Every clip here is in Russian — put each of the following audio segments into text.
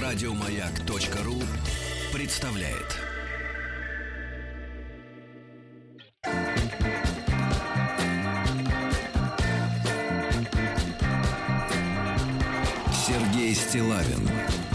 Радиомаяк.ру представляет. Сергей Стиллавин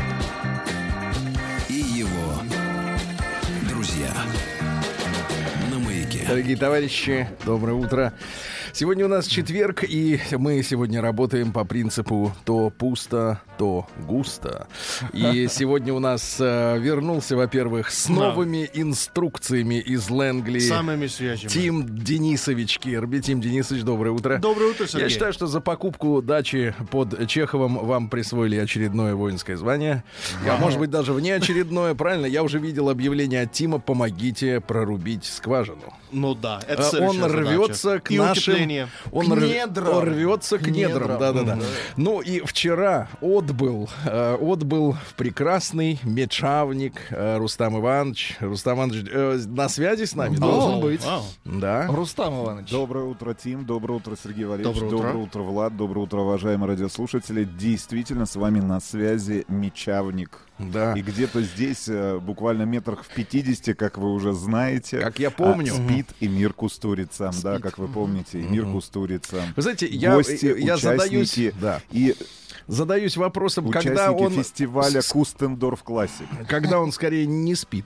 и его друзья на Маяке. Дорогие товарищи, доброе утро. Сегодня у нас четверг, и мы сегодня работаем по принципу то пусто, то густо. И сегодня у нас вернулся, во-первых, с новыми инструкциями из Лэнгли самыми свежими Тим Денисович Кирби. Тим Денисович, доброе утро. Доброе утро, Сергей. Я считаю, что за покупку дачи под Чеховым вам присвоили очередное воинское звание. А может быть, даже внеочередное, правильно? Я уже видел объявление от Тима: помогите прорубить скважину. Ну да, это Он рвется к нашим... Он рвется к недрам. Да-да-да. Ну и вчера отбыл в прекрасный мечавник Рустам Иванович. Рустам Иванович на связи с нами? Должен быть. Да. Рустам Иванович. Доброе утро, Тим. Доброе утро, Сергей Валерьевич. Доброе утро, Влад. Доброе утро, уважаемые радиослушатели. Действительно, с вами на связи мечавник. Да. И где-то здесь, буквально метрах в 50, как вы уже знаете, как я помню, спит Эмир Кустурица. Да, как вы помните, Эмир Кустурица. Вы знаете, гости, я задаюсь, и задаюсь вопросом, участники когда он фестиваля Кустендорф Классик. Когда он скорее не спит.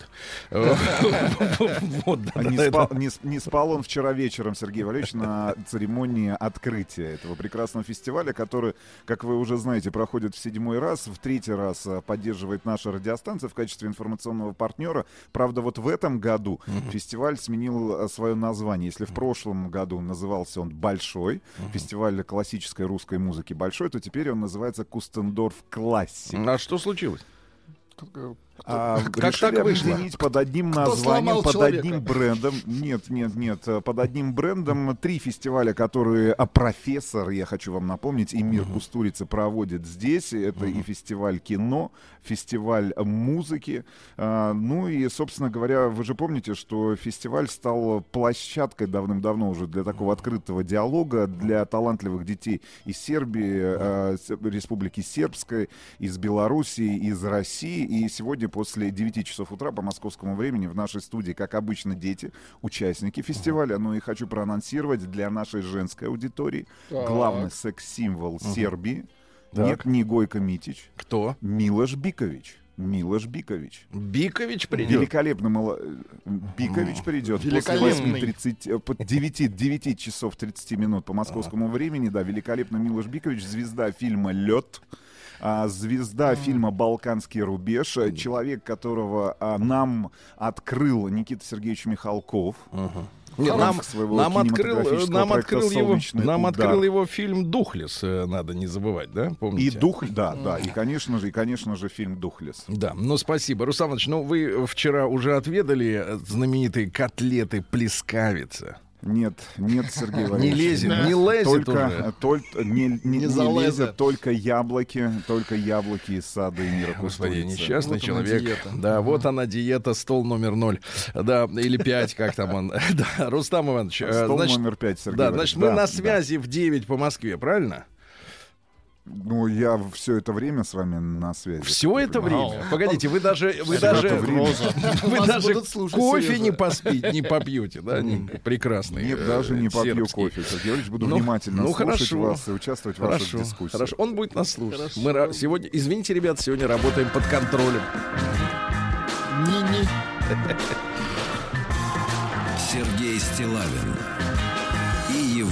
Не спал он вчера вечером, Сергей Валерьевич, на церемонии открытия этого прекрасного фестиваля, который, как вы уже знаете, проходит в 7-й раз, в 3-й раз поддерживает наша радиостанция в качестве информационного партнера. Правда, вот в этом году фестиваль сменил свое название. Если в прошлом году назывался он «Большой», фестиваль классической русской музыки «Большой», то теперь он называется «Кустендорф Классик». А что случилось? Как так вышло? Объединить под одним названием, под одним брендом. Нет. Под одним брендом 3 фестиваля, которые профессор, я хочу вам напомнить, Эмир Кустурица проводит здесь. Это и фестиваль кино, фестиваль музыки. Ну и, собственно говоря, вы же помните, что фестиваль стал площадкой давным-давно уже для такого открытого диалога для талантливых детей из Сербии, Республики Сербской, из Белоруссии, из России. И сегодня после 9 часов утра по московскому времени в нашей студии, как обычно, дети, участники фестиваля. Ну и хочу проанонсировать для нашей женской аудитории главный секс-символ Сербии. Нет, не Гойко Митич. Кто? Милош Бикович. Бикович придет? Великолепно. Бикович придет после 9 часов 30 минут по московскому времени. Да, великолепно Милош Бикович, звезда фильма «Лед». Звезда фильма «Балканский рубеж», человек, которого нам открыл Никита Сергеевич Михалков. Нет, нам открыл его фильм «Духлес», надо не забывать, да? Помните? И, конечно же, фильм «Духлес». Да, ну спасибо. Рустам Иванович, вы вчера уже отведали знаменитые котлеты плескавица? Нет, Сергей Валерьевич. Не лезет не лезет, только яблоки из сада Эмира Кустурицы. Господи, несчастный человек. Да, вот она диета, стол номер 0. Да, или 5, как там он. Да, Рустам Иванович. Стол номер 5, Сергей Валерьевич. Значит, мы на связи в 9 по Москве, правильно? Ну, я все это время с вами на связи. Все это время? Погодите, вы даже кофе не попьете, да? Прекрасный. Нет, даже не попью кофе. Сергей Валерьевич, буду внимательно слушать вас и участвовать в ваших дискуссиях. Хорошо, он будет нас слушать. Мы сегодня, извините, ребят, сегодня работаем под контролем. Сергей Стиллавин и его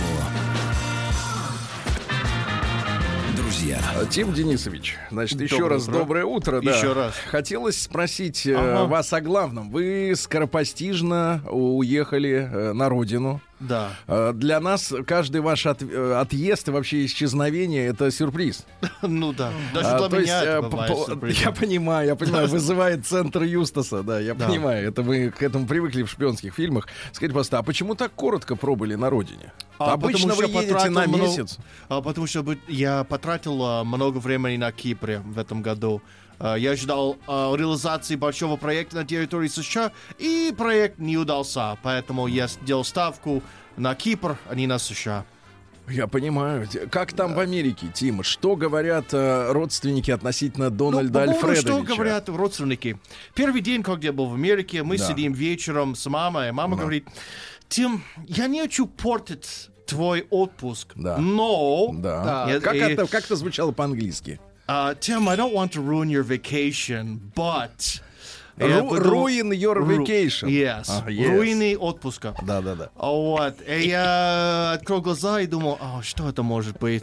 друзья. Тим Денисович, значит, еще раз доброе утро. Еще раз. Хотелось спросить вас о главном. Вы скоропостижно уехали на родину. Да. Для нас каждый ваш отъезд и вообще исчезновение — это сюрприз. Ну да. Даже для меня это бывает сюрпризом. Я понимаю, вызывает центр Юстаса, да, я понимаю. Это мы к этому привыкли в шпионских фильмах. Скажите, пожалуйста, а почему так коротко пробыли на родине? Обычно вы едете на месяц. Потому что я потратил много времени на Кипре в этом году. Я ждал реализации большого проекта на территории США, и проект не удался, поэтому я сделал ставку на Кипр, а не на США. Я понимаю. Как там в Америке, Тим? Что говорят родственники относительно Дональда Альфредовича? Что говорят родственники? Первый день, когда я был в Америке, мы сидим вечером с мамой, и мама говорит: Тим, я не хочу портить твой отпуск, но... Как это звучало по-английски? Tim, I don't want to ruin your vacation, but... Ruin your vacation. Yes. Руины отпуска. Да. Вот. И я открыл глаза и думал, что это может быть?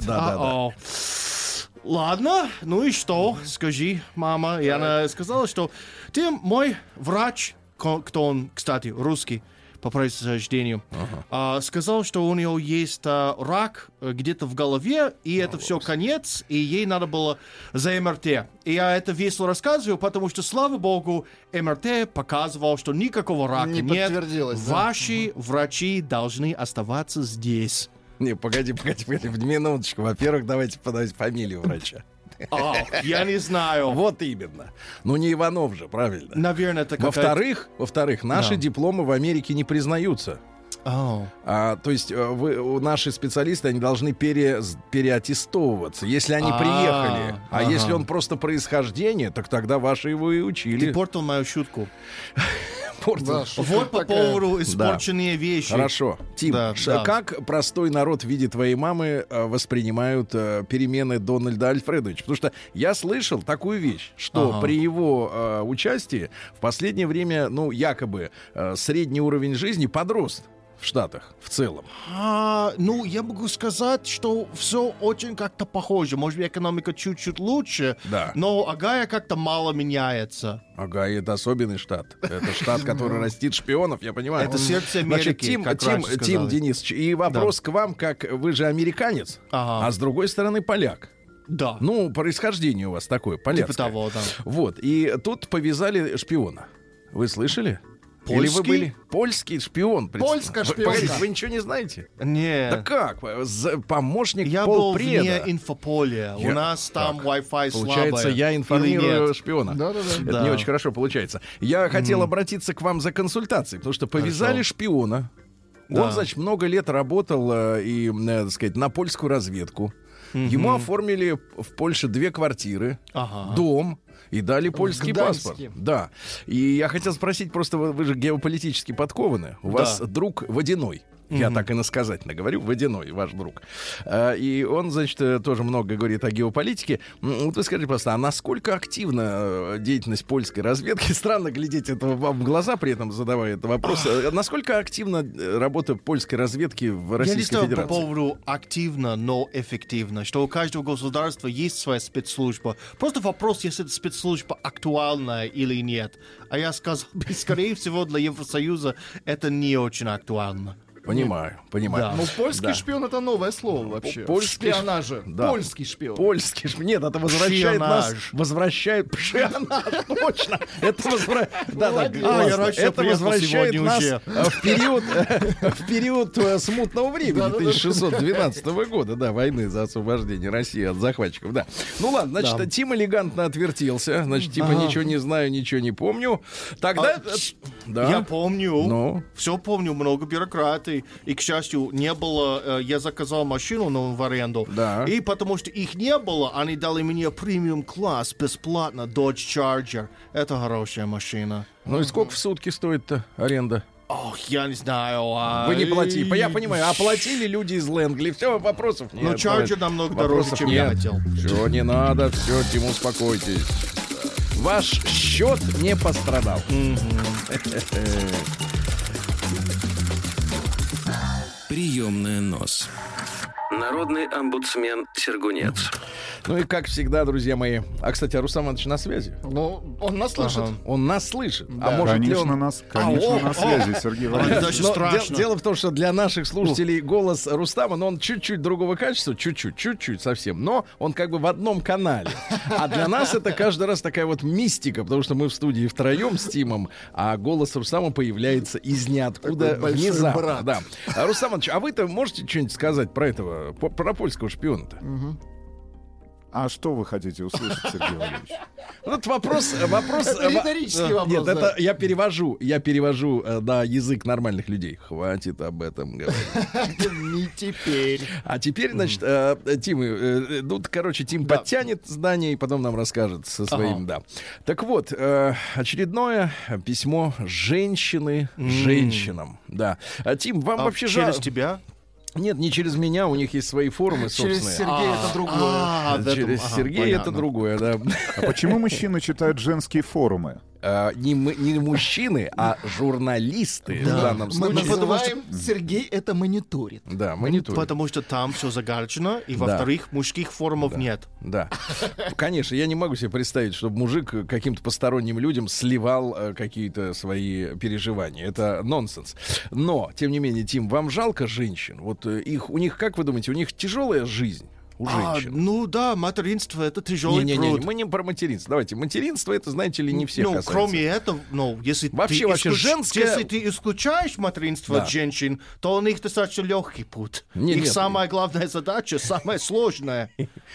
Ладно, ну и что? Скажи, мама. И она сказала, что Тим, мой врач, кто он, кстати, русский, по происхождению, сказал, что у нее есть рак где-то в голове, и это все конец, и ей надо было за МРТ. И я это весело рассказываю, потому что, слава богу, МРТ показывал, что никакого рака не нет. Подтвердилось, Ваши врачи должны оставаться здесь. Не, погоди, минуточку. Во-первых, давайте подать фамилию врача. Я не знаю. Вот именно. Ну, не Иванов же, правильно? Наверное, это какая-то... Во-вторых, наши дипломы в Америке не признаются. То есть наши специалисты, они должны переаттестовываться, если они приехали. А если он просто происхождение, так тогда ваши его и учили. Ты портил мою шутку. Да, вот по поводу испорченные вещи. Хорошо. Тим, как простой народ в виде твоей мамы воспринимают перемены Дональда Альфредовича? Потому что я слышал такую вещь, что при его участии в последнее время, якобы средний уровень жизни подрос в Штатах в целом. Я могу сказать, что все очень как-то похоже. Может быть, экономика чуть-чуть лучше, но Огайо как-то мало меняется. Огайо — это особенный штат. Это штат, который растит шпионов, я понимаю. Это сердце Америки, Тим Денисович, и вопрос к вам, как вы же американец, а с другой стороны поляк. Да. Происхождение у вас такое, полякское. Типа того, да. Вот, и тут повязали шпиона. Вы слышали? Польский? Или вы были польский шпион? Польская шпионка. Погодите, вы ничего не знаете? Нет. Да как? Помощник я полпреда. Я был вне инфополя. У нас там Wi-Fi слабый. Получается, я информирую шпиона. Да. Это не очень хорошо получается. Я хотел обратиться к вам за консультацией, потому что повязали шпиона. Он, значит, много лет работал так сказать, на польскую разведку. Ему оформили в Польше 2 квартиры, дом. И дали польский паспорт. Да. И я хотел спросить, просто вы же геополитически подкованы. У вас друг Водяной. Я так иносказательно говорю, Водяной, ваш друг. И он, значит, тоже много говорит о геополитике. Вот вы скажите просто, а насколько активна деятельность польской разведки? Странно глядеть это вам в глаза, при этом задавая этот вопрос. Насколько активна работа польской разведки в Российской Федерации? Я не знаю по поводу активно, но эффективно. Что у каждого государства есть своя спецслужба. Просто вопрос, если эта спецслужба актуальна или нет. А я сказал, скорее всего, для Евросоюза это не очень актуально. Понимаю. Да. Польский шпион — это новое слово вообще. Шпионаже. Да. Польский шпион. Польский шпион. Нет, это возвращает нас... Шпионаж, точно. Это возвращает нас в период смутного времени 1612 года, войны за освобождение России от захватчиков. Да. Ну ладно, значит, Тим элегантно отвертелся. Значит, типа ничего не знаю, ничего не помню. Тогда... Я помню. Все помню, много бюрократий. И, к счастью, не было... Я заказал машину в аренду. Да. И потому что их не было, они дали мне премиум-класс бесплатно, Dodge Charger. Это хорошая машина. Ну и сколько в сутки стоит-то аренда? Я не знаю. Вы не платили. Я понимаю, оплатили люди из Лэнгли. Все, вопросов нет. Но Charger намного дороже, чем я хотел. Все, не надо. Все, Тим, успокойтесь. Ваш счет не пострадал. Приемная нос. Народный омбудсмен Сергунец. Ну и как всегда, друзья мои. Кстати, Рустам Иванович на связи? Он нас слышит. Он нас слышит. Да. А может ли он... на связи, Сергей Валерьевич. Дело в том, что для наших слушателей голос Рустама, он чуть-чуть другого качества, чуть-чуть совсем, но он как бы в одном канале. А для нас это каждый раз такая вот мистика, потому что мы в студии втроем с Тимом, а голос Рустама появляется из ниоткуда внезапно. Да. Рустам Иванович, а вы-то можете что-нибудь сказать про этого, про польского шпиона-то? А что вы хотите услышать, Сергей Валерьевич? Вот вопрос... Это риторический вопрос. Нет, это я перевожу на язык нормальных людей. Хватит об этом говорить. Не теперь. А теперь, значит, Тим подтянет здание и потом нам расскажет со своим, да. Так вот, очередное письмо женщины женщинам. Да. Тим, вам вообще через тебя? Нет, не через меня, у них есть свои форумы собственные. Через Сергея это другое. Через Сергея это другое, да. А почему мужчины читают женские форумы? Не мужчины, а журналисты в данном Мы случае. называем Сергей это мониторит. Да, мониторит. Потому что там все загадочно, и, во-вторых, мужских форумов нет. Да. Конечно, я не могу себе представить, чтобы мужик каким-то посторонним людям сливал какие-то свои переживания. Это нонсенс. Но, тем не менее, Тим, вам жалко женщин? Вот у них, как вы думаете, у них тяжелая жизнь? У женщин. Ну да, материнство — это тяжелый труд. Мы не про материнство. Давайте, материнство — это, знаете ли, не всех касается. Кроме этого, если если ты исключаешь материнство от женщин, то у них достаточно легкий путь. Их самая главная задача, самая сложная.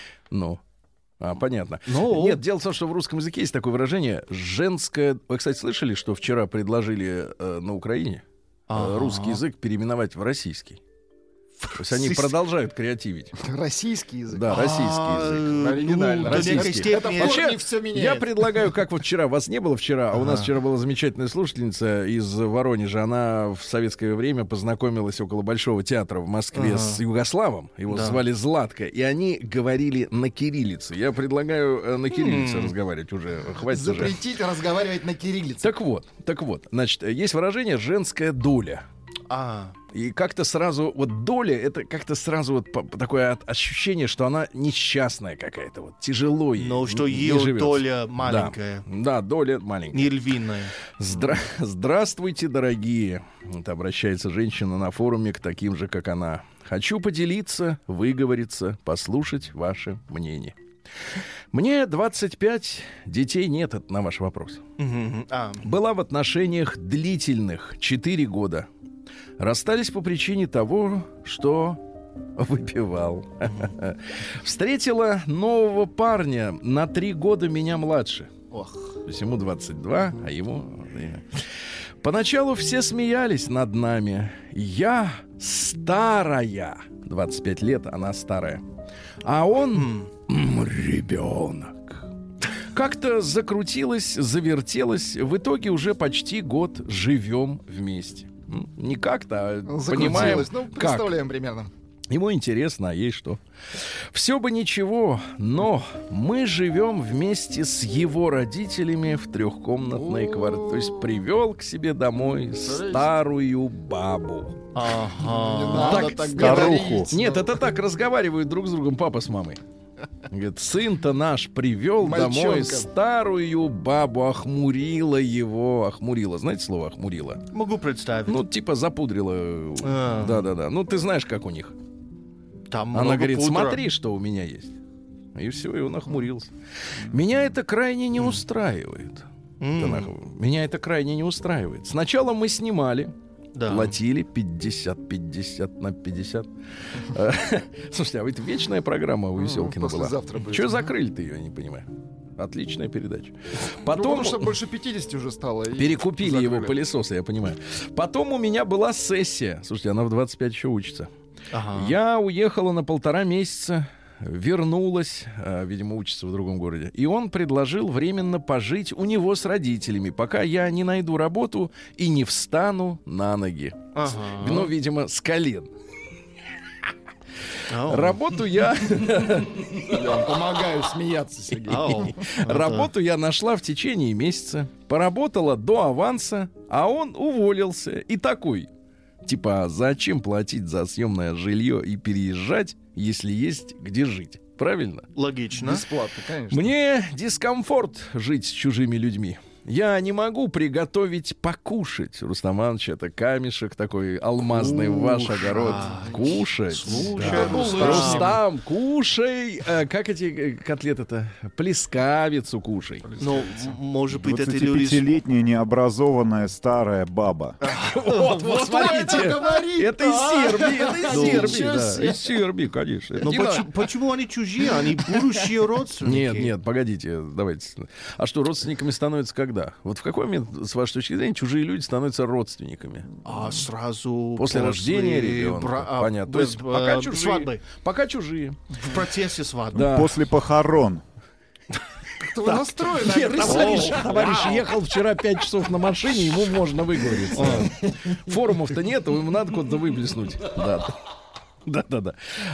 Понятно. Нет, дело в том, что в русском языке есть такое выражение «женское». Вы, кстати, слышали, что вчера предложили на Украине русский язык переименовать в российский? То есть они продолжают креативить. Российский язык. Да, российский язык. Оригинально. Российский. Это вообще все меняет. Я предлагаю, как вот вчера, вас не было вчера, а у нас вчера была замечательная слушательница из Воронежа. Она в советское время познакомилась около Большого театра в Москве с Югославом. Его звали Златко. И они говорили на кириллице. Я предлагаю на кириллице разговаривать уже. Хватит запретить разговаривать на кириллице. Так вот. Значит, есть выражение «женская доля». И как-то сразу, вот доля, это как-то сразу вот такое ощущение, что она несчастная какая-то, вот тяжело ей. Но что ее доля маленькая. Да, доля маленькая. Не львиная. Здравствуйте, дорогие. Вот обращается женщина на форуме к таким же, как она. Хочу поделиться, выговориться, послушать ваше мнение. Мне 25, детей нет, это на ваш вопрос. Была в отношениях длительных 4 года. Расстались по причине того, что выпивал. Встретила нового парня на 3 года меня младше. То есть ему 22, а ему... Поначалу все смеялись над нами. Я старая. 25 лет, она старая. А он ребенок. Как-то закрутилось, завертелось. В итоге уже почти год живем вместе. Не как-то, а понимаем, представляем примерно. Ему интересно, а ей что? Все бы ничего, но мы живем вместе с его родителями в 3-комнатной квартире. То есть привел к себе домой старую бабу. Старуху. Нет, это так разговаривают друг с другом папа с мамой. Говорит, сын-то наш привел домой старую бабу, охмурила его. Охмурила, знаете слово охмурила? Могу представить. Типа запудрила. Да. Ты знаешь, как у них. Там она говорит, пудра. смотри, что у меня есть. И все, и он охмурился. Меня это крайне не устраивает. Меня это крайне не устраивает. Сначала мы снимали. Платили 50 на 50. Слушайте, а ведь вечная программа у Веселкина была. Чего закрыли-то ее, я не понимаю. Отличная передача. Потом, потому что больше 50 уже стало. Перекупили его пылесосы, я понимаю. Потом у меня была сессия. Слушайте, она в 25 еще учится. Я уехала на 1,5 месяца. Вернулась, видимо, учится в другом городе. И он предложил временно пожить у него с родителями, пока я не найду работу и не встану на ноги. Видимо, с колен. Работу я... Помогаю смеяться, Сергей. Работу я нашла в течение месяца. Поработала до аванса, а он уволился. И такой... Типа, зачем платить за съемное жилье и переезжать, если есть где жить? Правильно? Логично. Бесплатно, конечно. Мне дискомфорт жить с чужими людьми. Я не могу приготовить покушать. Рустам Иванович, это камешек такой алмазный в ваш огород. Кушать. Слушай, Да. Рустам, кушай. Как эти котлеты-то? Плескавицу кушай. Ну, может быть, это люди... 25-летняя необразованная старая баба. Вот, смотрите. Это из Сербии. Это из Сербии. ничего Да, себе. из Сербии, конечно. Но почему они чужие? Они будущие родственники. Нет, погодите, давайте. А что, родственниками становятся когда? Вот в какой момент, с вашей точки зрения, чужие люди становятся родственниками? А сразу После рождения ребенка. Понятно. То есть пока чужие. Свадьбы. Пока чужие. В процессе свадьбы. Да. После похорон. Кто настроен Нет, агрессивно. товарищ ехал вчера 5 часов на машине, ему можно выговориться. Форумов-то нет, ему надо куда-то выплеснуть. Да.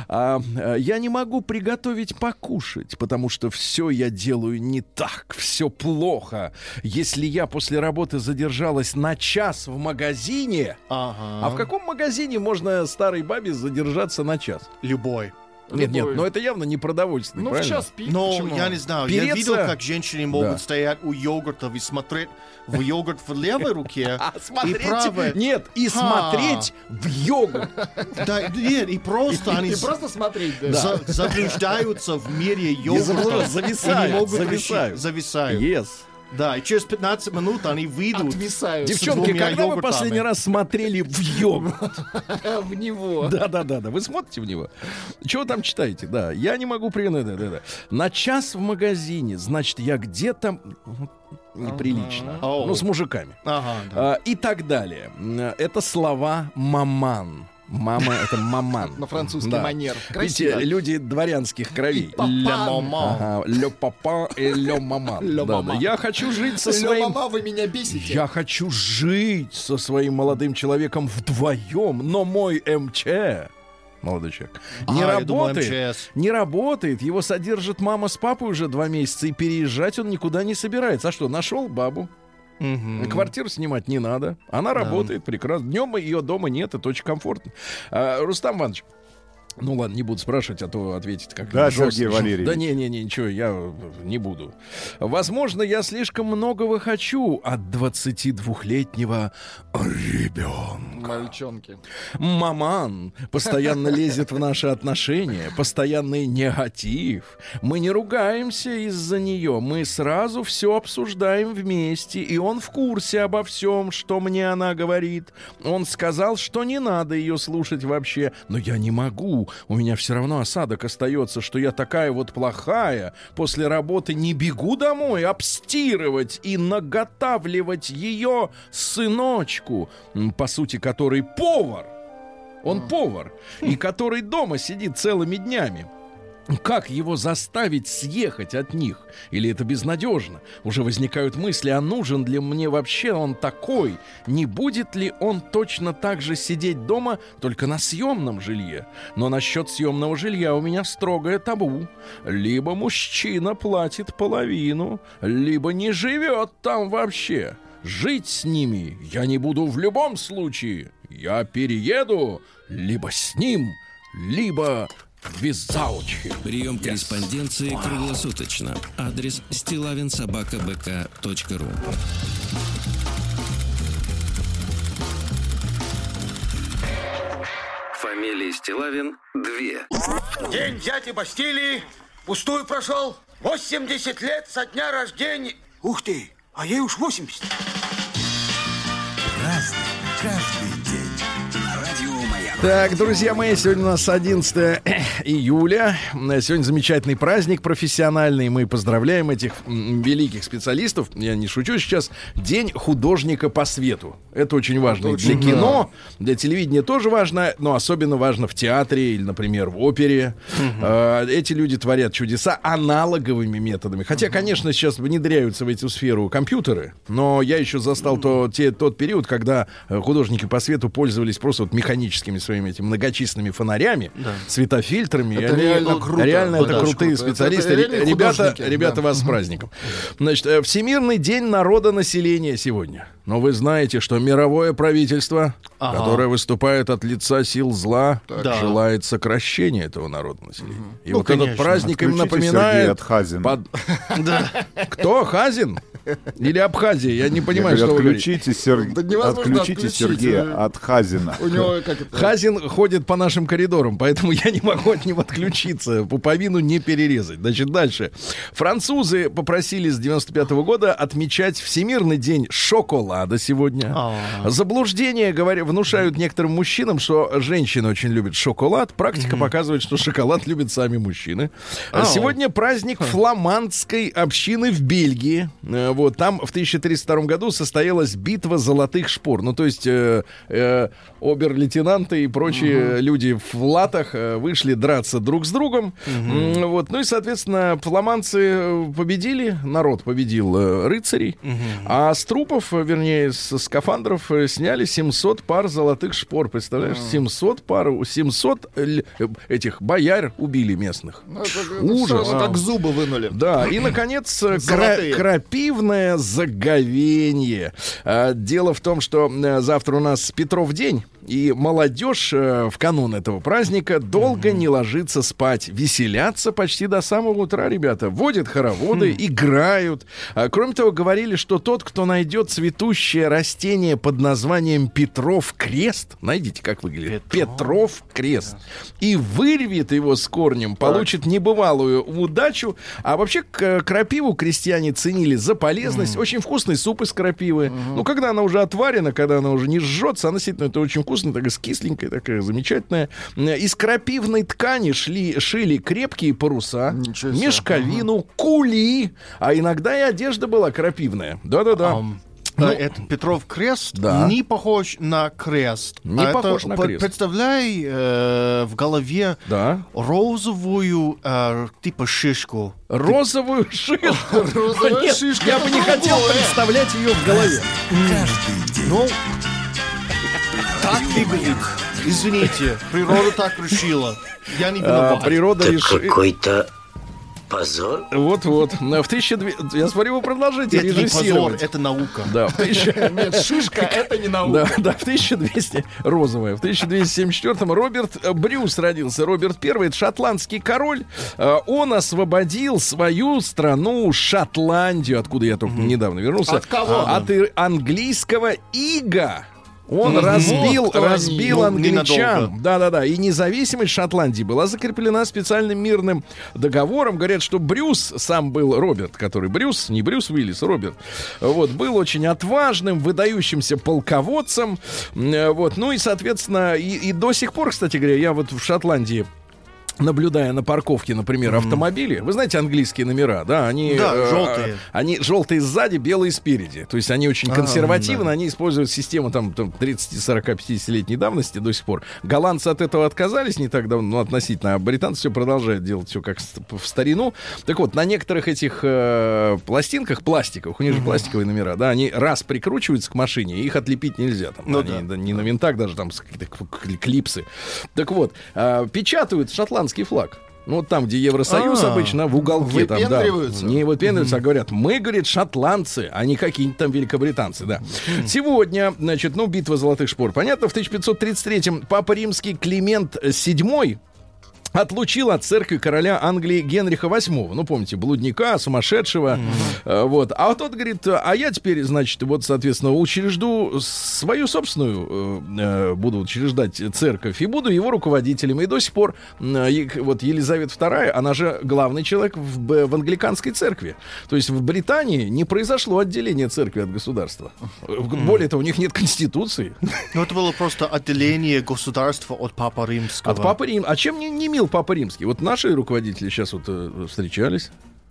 Я не могу приготовить покушать, потому что все я делаю не так, все плохо. Если я после работы задержалась на час в магазине, а в каком магазине можно старой бабе задержаться на час? Любой. Нет, но это явно не продовольственный, Ну, в правильно? час пик. Но почему? я не знаю, я Переться- видел, как женщины могут Да. стоять у йогуртов и смотреть в йогурт в левой руке и Смотреть, правой. нет, и смотреть в йогурт. Да, нет, и просто они И просто смотреть, да. заблуждаются в мире йогурта. Зависают, и не могут зависают. зависают. Yes. Да, и через 15 минут они выйдут. Отвисают Девчонки, двумя когда вы йогуртами. последний раз смотрели в йогурт? в него. Да. Вы смотрите в него? Чего там читаете? Да, я не могу Да. На час в магазине, значит, я где-то неприлично. Ага. Ну, с мужиками. Ага, да. И так далее. Это слова «маман». Мама — это маман. На французский Да. манер. Видите, Красиво. люди дворянских кровей. Ля мама. Ага, ле папа и ле маман. Ле Да. мама. Я хочу жить со Лё, своим... мама, вы меня бесите. Я хочу жить со своим молодым человеком вдвоем, но мой МЧ, молодой человек, не Я думал, работает. МЧС. Не работает. Его содержит мама с папой уже 2 месяца, и переезжать он никуда не собирается. А что, нашел бабу? Мгм. Квартиру снимать не надо. Она работает прекрасно. Днем ее дома нет, это очень комфортно. Рустам Иванович, ну ладно, не буду спрашивать, а то ответить как Да, Сергей Валерьевич. Да не, ничего, я не буду. Возможно, я слишком многого хочу от 22-летнего ребенка. Мальчонки. Маман постоянно лезет в наши отношения, постоянный негатив. Мы не ругаемся из-за нее, мы сразу все обсуждаем вместе, и он в курсе обо всем, что мне она говорит. Он сказал, что не надо ее слушать вообще, но я не могу. У меня все равно осадок остается, что я такая вот плохая. После работы не бегу домой обстирывать и наготавливать ее сыночку, по сути, который повар. Он повар, и который дома сидит целыми днями. Как его заставить съехать от них? Или это безнадежно? Уже возникают мысли, а нужен ли мне вообще он такой? Не будет ли он точно так же сидеть дома, только на съемном жилье? Но насчет съемного жилья у меня строгое табу. Либо мужчина платит половину, либо не живет там вообще. Жить с ними я не буду в любом случае. Я перееду либо с ним, либо... without him. Прием корреспонденции круглосуточно. Адрес stilavinsobakabk.ru. Фамилия Стилавин 2. День дяди Бастилии пустую прошел. 80 лет со дня рождения. Ух ты, а ей уж 80. Разный, каждый день. На радио Маяк. Так, друзья мои, сегодня у нас 11 июля. Сегодня замечательный праздник профессиональный. Мы поздравляем этих великих специалистов. Я не шучу сейчас. День художника по свету. Это очень важно и для кино, для телевидения тоже важно, но особенно важно в театре или, например, в опере. Эти люди творят чудеса аналоговыми методами. Хотя, конечно, сейчас внедряются в эту сферу компьютеры, но я еще застал тот период, когда художники по свету пользовались просто вот механическими своими этими многочисленными фонарями, светофильтрами. Это реально круто. Реально это Да, крутые круто. специалисты. Это реальные художники, Ребята, да. вас с праздником. Значит, Всемирный день народонаселения сегодня. Но вы знаете, что мировое правительство, которое выступает от лица сил зла, желает сокращения этого народонаселения. И Ну, вот этот конечно. праздник им Отключите Сергея напоминает... от Хазина. Кто? Хазин? Или Абхазия, я не понимаю, что вы говорите. Отключите Сергея от Хазина. У него как это... Хазин ходит по нашим коридорам, поэтому я не могу от него отключиться, пуповину не перерезать. Значит, дальше. Французы попросили с 95-го года отмечать Всемирный день шоколада сегодня. Заблуждение, внушают некоторым мужчинам, что женщины очень любят шоколад. Практика показывает, что шоколад любят сами мужчины. Сегодня праздник фламандской общины в Бельгии. Вот, там в 1302 году состоялась битва золотых шпор. Ну, то есть обер-лейтенанты и прочие люди в латах вышли драться друг с другом. Вот, ну и, соответственно, фламандцы победили, народ победил рыцарей, а с трупов, вернее, с скафандров сняли 700 пар золотых шпор. Представляешь, 700 пар, 700 этих бояр убили местных. Ужас. Как зубы вынули. Да, и, наконец, крапивное заговенье. Дело в том, что завтра у нас Петров день, и молодежь в канун этого праздника долго не ложится спать. Веселятся почти до самого утра, ребята. Водят хороводы, играют. Кроме того, говорили, что тот, кто найдет цветущее растение под названием Петров крест, найдите, как выглядит, Петров крест, и вырвет его с корнем, получит небывалую удачу. А вообще крапиву крестьяне ценили за полезность. Очень вкусный суп из крапивы. Ну, когда она уже отварена, когда она уже не жжется, она действительно это очень вкусная, такая кисленькая, такая замечательная. Из крапивной ткани шили крепкие паруса, мешковину, кули, а иногда и одежда была крапивная. Да-да-да. Это Петров крест не похож на крест. Не похож на крест. Представляй в голове розовую типа шишку. Розовую шишку? Нет, я бы не хотел представлять ее в голове. Ну, так выглядит. Извините, природа так решила. Я не виноват. Природа решила. Какой-то позор. Вот-вот. Я смотрю, вы продолжите режиссировать. Это не позор, это наука. Да, Нет, шишка — это не наука. Да, в 1200... Розовая. В 1274-м Роберт Брюс родился. Роберт I — это шотландский король. Он освободил свою страну, Шотландию, откуда я только недавно вернулся. От кого? От английского ига. Он разбил англичан. Да. И независимость Шотландии была закреплена специальным мирным договором. Говорят, что Брюс, сам был Роберт, который Брюс, не Брюс Уиллис, Роберт, вот, был очень отважным, выдающимся полководцем. Вот, ну и, соответственно, и до сих пор, кстати говоря, я вот в Шотландии, наблюдая на парковке, например, автомобили, вы знаете английские номера, да, они желтые. Они желтые сзади, белые спереди. То есть они очень консервативны, они используют систему там 30, 40, 50-летней давности до сих пор. Голландцы от этого отказались не так давно, относительно, а британцы все продолжают делать все как в старину. Так вот, на некоторых этих пластинках пластиковых, у них же пластиковые номера, да, они раз прикручиваются к машине, их отлепить нельзя. Там, не на винтах даже, там какие-то клипсы. Так вот, печатают шотландский флаг. Ну, вот там, где Евросоюз обычно, в уголке там, да. Не выпендриваются, а говорят, мы, говорит, шотландцы, а не какие-нибудь там великобританцы, да. Сегодня, значит, битва золотых шпор. Понятно, в 1533-м Папа Римский Климент VII отлучил от церкви короля Англии Генриха VIII. Ну, помните, блудника, сумасшедшего. Вот. А тот говорит, а я теперь, значит, вот, соответственно, учрежду свою собственную, буду учреждать церковь, и буду его руководителем. И до сих пор вот Елизавета II, она же главный человек в англиканской церкви. То есть в Британии не произошло отделение церкви от государства. Более того, у них нет конституции. Ну, это было просто отделение государства от Папы Римского. От Папы Римского. А чем не мил Папа Римский? Вот наши руководители сейчас вот встречались.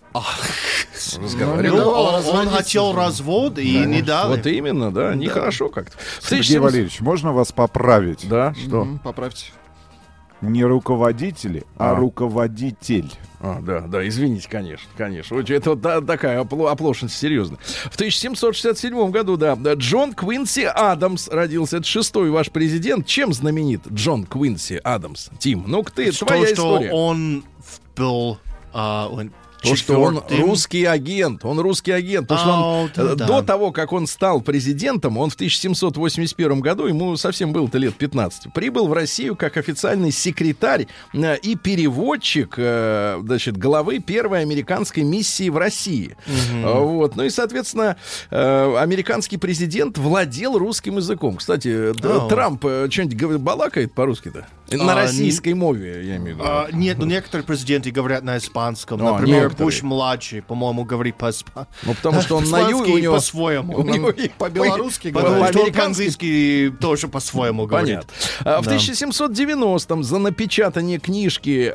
Он хотел развод и не дали. Вот именно, да, нехорошо как-то. Сергей Валерьевич, можно вас поправить? Да, что? Поправьте. Не руководители, а руководитель. Да, извините, конечно. Это вот такая оплошность серьезная. В 1767 году, Джон Квинси Адамс родился. Это 6-й ваш президент. Чем знаменит Джон Квинси Адамс? Тим, ну-ка ты, твоя история. Что он был То, что он русский агент. Он русский агент. Потому что он, до того, как он стал президентом, он в 1781 году, ему совсем было-то лет 15, прибыл в Россию как официальный секретарь и переводчик, значит, главы первой американской миссии в России. Вот. Ну и, соответственно, американский президент владел русским языком. Кстати, Трамп что-нибудь балакает по-русски-то? На российской мове, я имею в виду. Нет, но некоторые президенты говорят на испанском. Например, Буш-младший, по-моему, говорит по-испански. Ну, потому что он на юге у него... по-своему. По-белорусски говорит. Потому что он по-английски тоже по-своему говорит. Понятно. В 1790-м за напечатание книжки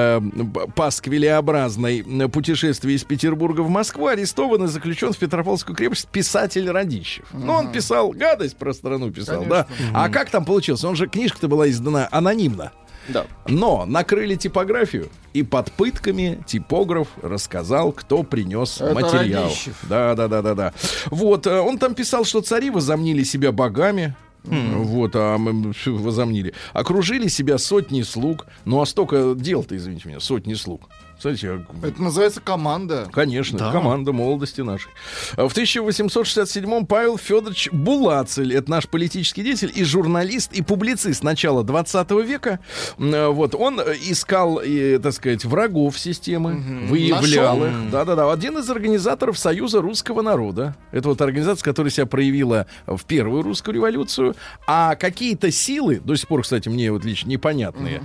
пасквилеобразной «Путешествие из Петербурга в Москву» арестован и заключен в Петропавловскую крепость писатель Радищев. Ну, он писал гадость про страну, писал, конечно. Да. А как там получилось? Он же, книжка-то была издана анонимно. Да. Но накрыли типографию, и под пытками типограф рассказал, кто принес материал. Да. Вот, он там писал, что цари возомнили себя богами. Вот, а мы возомнили. Окружили себя сотни слуг. Ну, а столько дел-то, извините меня, сотни слуг. Смотрите, это называется команда. Конечно, да. Команда молодости нашей. В 1867-м Павел Федорович Булацель, это наш политический деятель и журналист, и публицист начала 20 века. Вот, он искал, так сказать, врагов системы, выявлял их. Да. Один из организаторов Союза русского народа. Это вот организация, которая себя проявила в первую русскую революцию. А какие-то силы, до сих пор, кстати, мне вот лично непонятные,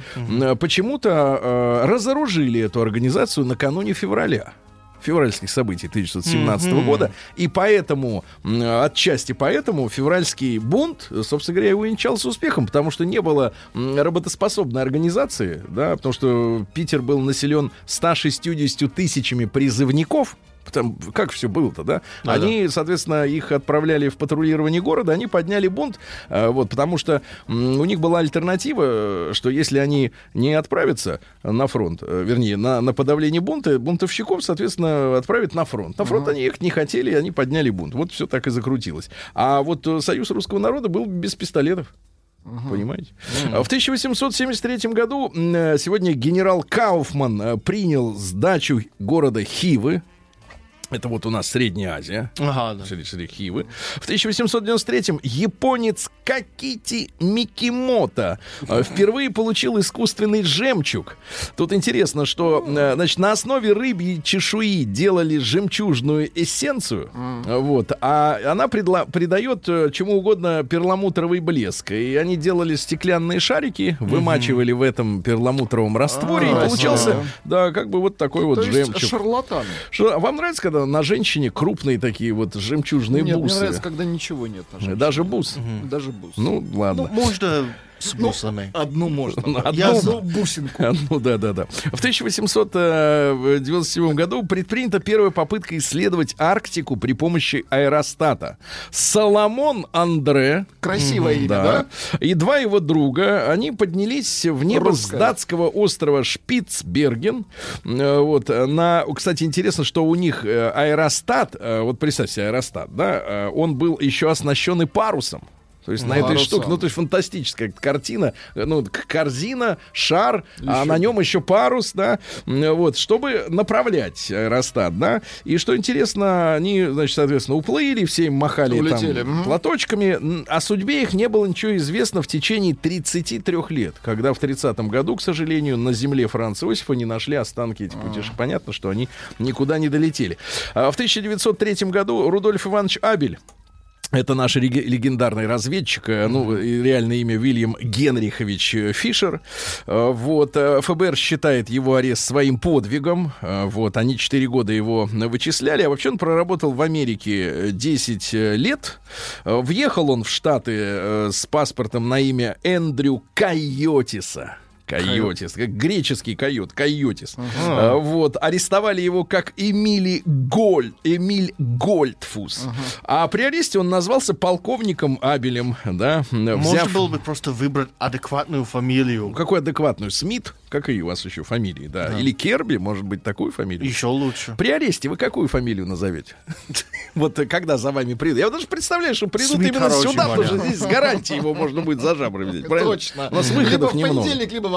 почему-то разоружили эту организацию накануне февральских событий 1917 года. И поэтому, отчасти поэтому, февральский бунт, собственно говоря, увенчался успехом, потому что не было работоспособной организации, да, потому что Питер был населен 160 тысячами призывников. Там, как все было-то, да? Они, соответственно, их отправляли в патрулирование города, они подняли бунт, вот, потому что у них была альтернатива, что если они не отправятся на фронт, вернее, на подавление бунта, бунтовщиков, соответственно, отправят на фронт. На фронт они ехать не хотели, и они подняли бунт. Вот все так и закрутилось. А вот Союз русского народа был без пистолетов. Понимаете? В 1873 году сегодня генерал Кауфман принял сдачу города Хивы. Это вот у нас Средняя Азия. Среди Хивы. В 1893-м японец Какити Микимото впервые получил искусственный жемчуг. Тут интересно, что, значит, на основе рыбьей чешуи делали жемчужную эссенцию, вот, а она придает чему угодно перламутровый блеск. И они делали стеклянные шарики, вымачивали в этом перламутровом растворе, и получался, да, как бы вот такой вот жемчуг. Шарлатаны. Вам нравится, когда на женщине крупные такие вот жемчужные бусы? Нет, мне нравится, когда ничего нет на женщине. Даже бус? Даже бус. Ну, ладно. Ну, можно с бусами. Одну можно. Я за бусинку. Да. В 1897 году предпринята первая попытка исследовать Арктику при помощи аэростата. Соломон Андре. Красивое имя, да? И два его друга, они поднялись в небо с датского острова Шпицберген. Вот, кстати, интересно, что у них аэростат, вот представьте себе аэростат, да, он был еще оснащен и парусом. То есть на этой штуке, ну, то есть фантастическая картина, ну, корзина, шар, а на нем еще парус, да, вот, чтобы направлять аэростат, да. И что интересно, они, значит, соответственно, уплыли, все им махали там платочками. О судьбе их не было ничего известно в течение 33 лет, когда в 30-м году, к сожалению, на земле Франца Иосифа не нашли останки этих путешественников. Понятно, что они никуда не долетели. В 1903 году Рудольф Иванович Абель, это наш легендарный разведчик, ну, реальное имя Вильям Генрихович Фишер. Вот, ФБР считает его арест своим подвигом. Вот, они 4 года его вычисляли. А вообще он проработал в Америке 10 лет. Въехал он в Штаты с паспортом на имя Эндрю Койотиса. Койотис, как греческий койот, Койотис. Вот, арестовали его как Эмиль Гольдфус. А при аресте он назвался полковником Абелем, да. Можно было бы просто выбрать адекватную фамилию. Какую адекватную? Смит? Какие у вас еще фамилии, да? Или Керби, может быть, такую фамилию? Еще лучше. При аресте вы какую фамилию назовете? Вот когда за вами придут. Я даже представляю, что придут именно сюда, потому что здесь с гарантией его можно будет за жабры взять. Точно. У нас выходов немного. Либо в понедельник, либо во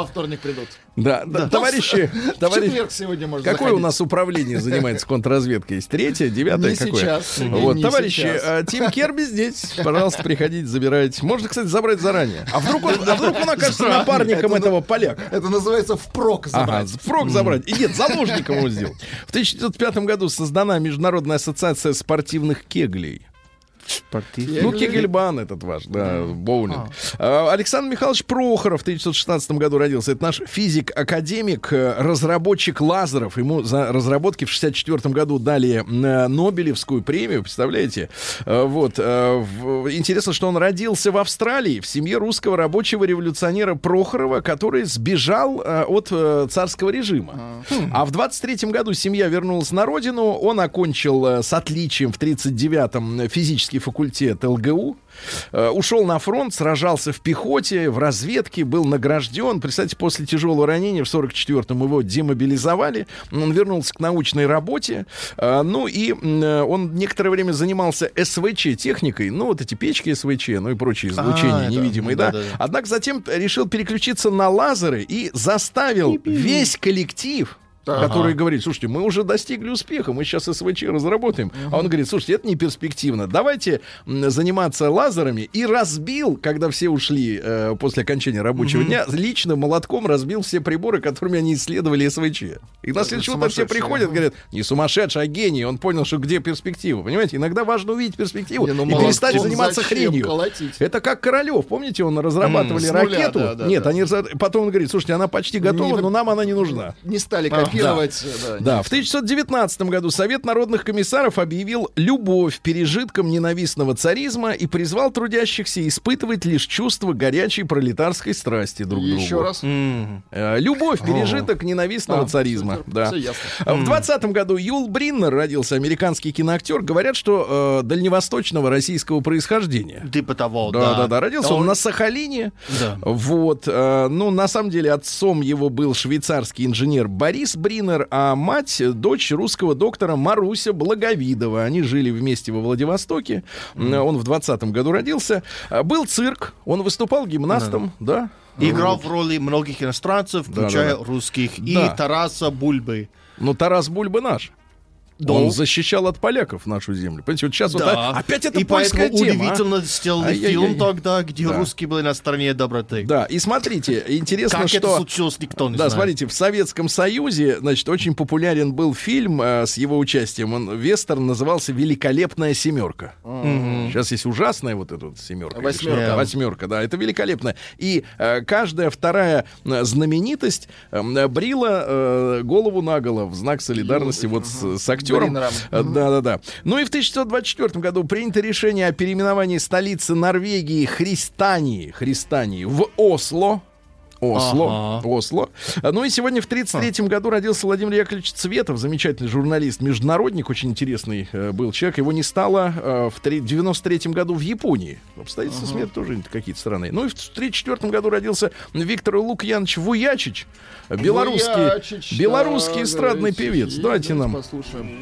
во вторник придут. Да, товарищи, четверг сегодня можно какое заходить. у нас управление занимается контрразведкой? Есть 3-е, 9-е, Не какое? сейчас, Сергей, Вот, не товарищи, сейчас. Тим Керби здесь, пожалуйста, приходите, забирайте. Можно, кстати, забрать заранее. А вдруг он окажется напарником этого поляка? Это называется впрок забрать. Ага, впрок забрать. И нет, заложником его сделал. В 1905 году создана Международная ассоциация спортивных кеглей. Ну, кегельбан этот ваш, да, боулинг. Александр Михайлович Прохоров в 1916 году родился. Это наш физик-академик, разработчик лазеров. Ему за разработки в 1964 году дали Нобелевскую премию, представляете? Вот. Интересно, что он родился в Австралии в семье русского рабочего революционера Прохорова, который сбежал от царского режима. А в 23 году семья вернулась на родину. Он окончил с отличием в 39-м физический факультет ЛГУ, ушел на фронт, сражался в пехоте, в разведке, был награжден. Представьте, после тяжелого ранения в 44-м его демобилизовали, он вернулся к научной работе, ну и он некоторое время занимался СВЧ техникой, ну вот эти печки СВЧ, ну и прочие излучения невидимые, да. Однако затем решил переключиться на лазеры и заставил весь коллектив, который говорит: слушайте, мы уже достигли успеха, мы сейчас СВЧ разработаем. А он говорит: слушайте, это не перспективно, давайте заниматься лазерами. И разбил, когда все ушли после окончания рабочего дня, лично молотком разбил все приборы, которыми они исследовали СВЧ. И на следующий год все приходят, говорят: не сумасшедший, а гений. Он понял, что где перспектива. Понимаете, иногда важно увидеть перспективу и перестать заниматься хренью. Колотить? Это как Королёв, помните, он разрабатывали ракету. Нет, они потом он говорит: слушайте, она почти готова, но нам она не нужна. Не стали копировать. Да, в 1919 году Совет народных комиссаров объявил любовь пережиткам ненавистного царизма и призвал трудящихся испытывать лишь чувство горячей пролетарской страсти друг к другу. Еще раз. Любовь пережиток ненавистного царизма. Да. Все ясно. В 20 году Юл Бриннер родился, американский киноактер. Говорят, что дальневосточного российского происхождения. Типа того, да. Родился он на Сахалине. Да. Вот. Ну, на самом деле, отцом его был швейцарский инженер Борис Бриннер, а мать — дочь русского доктора Маруся Благовидова. Они жили вместе во Владивостоке. Он в 20-м году родился. Был цирк, он выступал гимнастом, да. Играл в роли многих иностранцев, включая русских, и Тараса Бульбы. Ну, Тарас Бульба наш. Да. Он защищал от поляков нашу землю. Понимаете, вот сейчас вот опять это польская тема. И поэтому удивительно сделали фильм тогда, где русские были на стороне доброты. Да, и смотрите, интересно, как что... это случилось, никто не знает. Смотрите, в Советском Союзе, значит, очень популярен был фильм с его участием. Он, вестерн, назывался «Великолепная семерка». Сейчас есть ужасная вот эта вот семерка. Восьмерка, да, это великолепная. И каждая вторая знаменитость брила голову наголо в знак солидарности вот с актером. Да. Ну и в 1924 году принято решение о переименовании столицы Норвегии Христании в Осло. Ну и сегодня в 1933 году родился Владимир Яковлевич Цветов, замечательный журналист, международник, очень интересный был человек. Его не стало в 1993 году в Японии. Обстоятельства смерти тоже какие-то странные. Ну и в 1934 году родился Виктор Лукьянович Вуячич, белорусский эстрадный певец. Давайте нам послушаем.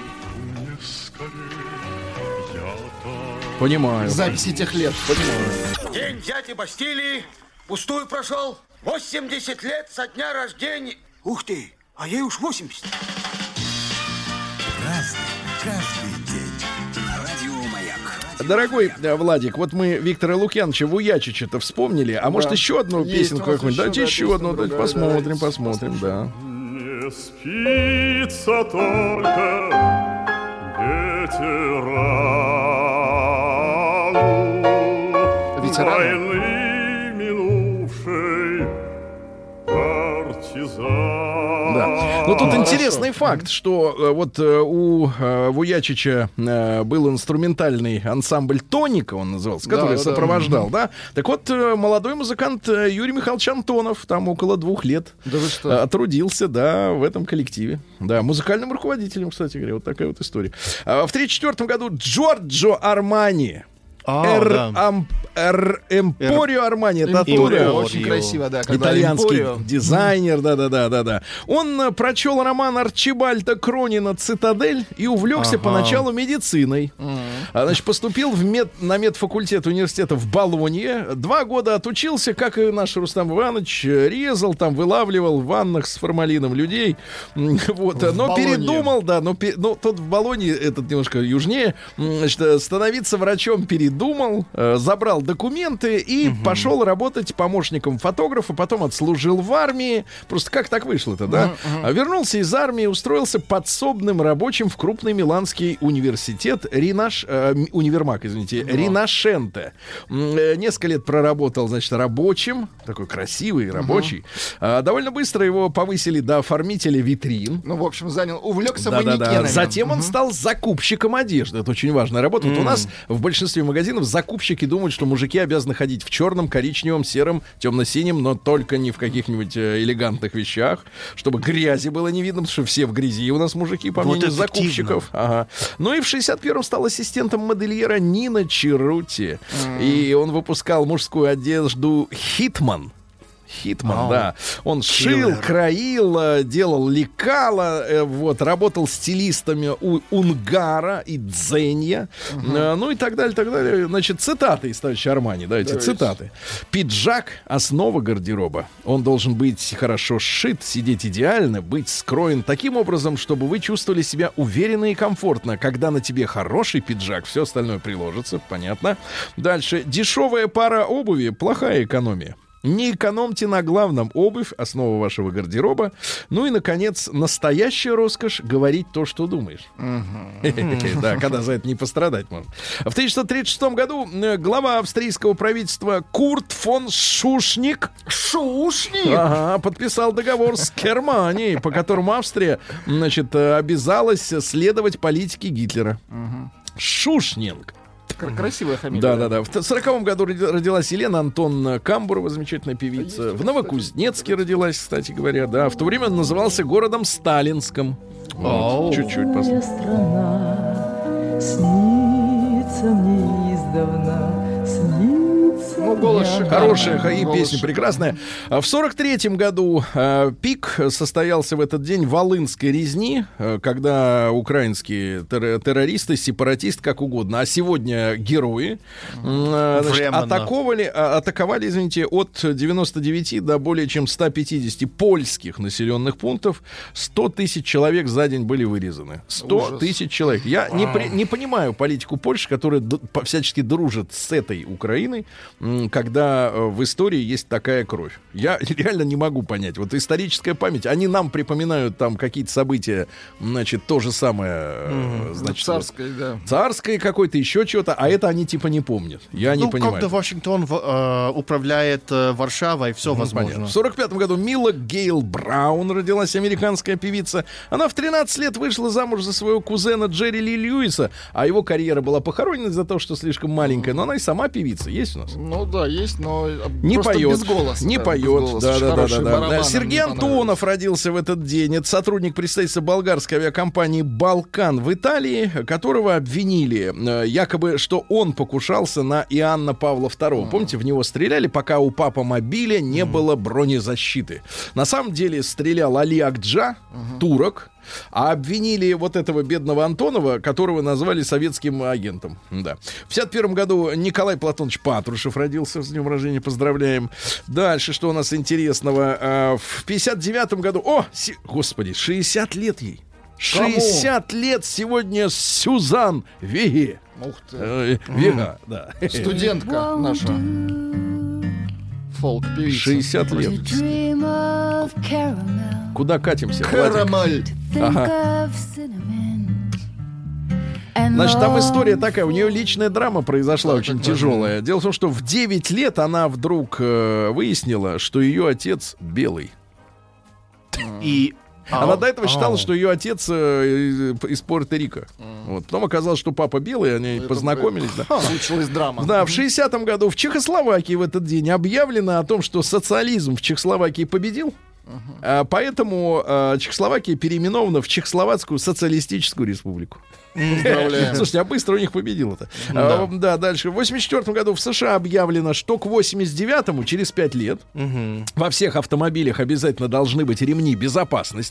Понимаю. Записи тех лет. Понимаю. День взятия Бастилии пустую прошел. 80 лет со дня рождения. Ух ты, а ей уж 80. Разный, каждый день. Радио Маяк. Дорогой Владик, вот мы Виктора Лукьяновича Вуячича-то вспомнили, а может еще одну песенку какую-нибудь? Дайте еще одну, посмотрим, да. Не спится только ветерану войны минувшей партизан. Да. Но тут интересный факт, что вот у Вуячича был инструментальный ансамбль «Тоника», он назывался, который сопровождал, да. Так вот, молодой музыкант Юрий Михайлович Антонов, там около 2 лет, трудился, да, в этом коллективе. Да, музыкальным руководителем, кстати говоря, вот такая вот история. В 1934 году Джорджо Армани. Эмпорио Армани, это оттуда. Очень красиво, да. Итальянский дизайнер, да. Он прочел роман Арчибальда Кронина «Цитадель» и увлекся поначалу медициной. Значит, поступил на медфакультет университета в Болонье. 2 года отучился, как и наш Рустам Иванович, резал, там, вылавливал в ваннах с формалином людей. Вот. Но передумал, да, но тот в Болонье, этот немножко южнее, значит, становиться врачом передумал, забрал документы и пошел работать помощником фотографа, потом отслужил в армии. Просто как так вышло-то, да? Вернулся из армии, устроился подсобным рабочим в крупный миланский университет универмаг, извините, Ринашенте. Несколько лет проработал, значит, рабочим, такой красивый рабочий. Довольно быстро его повысили до оформителя витрин. Ну, в общем, увлекся манекенами. Да. Затем он стал закупщиком одежды. Это очень важная работа. Вот у нас в большинстве магазинов закупщики думают, что мужики обязаны ходить в черном, коричневом, сером, темно-синем, но только не в каких-нибудь элегантных вещах, чтобы грязи было не видно, потому что все в грязи у нас мужики, по мнению закупщиков. Ага. Ну и в 61-м стал ассистентом модельера Нина Черути. И он выпускал мужскую одежду «Хитман». Да. Он шил, краил, делал лекала, вот, работал стилистами у Унгара и Дзенья, ну и так далее, так далее. Значит, цитаты из товарища Армани, да, эти цитаты. «Пиджак — основа гардероба. Он должен быть хорошо сшит, сидеть идеально, быть скроен таким образом, чтобы вы чувствовали себя уверенно и комфортно. Когда на тебе хороший пиджак, все остальное приложится, понятно. Дальше. Дешевая пара обуви — плохая экономия. Не экономьте на главном. Обувь — основа вашего гардероба. Ну и, наконец, настоящая роскошь — говорить то, что думаешь». Да, когда за это не пострадать можно. В 1936 году глава австрийского правительства Курт фон Шушник подписал договор с Германией, по которому Австрия, значит, обязалась следовать политике Гитлера. Шушнинг. Красивая фамилия. Да. В 1940 году родилась Елена Антоновна Камбурова, замечательная певица. В Новокузнецке родилась, кстати говоря, да. В то время он назывался городом Сталинском. Вот, чуть-чуть послушаем. Страна снится мне издавна, снится. Ну, голос шикарный. Хорошая и песня прекрасная. В 43-м году пик состоялся в этот день Волынской резни, когда украинские террористы, сепаратисты, как угодно, а сегодня герои, значит, атаковали, извините, от 99 до более чем 150 польских населенных пунктов. 100 тысяч человек за день были вырезаны. 100 тысяч человек. Я не понимаю политику Польши, которая всячески дружит с этой Украиной, когда в истории есть такая кровь. Я реально не могу понять. Вот историческая память, они нам припоминают там какие-то события, значит, то же самое, значит, царское, да. Царское какое-то, еще чего-то, а это они типа не помнят. Я не понимаю. Когда Вашингтон управляет Варшавой, все возможно. Понятно. В 45 году Мила Гейл Браун родилась, американская певица. Она в 13 лет вышла замуж за своего кузена Джерри Ли Льюиса, а его карьера была похоронена из-за того, что слишком маленькая. Но она и сама певица. Есть у нас? Ну да, есть, но не просто поет, без голоса. Не поет. Да. Сергей Антонов родился в этот день. Это сотрудник представительства болгарской авиакомпании «Балкан» в Италии, которого обвинили якобы, что он покушался на Иоанна Павла II. Помните, в него стреляли, пока у папа-мобиля не было бронезащиты. На самом деле стрелял Али Акджа, турок, а обвинили вот этого бедного Антонова, которого назвали советским агентом. Да. В 1951 году Николай Платонович Патрушев родился. С днем рождения поздравляем. Дальше, что у нас интересного? В 1959 году... Господи, 60 лет ей. 60 лет сегодня Сюзан Веге. Ух ты. Вега, да. Студентка наша. Фолк-певица. 60 лет. Куда катимся? Карамель. Ага. Значит, там история такая, у нее личная драма произошла очень тяжелая. Дело в том, что в 9 лет она вдруг выяснила, что ее отец белый. И она до этого считала, что ее отец из Пуэрто-Рико. Вот. Потом оказалось, что папа белый, они познакомились. Случилась драма. Да, в 60-м году в Чехословакии в этот день объявлено о том, что социализм в Чехословакии победил. Поэтому Чехословакия переименована в Чехословацкую социалистическую республику. Слушайте, а быстро у них победило-то. Да, дальше. В 1984 году в США объявлено, что к 89-му, через 5 лет, во всех автомобилях обязательно должны быть ремни безопасности.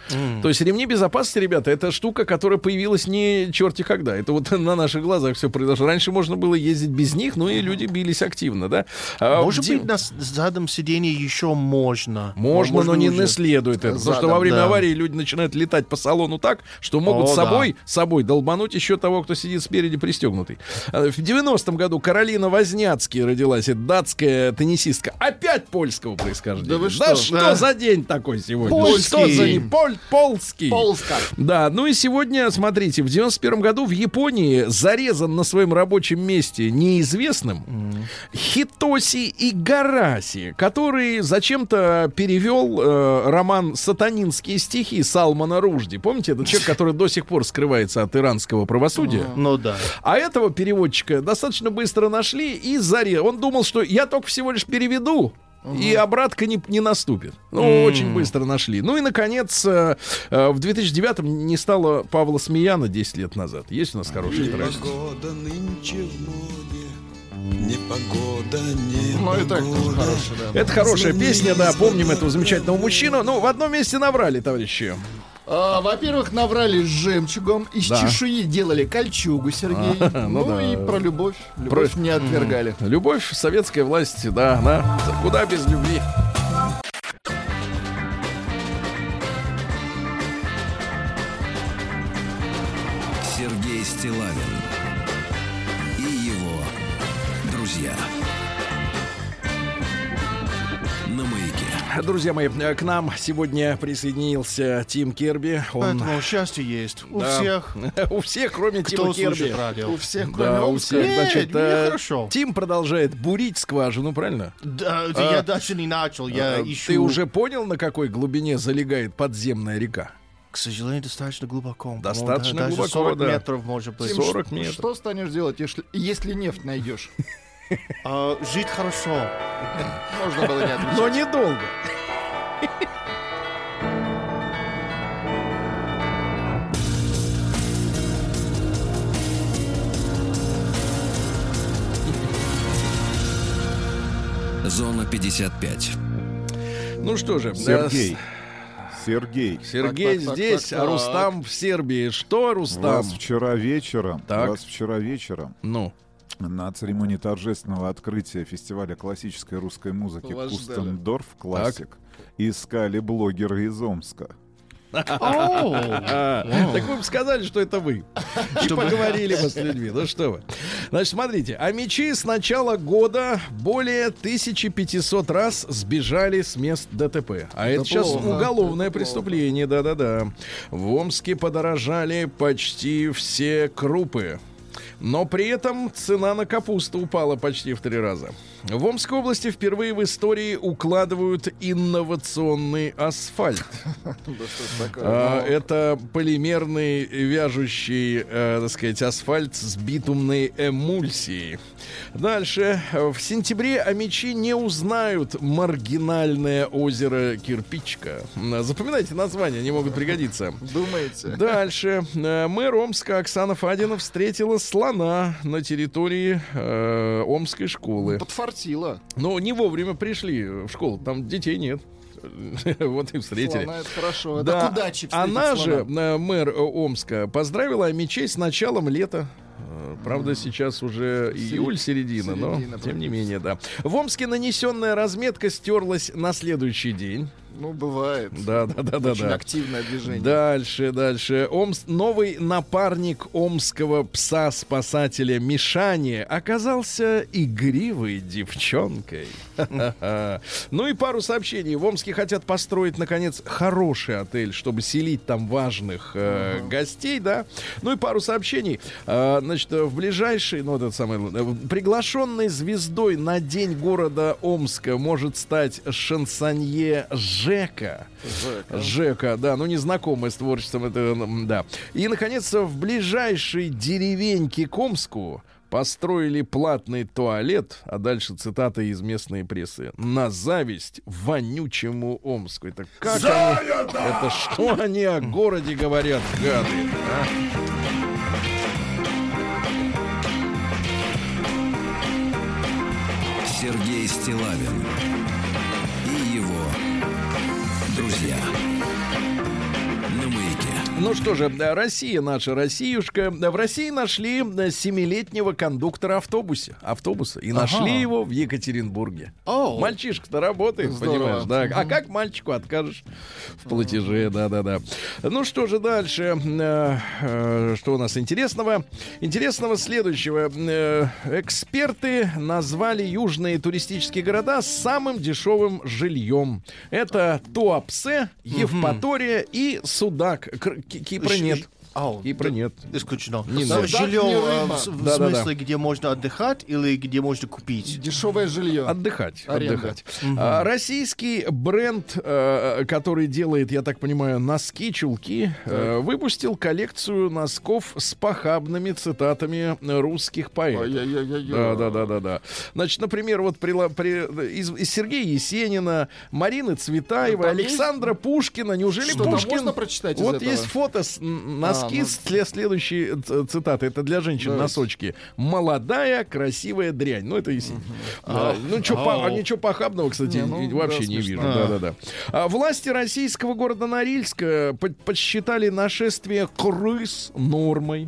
То есть ремни безопасности, ребята, это штука, которая появилась не черти когда. Это вот на наших глазах все произошло. Раньше можно было ездить без них, но и люди бились активно, да? Может быть, на заднем сиденье еще можно. Можно, но не следует это. Потому что во время аварии люди начинают летать по салону так, что могут собой долбануть еще того, кто сидит спереди пристегнутый. В 90-м году Каролина Возняцки родилась. Это датская теннисистка. Опять польского происхождения. Да что за день такой сегодня? Польский. Что за день? Полский. Полска. Да, ну и сегодня, смотрите, в 91 году в Японии зарезан на своем рабочем месте неизвестным Хитоси Игараси, который зачем-то перевел роман «Сатанинские стихи» Салмана Ружди. Помните, этот человек, который до сих пор скрывается от иранского правосудия? Ну да. А этого переводчика достаточно быстро нашли и зарезали. Он думал, что я только всего лишь переведу, и обратка не наступит. Ну, очень быстро нашли. Ну и, наконец, в 2009-м не стало Павла Смеяна 10 лет назад. Есть у нас хороший трек? Непогода нынче в море, непогода, непогода. Ну, и так тоже хорошая, да. Это хорошая песня, да, помним этого замечательного мужчину. Ну, в одном месте наврали, товарищи. Во-первых, наврали с жемчугом, из чешуи делали кольчугу, Сергей. Ну и про любовь. Любовь не отвергали. Любовь, советская власть, да, она куда без любви. Сергей Стиллавин и его друзья. На маяке. Друзья мои, к нам сегодня присоединился Тим Керби. Поэтому счастье есть. У всех. У всех, кроме Тима Керби. У всех, кроме Омска. Значит, хорошо. Тим продолжает бурить скважину, правильно? Да, я даже не начал, я ищу. Ты уже понял, на какой глубине залегает подземная река? К сожалению, достаточно глубоко. Достаточно глубоко, 40 метров, может быть. 40 метров. Что станешь делать, если нефть найдешь? Жить хорошо. Можно было не отвечать. Но недолго. Зона 55. Ну что же, Сергей так, здесь, так. А Рустам в Сербии. Что, Рустам? Вас вчера вечером, ну, на церемонии торжественного открытия фестиваля классической русской музыки Кустендорф Классик искали блогеры из Омска. Так вы бы сказали, что это вы. И поговорили бы с людьми. Ну что вы. Значит, смотрите. А мечи с начала года более 1500 раз сбежали с мест ДТП. А это сейчас уголовное преступление. Да-да-да. В Омске подорожали почти все крупы. Но при этом цена на капусту упала почти в 3 раза. В Омской области впервые в истории укладывают инновационный асфальт. Это полимерный вяжущий, так сказать, асфальт с битумной эмульсией. Дальше. В сентябре омичи не узнают маргинальное озеро Кирпичка. Запоминайте названия, они могут пригодиться. Думаете? Дальше. Мэр Омска Оксана Фадина встретила слона на территории Омской школы. Подфартила. Но не вовремя пришли в школу, там детей нет. Вот и встретили. Слона, это хорошо. Да. Это к удаче Она слона. же, мэр Омска, поздравила омичей с началом лета. Правда, сейчас уже июль, середина, но тем не менее, да. В Омске нанесенная разметка стерлась на следующий день. Ну, бывает. Да. Очень активное движение. Дальше. Новый напарник омского пса-спасателя Мишани оказался игривой девчонкой. Ну и пару сообщений. В Омске хотят построить, наконец, хороший отель, чтобы селить там важных гостей, да. Ну и пару сообщений. Значит, в ближайший, приглашенной звездой на день города Омска может стать шансонье Жека, да, ну незнакомый с творчеством, это, да. И, наконец, в ближайшей деревеньке к Омску построили платный туалет, а дальше цитата из местной прессы: на зависть вонючему Омску. Это как они, это что они о городе говорят, гады, а? Сергей Стиллавин и его друзья. Ну что же, Россия наша, Россиюшка. В России нашли 7-летнего кондуктора автобуса. И нашли его в Екатеринбурге. Мальчишка-то работает, понимаешь, да. А как мальчику откажешь в платеже, да-да-да. Ну что же дальше? Что у нас интересного? Интересного следующего. Эксперты назвали южные туристические города самым дешевым жильем. Это Туапсе, Евпатория и Судак. Кипра нет. Кипра нет. Исключено. Жилье в смысле, где можно отдыхать или где можно купить? Дешевое жилье. Отдыхать. Российский бренд, который делает, я так понимаю, носки, чулки, выпустил коллекцию носков с похабными цитатами русских поэтов. Да. Значит, например, вот из Сергея Есенина, Марины Цветаевой, Александра Пушкина. Неужели что-то Пушкин? можно прочитать из вот этого? есть фото с носки. Следующие цитаты. Это для женщин носочки. Молодая, красивая дрянь. Ну, это Есенин. Ничего похабного, кстати, вообще не вижу. Да. Власти российского города Норильска подсчитали нашествие крыс нормой.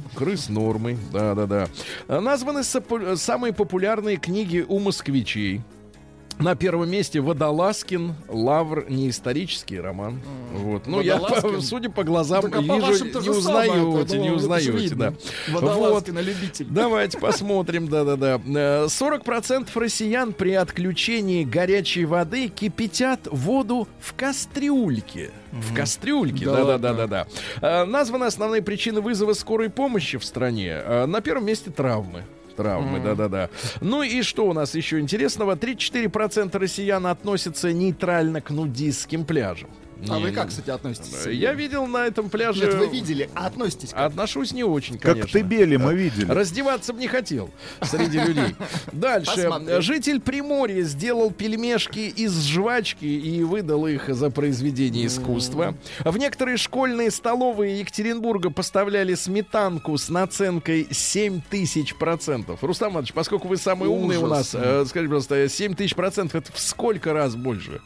Да. Названы самые популярные книги у москвичей. На первом месте Водолазкин, Лавр, не исторический роман. Вот. Ну, я, судя по глазам, вижу, не узнаете. Да. Водолазкина любитель. Давайте посмотрим, да. 40% россиян при отключении горячей воды кипятят воду в кастрюльке. В кастрюльке, да. Названы основные причины вызова скорой помощи в стране. На первом месте травмы, да. Ну и что у нас еще интересного? 34% россиян относятся нейтрально к нудистским пляжам. А вы как, кстати, относитесь? Я видел на этом пляже... Нет, вы видели, а относитесь как? Отношусь не очень, конечно. Как Коктебели мы видели. Раздеваться бы не хотел среди людей. Дальше. Житель Приморья сделал пельмешки из жвачки и выдал их за произведение искусства. В некоторые школьные столовые Екатеринбурга поставляли сметанку с наценкой 7000%. Рустам Иванович, поскольку вы самый умный у нас, скажите, пожалуйста, 7000% это в сколько раз больше?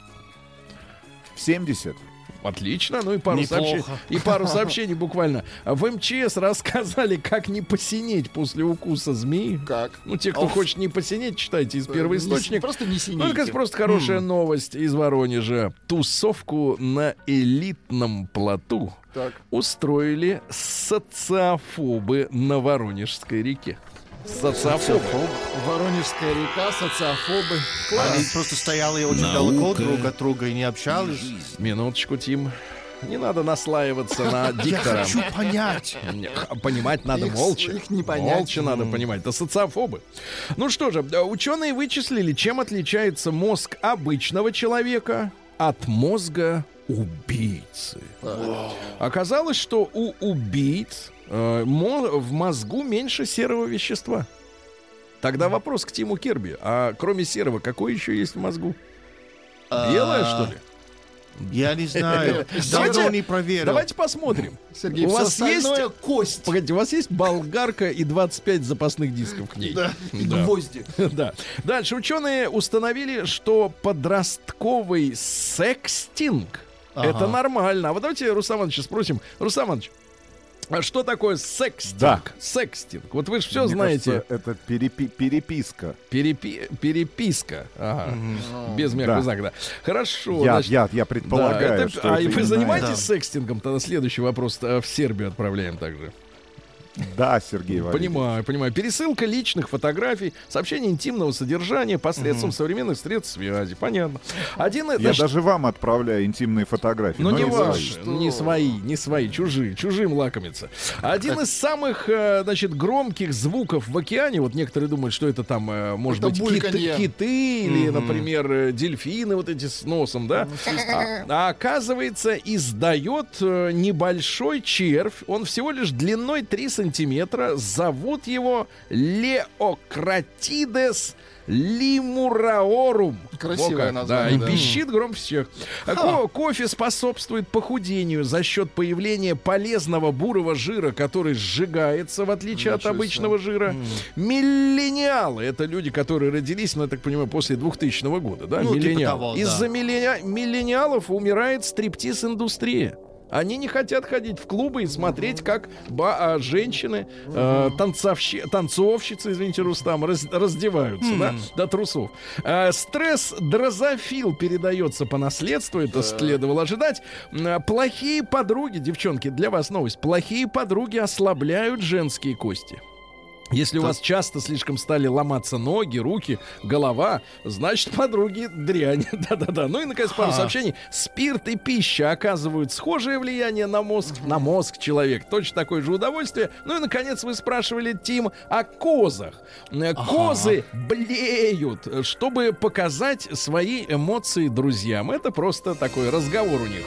70. Отлично, ну и пару сообщений буквально. В МЧС рассказали, как не посинеть после укуса змеи. Как? Ну, те, кто хочет не посинеть, читайте из первоисточника. Просто не сините. Ну, это просто хорошая новость из Воронежа. Тусовку на элитном плоту устроили социофобы на Воронежской реке. Социофобы. Воронежская река, социофобы. Они просто стояли очень далеко друг от друга и не общались. Минуточку, Тим. Не надо наслаиваться на диктора. Я хочу понять. Понимать надо молча. Их не понять. Молча надо понимать. Это социофобы. Ну что же, ученые вычислили, чем отличается мозг обычного человека от мозга убийцы. Оказалось, что у убийц в мозгу меньше серого вещества. Тогда вопрос к Тиму Керби. А кроме серого, какое еще есть в мозгу? Белое, что ли? Я не знаю. Давно не проверил. Давайте посмотрим. Сергей, у вас есть кость. Погодите, у вас есть болгарка и 25 запасных дисков к ней. Да. И гвозди. Да. Дальше ученые установили, что подростковый секстинг это нормально. А вот давайте Рустам Ивановича спросим. Рустам Иванович, а что такое секстинг? Да. Секстинг. Вот вы же все Мне знаете. Кажется, это переписка. Переписка. Ага. Без мягкого знака, да. Хорошо. Я предполагаю, да, что а это вы занимаетесь секстингом? Тогда следующий вопрос в Сербию отправляем также. Да, Сергей Валерьевич. Понимаю. Пересылка личных фотографий, сообщение интимного содержания посредством современных средств связи. Понятно. Я даже вам отправляю интимные фотографии. Но не ваши, не свои, чужим лакомиться. Один из самых, громких звуков в океане, вот некоторые думают, что это там, может быть, киты или, например, дельфины вот эти с носом, да? А оказывается, издает небольшой червь, он всего лишь длиной 3 сантиметра, зовут его Леократидес лимураорум. Красивое название. Да, и пищит громче всех. Кофе способствует похудению за счет появления полезного бурого жира, который сжигается, в отличие от обычного жира. Миллениалы — это люди, которые родились, я так понимаю, после 2000 года. Да? Миллениалы. Из-за миллениалов умирает стриптиз-индустрия. Они не хотят ходить в клубы и смотреть, как женщины, танцовщицы, извините, Рустам, раздеваются, да, до трусов. Стресс-дрозофил передается по наследству, это следовало ожидать. Плохие подруги, девчонки, для вас новость. Плохие подруги ослабляют женские кости. Если у вас часто слишком стали ломаться ноги, руки, голова, значит, подруги дрянь. Да-да-да. Ну и, наконец, пару сообщений. Спирт и пища оказывают схожее влияние на мозг человека. Точно такое же удовольствие. Ну и, наконец, вы спрашивали, Тим, о козах. Козы блеют, чтобы показать свои эмоции друзьям. Это просто такой разговор у них.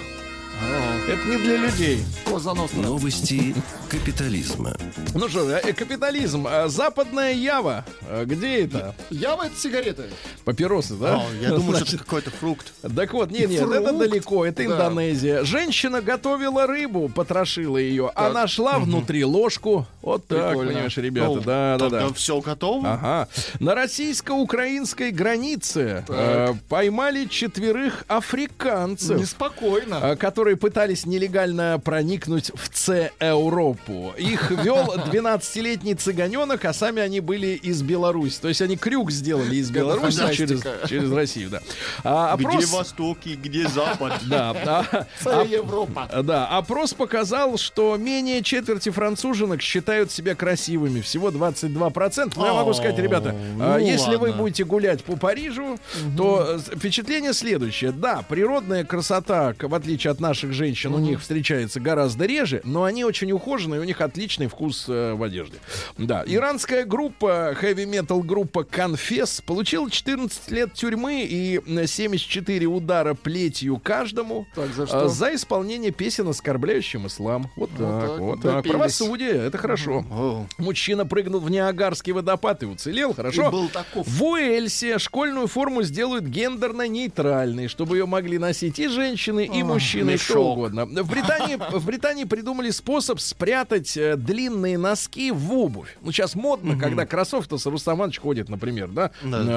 Это не для людей. Новости капитализма. Ну что, капитализм. Западная Ява. Где это? Ява — это сигареты. Папиросы, да? Я думаю, что это какой-то фрукт. Так вот, нет, это далеко, это Индонезия. Женщина готовила рыбу, потрошила ее, а нашла внутри ложку. Вот так, понимаешь, ребята. Да. Все готово? Ага. На российско-украинской границе поймали 4 африканцев. Неспокойно. Которые пытались нелегально проникнуть в Европу. Их вел 12-летний цыганенок, а сами они были из Беларуси. То есть они крюк сделали из Беларуси через Россию. Да. Где Восток и где Запад? Да. Европа. Да. Опрос показал, что менее четверти француженок считают себя красивыми. Всего 22%. Но я могу сказать, ребята, если вы будете гулять по Парижу, то впечатление следующее. Да, природная красота, в отличие от наших женщин, у них встречается гораздо реже, но они очень ухоженные, у них отличный вкус в одежде. Да. Иранская группа, хэви-метал группа Confess получила 14 лет тюрьмы и 74 удара плетью каждому за исполнение песен, оскорбляющим ислам. Вот так. Правосудие, это хорошо. Мужчина прыгнул в Ниагарский водопад и уцелел, хорошо. И был таков. В Уэльсе школьную форму сделают гендерно-нейтральной, чтобы ее могли носить и женщины, и мужчины, и кто угодно. В Британии придумали способ спрятать длинные носки в обувь. Ну, сейчас модно, когда кроссовки-то с Рустам Иванович ходит, например, да?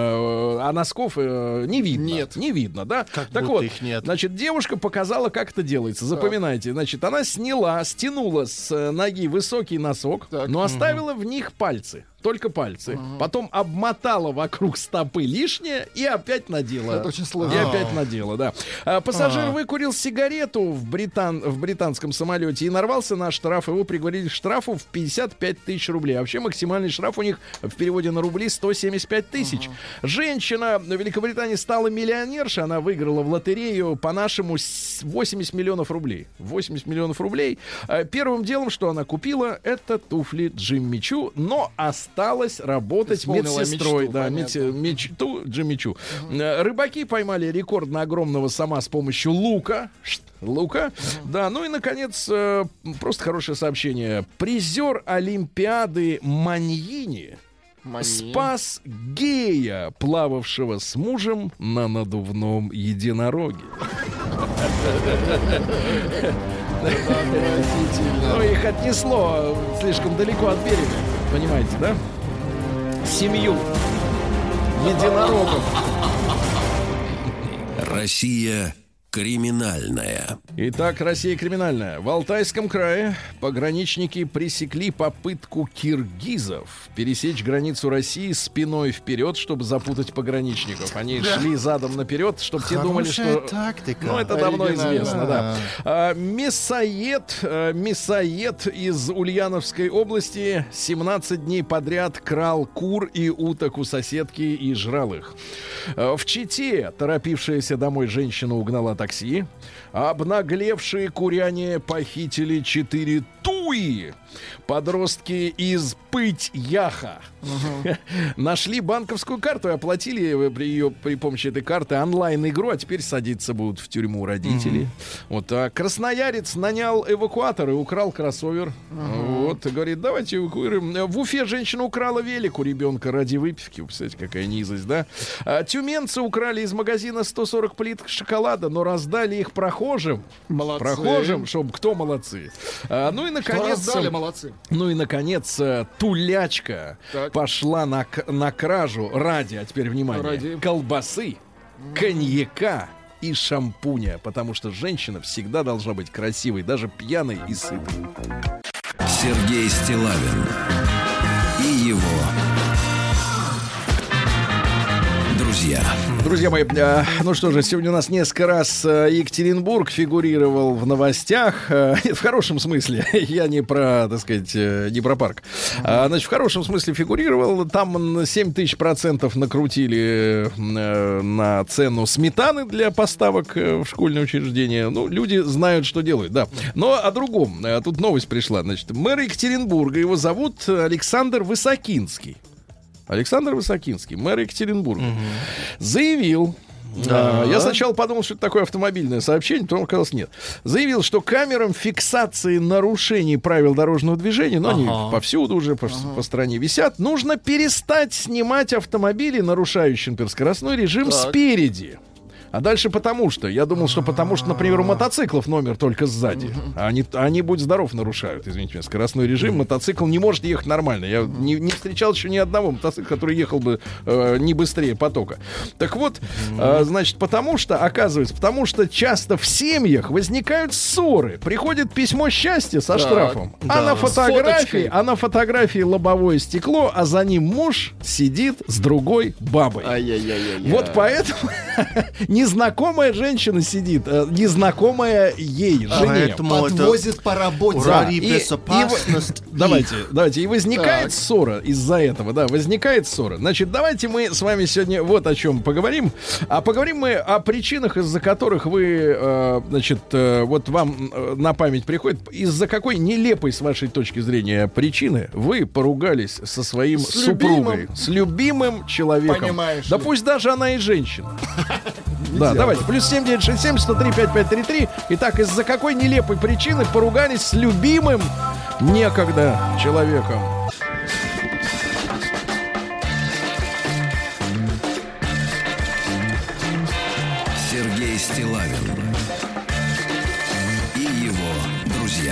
А носков не видно. Нет. Не видно, да? Как так будто вот, их нет. Значит, девушка показала, как это делается. Запоминайте. Значит, она стянула с ноги высокий носок, но оставила в них пальцы. Только пальцы. Потом обмотала вокруг стопы лишнее и опять надела. Это очень сложно. И опять надела, да. Пассажир выкурил сигарету в британском самолете и нарвался на штраф. Его приговорили к штрафу в 55 тысяч рублей. А вообще максимальный штраф у них в переводе на рубли 175 тысяч. Женщина в Великобритании стала миллионершей. Она выиграла в лотерею по-нашему 80 миллионов рублей. 80 миллионов рублей. Первым делом, что она купила, это туфли Джимми Чу, но осталась работать медсестрой. Мечту Джимми Чу. Рыбаки поймали рекордно огромного сома с помощью лука. Да, ну и, наконец, просто хорошее сообщение. Призер Олимпиады Маньини спас гея, плававшего с мужем на надувном единороге. Ну, их отнесло слишком далеко от берега. Понимаете, да? Семью единорогов. Россия криминальная. Итак, Россия криминальная. В Алтайском крае пограничники пресекли попытку киргизов пересечь границу России спиной вперед, чтобы запутать пограничников. Они шли задом наперед, чтобы те думали, что... тактика. Ну, это давно известно, да. Мясоед из Ульяновской области 17 дней подряд крал кур и уток у соседки и жрал их. В Чите торопившаяся домой женщина угнала такси. Обнаглевшие куряне похитили 4 туи. Подростки из Пыть-Яха нашли банковскую карту и оплатили при помощи этой карты онлайн-игру, а теперь садиться будут в тюрьму родители. Вот, а красноярец нанял эвакуатор и украл кроссовер. Вот, говорит, давайте эвакуируем. В Уфе женщина украла велик у ребенка ради выпивки. Представляете, какая низость, да? Тюменцы украли из магазина 140 плиток шоколада, но раздали их прохожим. Молодцы. Прохожим, чтобы кто молодцы. Ну и наконец... молодцы. Ну и наконец тулячка пошла на кражу ради, а теперь внимание, колбасы, коньяка и шампуня, потому что женщина всегда должна быть красивой, даже пьяной и сытой. Сергей Стиллавин и его друзья. Друзья мои, ну что же, сегодня у нас несколько раз Екатеринбург фигурировал в новостях. В хорошем смысле. Я не про, так сказать, не про парк. Значит, в хорошем смысле фигурировал. Там 7000% накрутили на цену сметаны для поставок в школьные учреждения. Ну, люди знают, что делают, да. Но о другом. Тут новость пришла. Значит, мэр Екатеринбурга, его зовут Александр Высокинский. Александр Высокинский, мэр Екатеринбурга, заявил, я сначала подумал, что это такое автомобильное сообщение, потом оказалось нет. Заявил, что камерам фиксации нарушений правил дорожного движения, но они повсюду уже по стране висят, нужно перестать снимать автомобили, нарушающие, например, скоростной режим спереди. А дальше потому что. Я думал, что потому что, например, у мотоциклов номер только сзади. Они будь здоров, нарушают, извините меня, скоростной режим. Мотоцикл не может ехать нормально. Я не встречал еще ни одного мотоцикла, который ехал бы не быстрее потока. Так вот, значит, потому что, оказывается, потому что часто в семьях возникают ссоры. Приходит письмо счастья со штрафом. А на фотографии лобовое стекло, а за ним муж сидит с другой бабой. Вот поэтому незнакомая женщина сидит, незнакомая ей, жене. Подвозит по работе. Давайте. И возникает ссора из-за этого, да, возникает ссора. Значит, давайте мы с вами сегодня вот о чем поговорим. А поговорим мы о причинах, из-за которых вы, значит, вот вам на память приходит, из-за какой нелепой, с вашей точки зрения, причины вы поругались со своим супругой, с любимым человеком. Понимаешь. Да пусть даже она и женщина. Да, давайте. Плюс 7967 103 5533. Итак, из-за какой нелепой причины поругались с любимым некогда человеком? Сергей Стиллавин и его друзья.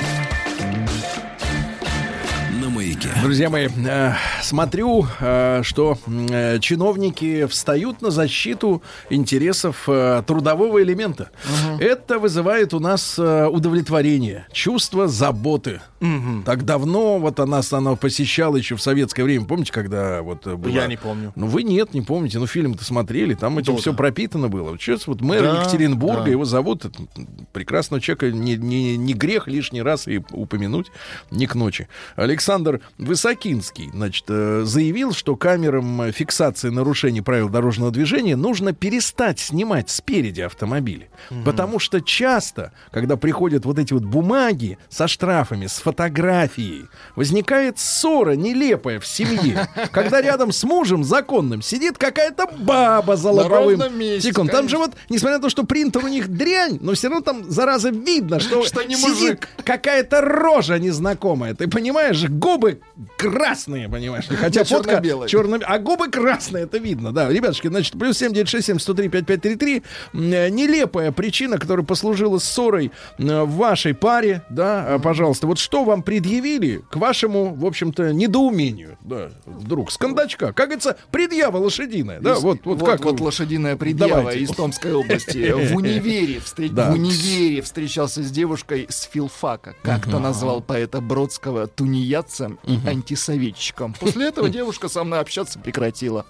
Друзья мои, смотрю, что чиновники встают на защиту интересов трудового элемента. Это вызывает у нас удовлетворение, чувство заботы. Так давно вот оно посещало еще в советское время. Помните, когда вот было... Я не помню. Ну, вы не помните, но фильм-то смотрели, там этим все пропитано было. Сейчас вот мэр Екатеринбурга, его зовут, прекрасного человека, не грех лишний раз и упомянуть, не к ночи. Александр Высокинский, значит, заявил, что камерам фиксации нарушений правил дорожного движения нужно перестать снимать спереди автомобиля. Потому что часто, когда приходят вот эти вот бумаги со штрафами, с фотографией, возникает ссора нелепая в семье. Когда рядом с мужем законным сидит какая-то баба за лобовым стеклом. Там же вот, несмотря на то, что принтер у них дрянь, но все равно там, зараза, видно, что не сидит мужик. Какая-то рожа незнакомая. Ты понимаешь, губы красные, понимаешь? Хотя фотка черно-белая. А губы красные, это видно. Да, ребятушки, значит, плюс 7967 103 5533. Нелепая причина, которая послужила ссорой в вашей паре, да, пожалуйста. Вот что вам предъявили к вашему, в общем-то, недоумению, да, вдруг, с кондачка. Как говорится, предъява лошадиная, да, вот лошадиная предъява из Томской области. В универе встречался с девушкой с филфака. Как-то назвал поэта Бродского тунеядцем и антисоветчиком. После этого девушка со мной общаться прекратила.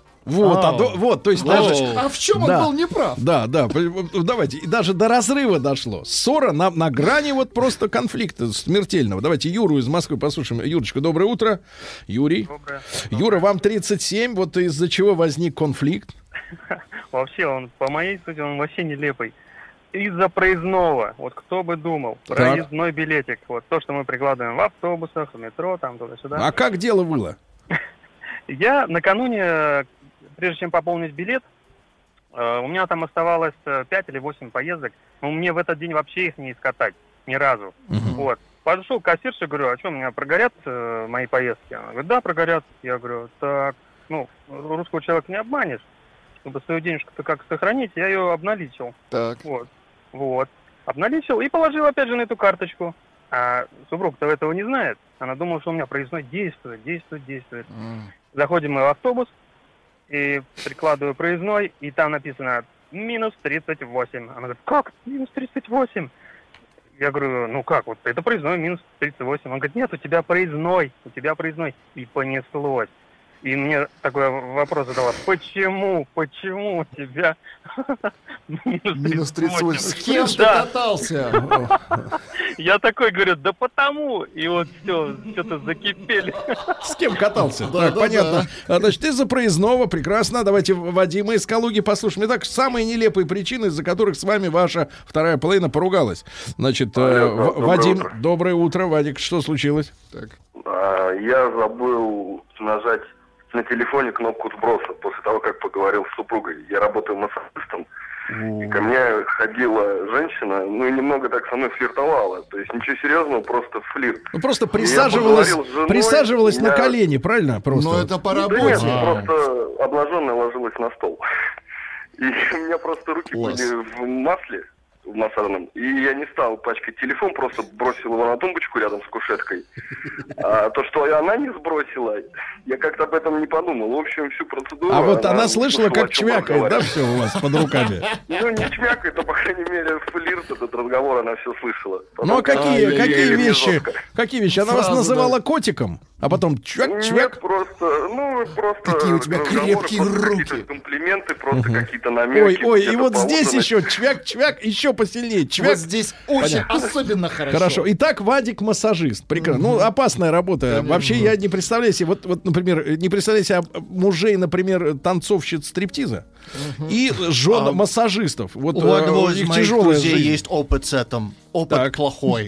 То есть даже... А в чем он был неправ? Да, давайте. И даже до разрыва дошло. Ссора на грани вот просто конфликта смертельного. Давайте Юру из Москвы послушаем. Юрочка, доброе утро. Юрий. Доброе. Юра, вам 37. Вот из-за чего возник конфликт? Вообще, он, по моей сути, он вообще нелепый. Из-за проездного. Вот кто бы думал. Проездной билетик. Вот то, что мы прикладываем в автобусах, в метро, там, туда-сюда. А как дело было? Я накануне, прежде чем пополнить билет, у меня там оставалось 5 или 8 поездок, но мне в этот день вообще их не искатать, ни разу. Вот. Подошел к кассирше, говорю, а что, у меня прогорят мои поездки? Она говорит, да, прогорят. Я говорю, так, русского человека не обманешь, чтобы свою денежку-то как сохранить, я ее обналичил. Так. Вот. Обналичил и положил опять же на эту карточку. А супруг-то этого не знает. Она думала, что у меня проездной действует. Заходим мы в автобус, и прикладываю проездной, и там написано минус 38. Она говорит, как минус 38? Я говорю, ну как, вот это проездной минус 38. Он говорит, нет, у тебя проездной. И понеслось. И мне такой вопрос задала, почему у тебя минус 38? С кем ты катался? Я такой говорю, да потому. И вот все, что-то закипели. С кем катался? Так, понятно. Значит, из-за проездного, прекрасно. Давайте Вадима из Калуги послушаем. Итак, самые нелепые причины, из-за которых с вами ваша вторая половина поругалась. Значит, Вадим, доброе утро. Вадик, что случилось? Так. Я забыл нажать на телефоне кнопку сброса после того, как поговорил с супругой. Я работаю массажистом. И ко мне ходила женщина, ну и немного так со мной флиртовала. То есть ничего серьезного, просто флирт. Ну просто присаживалась на колени, правильно? Просто. Но это по работе. Да нет, просто обнаженная ложилась на стол. И у меня просто руки были в масле, в массажном, и я не стал пачкать телефон, просто бросил его на тумбочку рядом с кушеткой. А то, что она не сбросила, я как-то об этом не подумал. В общем, всю процедуру... А вот она слышала, как чвякает, да, все у вас под руками? Ну, не чвякает, а, по крайней мере, флирт, этот разговор она все слышала. Ну, а какие вещи? Она вас называла котиком? А потом чвяк-чвяк? Нет, просто... Какие у тебя крепкие руки. Какие-то комплименты, просто какие-то намеки. Ой, и вот здесь еще чвяк-чвяк, еще посильнее. Чвяк. Вот здесь очень особенно хорошо. Хорошо. Итак, Вадик массажист. Прекрасно. Ну, опасная работа. Вообще, я не представляю себе, вот, например, не представляю себе мужей, например, танцовщиц стриптиза и жен массажистов. Вот у одного из их моих тяжелая друзей жизнь. есть опыт с этим. Опыт плохой.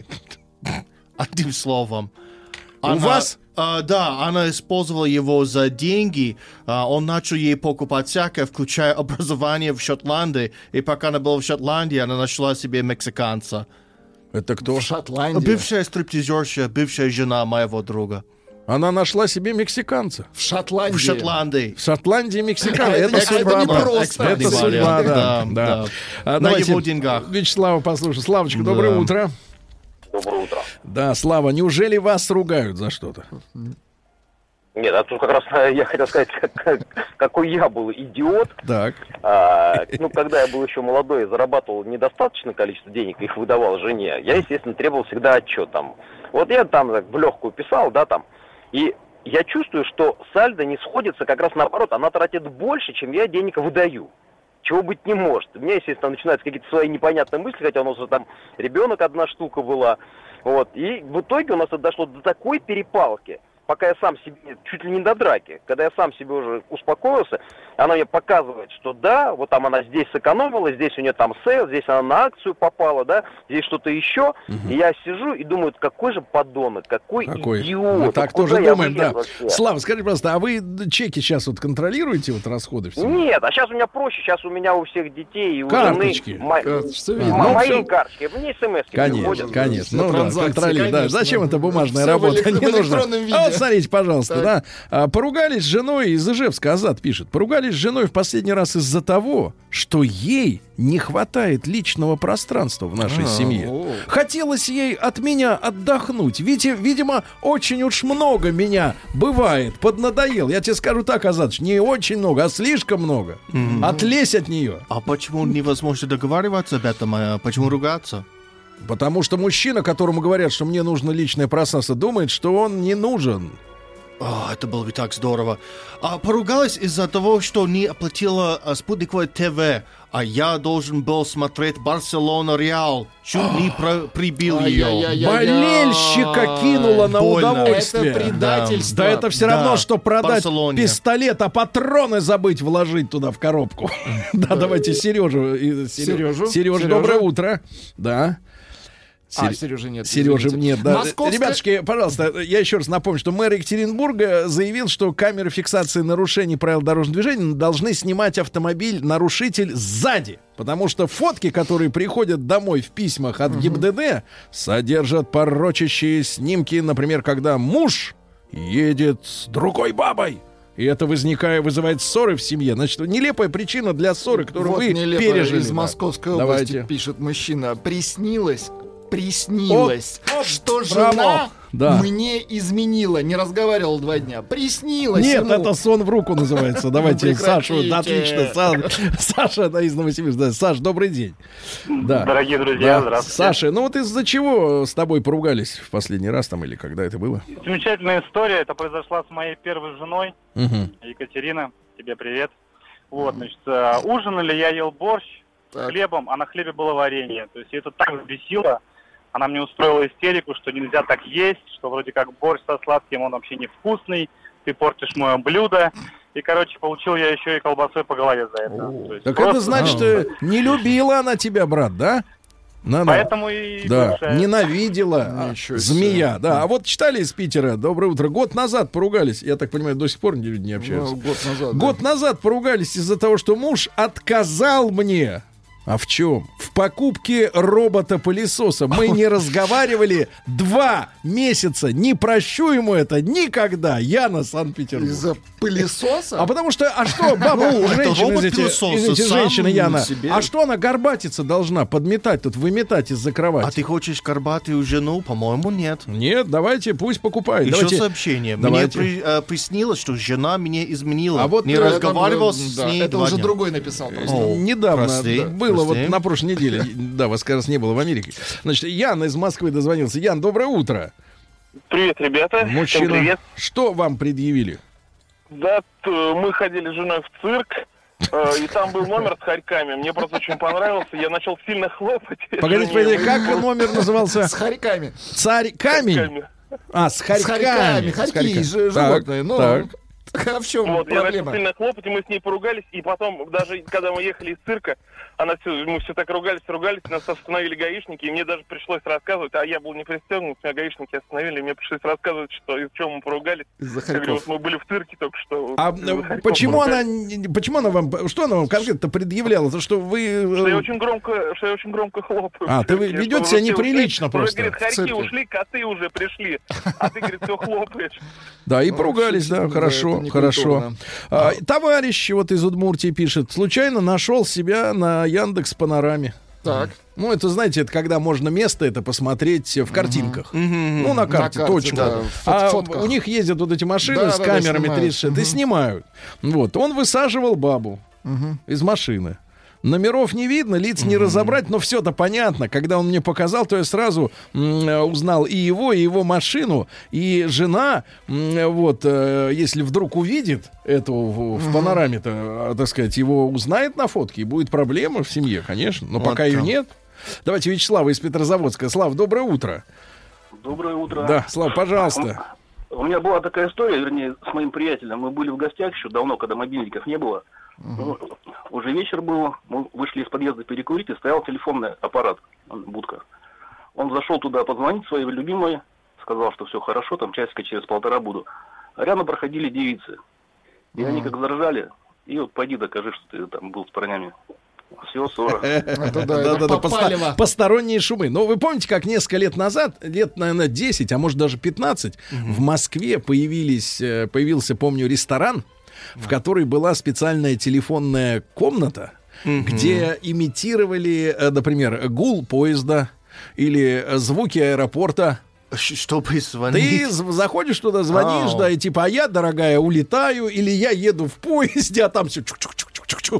Одним словом. У вас? Да, она использовала его за деньги. Он начал ей покупать всякое, включая образование в Шотландии. И пока она была в Шотландии, она нашла себе мексиканца. Это кто? В Шотландии? Бывшая стриптизерша, бывшая жена моего друга. Она нашла себе мексиканца. В Шотландии? В Шотландии. В Шотландии мексиканца. Это судьба. Это судьба, да. На его деньгах. Вячеслава послушай. Славочка, доброе утро. Доброе утро. Да, Слава, неужели вас ругают за что-то? Нет, а тут как раз я хотел сказать, какой я был идиот. Так. Когда я был еще молодой и зарабатывал недостаточное количество денег, их выдавал жене, я, естественно, требовал всегда отчет там. Вот я там в легкую писал, да, там, и я чувствую, что сальдо не сходится, как раз наоборот, она тратит больше, чем я денег выдаю. Чего быть не может. У меня, естественно, начинаются какие-то свои непонятные мысли, хотя у нас уже там ребенок одна штука была. Вот. И в итоге у нас это дошло до такой перепалки, пока я сам себе, чуть ли не до драки, когда я сам себе уже успокоился, она мне показывает, что да, вот там она здесь сэкономила, здесь у нее там сейл, здесь она на акцию попала, да, здесь что-то еще. И я сижу и думаю, какой же подонок, какой идиот. Мы так тоже думаем, да. Слава, скажи, пожалуйста, а вы чеки сейчас вот контролируете, вот расходы все? Нет, а сейчас у меня проще, сейчас у меня у всех детей и у карточки. жены мои карточки, мне смс-ки приходят. Конечно, ну да, контролируют, да. Зачем это бумажная работа, не нужно. А вот смотрите, пожалуйста, да, поругались с женой, из Ижевска Азат пишет, поругались с женой в последний раз из-за того, что ей не хватает личного пространства в нашей семье. Хотелось ей от меня отдохнуть. Видимо, очень уж много меня бывает. Поднадоел. Я тебе скажу так, Азат, не очень много, а слишком много. Отлезь от нее. А почему невозможно договариваться об этом? А почему ругаться? Потому что мужчина, которому говорят, что мне нужно личное пространство, думает, что он не нужен. Это было бы так здорово. Поругалась из-за того, что не оплатила спутниковое ТВ, а я должен был смотреть Барселона-Реал. Чуть не прибил ее. Болельщика кинула на удовольствие. Это предательство. Да, это все равно, что продать пистолет, а патроны забыть вложить туда в коробку. Да, давайте Сережу. Сережа, доброе утро. Да. Сережи нет. Сережи нет, да. Ребятушки, пожалуйста, я еще раз напомню, что мэр Екатеринбурга заявил, что камеры фиксации нарушений правил дорожного движения должны снимать нарушитель сзади. Потому что фотки, которые приходят домой в письмах от ГИБДД, содержат порочащие снимки, например, когда муж едет с другой бабой. И это вызывает ссоры в семье. Значит, нелепая причина для ссоры, которую вы пережили. Из Московской области пишет мужчина. Приснилось, что жена Да. Мне изменила, не разговаривал 2 дня. Приснилось. Нет, ему. это сон в руку называется. Давайте Сашу. Прекратите. Отлично. Саша из Новосибирска. Саш, добрый день. Да. Дорогие друзья, Да. здравствуйте. Саша, ну вот из-за чего с тобой поругались в последний раз там или когда это было? Замечательная история. Это произошла с моей первой женой, Екатерина. Тебе привет. Вот, значит, ужинали, я ел борщ с хлебом, а на хлебе было варенье. То есть это так взбесило. Она мне устроила истерику, что нельзя так есть, что вроде как борщ со сладким, он вообще невкусный, ты портишь мое блюдо. И, короче, получил я еще и колбасой по голове за это. То есть Так просто... это значит, не любила она тебя, брат, да? Поэтому и да, бывшая. ненавидела. Змея, да. А вот читали из Питера, доброе утро, год назад поругались, я так понимаю, до сих пор не общаются. Год назад поругались из-за того, что муж отказал мне. А в чем? В покупке робота-пылесоса. Мы не разговаривали 2 месяца. Не прощу ему это никогда. Яна, Санкт-Петербург. Из-за пылесоса? А потому что, а что, баба, женщина Яна, а что она горбатиться должна? Подметать тут, выметать из-за кровати. А ты хочешь горбатую жену? По-моему, нет. Нет, давайте, пусть покупает. Еще Давайте, сообщение. давайте. Мне приснилось, что жена меня изменила. А вот не разговаривал с ней это 2 уже дня. другой написал. Просто. Недавно Прости, было, вот прости. на прошлой неделе. Да, вас, кажется, не было в Америке. Значит, Ян из Москвы дозвонился. Ян, доброе утро. Привет, ребята. Всем Мужчина, привет. что вам предъявили? Да, мы ходили с женой в цирк, и там был номер с хорьками. Мне просто очень понравился. Я начал сильно хлопать. Погодите, как номер назывался? С хорьками. Царь-камень? А, с хорьками. Хорьки, животные. Ну, так. а в чем Вот, я начал проблема? сильно хлопать, и мы с ней поругались. И потом, даже когда мы ехали из цирка, мы все так ругались, нас остановили гаишники, и мне даже пришлось рассказывать, а я был не пристегнут, меня гаишники остановили, и мне пришлось рассказывать, что из-за чего мы поругались. Из-за Я говорю, хорьков. вот мы были в цирке только что. А из-за хорьков почему поругались. она вам, что она вам конкретно предъявляла? То, что вы... Что я очень громко хлопаю. А, ты ведете себя неприлично просто. Говорит, хорьки ушли, коты уже пришли. А ты, говорит, все хлопаешь. Да, и поругались, да, хорошо, хорошо. Товарищ вот из Удмуртии пишет, случайно нашел себя на Яндекс.Панораме. Так. Ну, это, знаете, это когда можно место это посмотреть в картинках. Ну, на карте, точку. Да, А фотках. у них ездят вот эти машины Да, с да, камерами снимают. 36 и снимают. Вот, он высаживал бабу из машины. Номеров не видно, лиц не разобрать, но все-то понятно. Когда он мне показал, то я сразу узнал и его машину, и жена, вот, если вдруг увидит эту в панораме-то, так сказать, его узнает на фотке, и будет проблема в семье, конечно, но Вот пока ее там. нет. Давайте Вячеслава из Петрозаводска. Слав, доброе утро. Доброе утро. Да, Слав, пожалуйста. У меня была такая история, вернее, с моим приятелем. Мы были в гостях еще давно, когда мобильников не было. Ну, уже вечер был, мы вышли из подъезда перекурить, и стоял телефонный аппарат, будка. Он зашел туда позвонить своей любимой, сказал, что все хорошо, там часика через 1,5 буду. А рядом проходили девицы. И они как заржали. И вот пойди докажи, что ты там был с парнями. Все, ссора. Да, посторонние шумы. Но вы помните, как несколько лет назад, лет, наверное, 10, а может даже 15, в Москве появился, помню, ресторан, в которой была специальная телефонная комната, где имитировали, например, гул поезда или звуки аэропорта. Чтобы звонить. Ты заходишь туда, звонишь, да, и типа, а я, дорогая, улетаю, или я еду в поезде, а там все чук-чук-чук-чук-чук.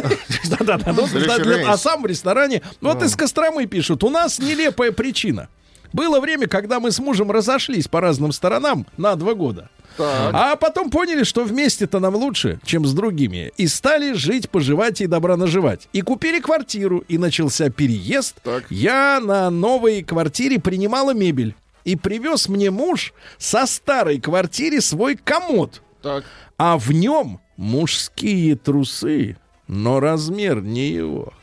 А сам в ресторане, вот из Костромы пишут, у нас нелепая причина. Было время, когда мы с мужем разошлись по разным сторонам на 2 года. А потом поняли, что вместе-то нам лучше, чем с другими. И стали жить, поживать и добра наживать. И купили квартиру, и начался переезд. Я на новой квартире принимала мебель. И привез мне муж со старой квартиры свой комод. А в нем мужские трусы, но размер не его.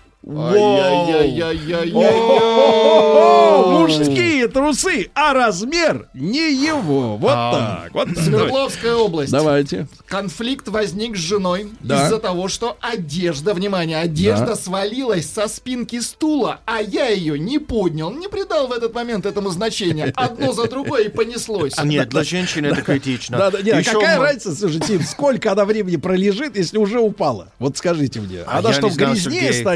Мужские трусы, а размер не его. Вот так. Вот так. Свердловская область. Давайте. Конфликт возник с женой Да. из-за того, что одежда, внимание, одежда свалилась со спинки стула, а я ее не поднял, не придал в этот момент этому значения. Одно за другое и понеслось. Нет, для женщины это критично. Да, нет, Еще какая разница, слушайте, сколько она времени пролежит, если уже упала? Вот скажите мне. Она я что, не знаю, грязнее Сергей. станет от этого?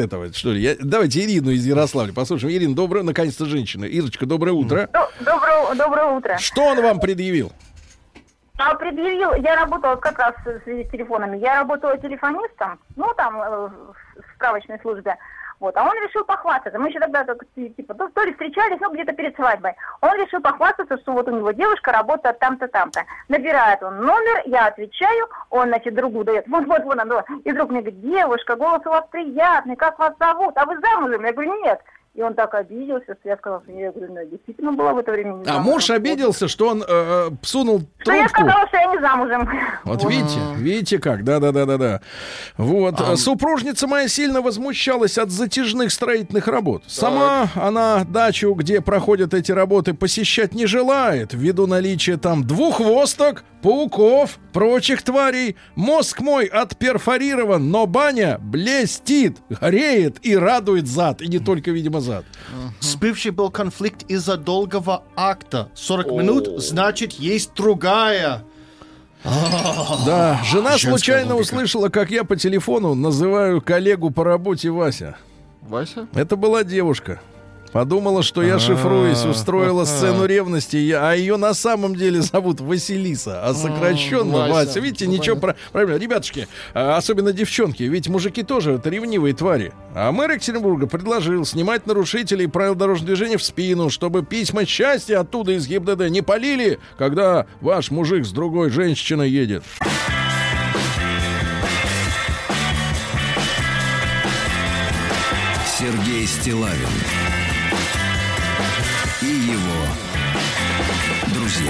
этого, что ли? Давайте Ирину из Ярославля послушаем. Ирина, наконец-то женщина. Ирочка, доброе утро. Доброе утро. Что он вам предъявил? Предъявил, я работала как раз в связи с телефонами. Я работала телефонистом, в справочной службе. Вот, а он решил похвастаться. Мы еще тогда то ли встречались, где-то перед свадьбой. Он решил похвастаться, что вот у него девушка работает там-то, там-то. Набирает он номер, я отвечаю, он, другу дает. Вот, и друг мне говорит: девушка, голос у вас приятный, как вас зовут? А вы замужем? Я говорю: нет. И он так обиделся, что я сказала, что я говорю, действительно была в это время не замужем. А муж обиделся, что он сунул трубку? Что я сказала, что я не замужем. Вот видите как, да. Вот, супружница моя сильно возмущалась от затяжных строительных работ. Сама она дачу, где проходят эти работы, посещать не желает, ввиду наличия там двуххвосток, пауков, прочих тварей. Мозг мой отперфорирован, но баня блестит, греет и радует зад. И не только, видимо, зад. С бывшей был конфликт из-за долгого акта. 40 минут, значит, есть другая. Да, жена случайно услышала, как я по телефону называю коллегу по работе Вася. Вася? Это была девушка. Подумала, что я шифруюсь, устроила сцену ревности, а ее на самом деле зовут Василиса, а сокращенно Вася. Видите, ничего правильно. Ребятушки, особенно девчонки, ведь мужики тоже это ревнивые твари. А мэр Екатеринбурга предложил снимать нарушителей правил дорожного движения в спину, чтобы письма счастья оттуда из ГИБДД не полили, когда ваш мужик с другой женщиной едет. Сергей Стиллавин и его друзья.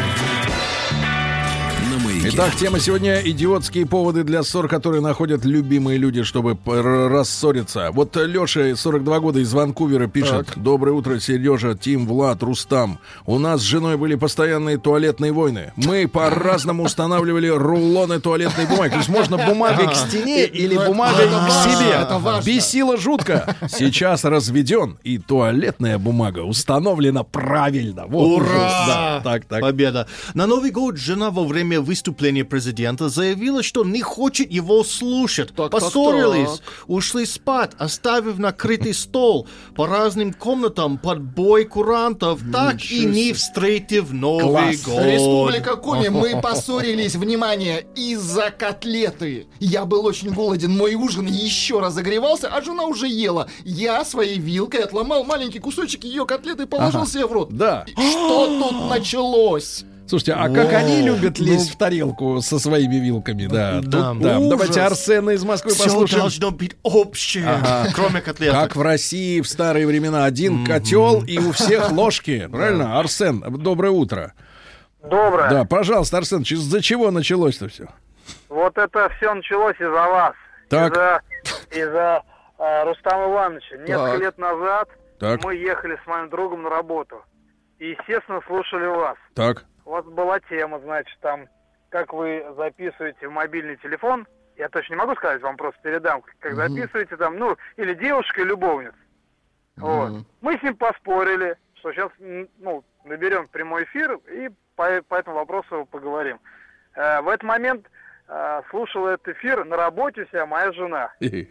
Итак, тема сегодня — идиотские поводы для ссор, которые находят любимые люди, чтобы рассориться. Вот Леша, 42 года, из Ванкувера пишет: доброе утро, Сережа, Тим, Влад, Рустам. У нас с женой были постоянные туалетные войны. Мы по-разному устанавливали рулоны туалетной бумаги. То есть можно бумагой к стене или бумагой к себе. Бесило жутко. Сейчас разведен, и туалетная бумага установлена правильно. Вот. Ура! Да, так. Победа. На Новый год жена во время выступления президента заявила, что не хочет его слушать. Поссорились, ушли спать, оставив накрытый стол по разным комнатам под бой курантов, так и не встретив Новый год. Республика Коми, мы поссорились, внимание, из-за котлеты. Я был очень голоден, мой ужин еще разогревался, а жена уже ела. Я своей вилкой отломал маленький кусочек ее котлеты и положил себе в рот. Да. Что тут началось? Слушайте, а как они любят лезть в тарелку со своими вилками? Да. Давайте Арсена из Москвы послушаем. Все должно быть общее, кроме котлеток. Как в России в старые времена. Один котел и у всех ложки. Правильно? Арсен, доброе утро. Доброе. Да, пожалуйста, Арсен, из-за чего началось-то все? Вот это все началось из-за вас. Так. Из-за Рустама Ивановича. Несколько лет назад мы ехали с моим другом на работу. И, естественно, слушали вас. Так. У вас была тема, значит, там, как вы записываете в мобильный телефон. Я точно не могу сказать, вам просто передам, как записываете там, или девушка, или любовница. Вот. Мы с ним поспорили, что сейчас, наберем прямой эфир и по этому вопросу поговорим. В этот момент слушала этот эфир на работе вся моя жена.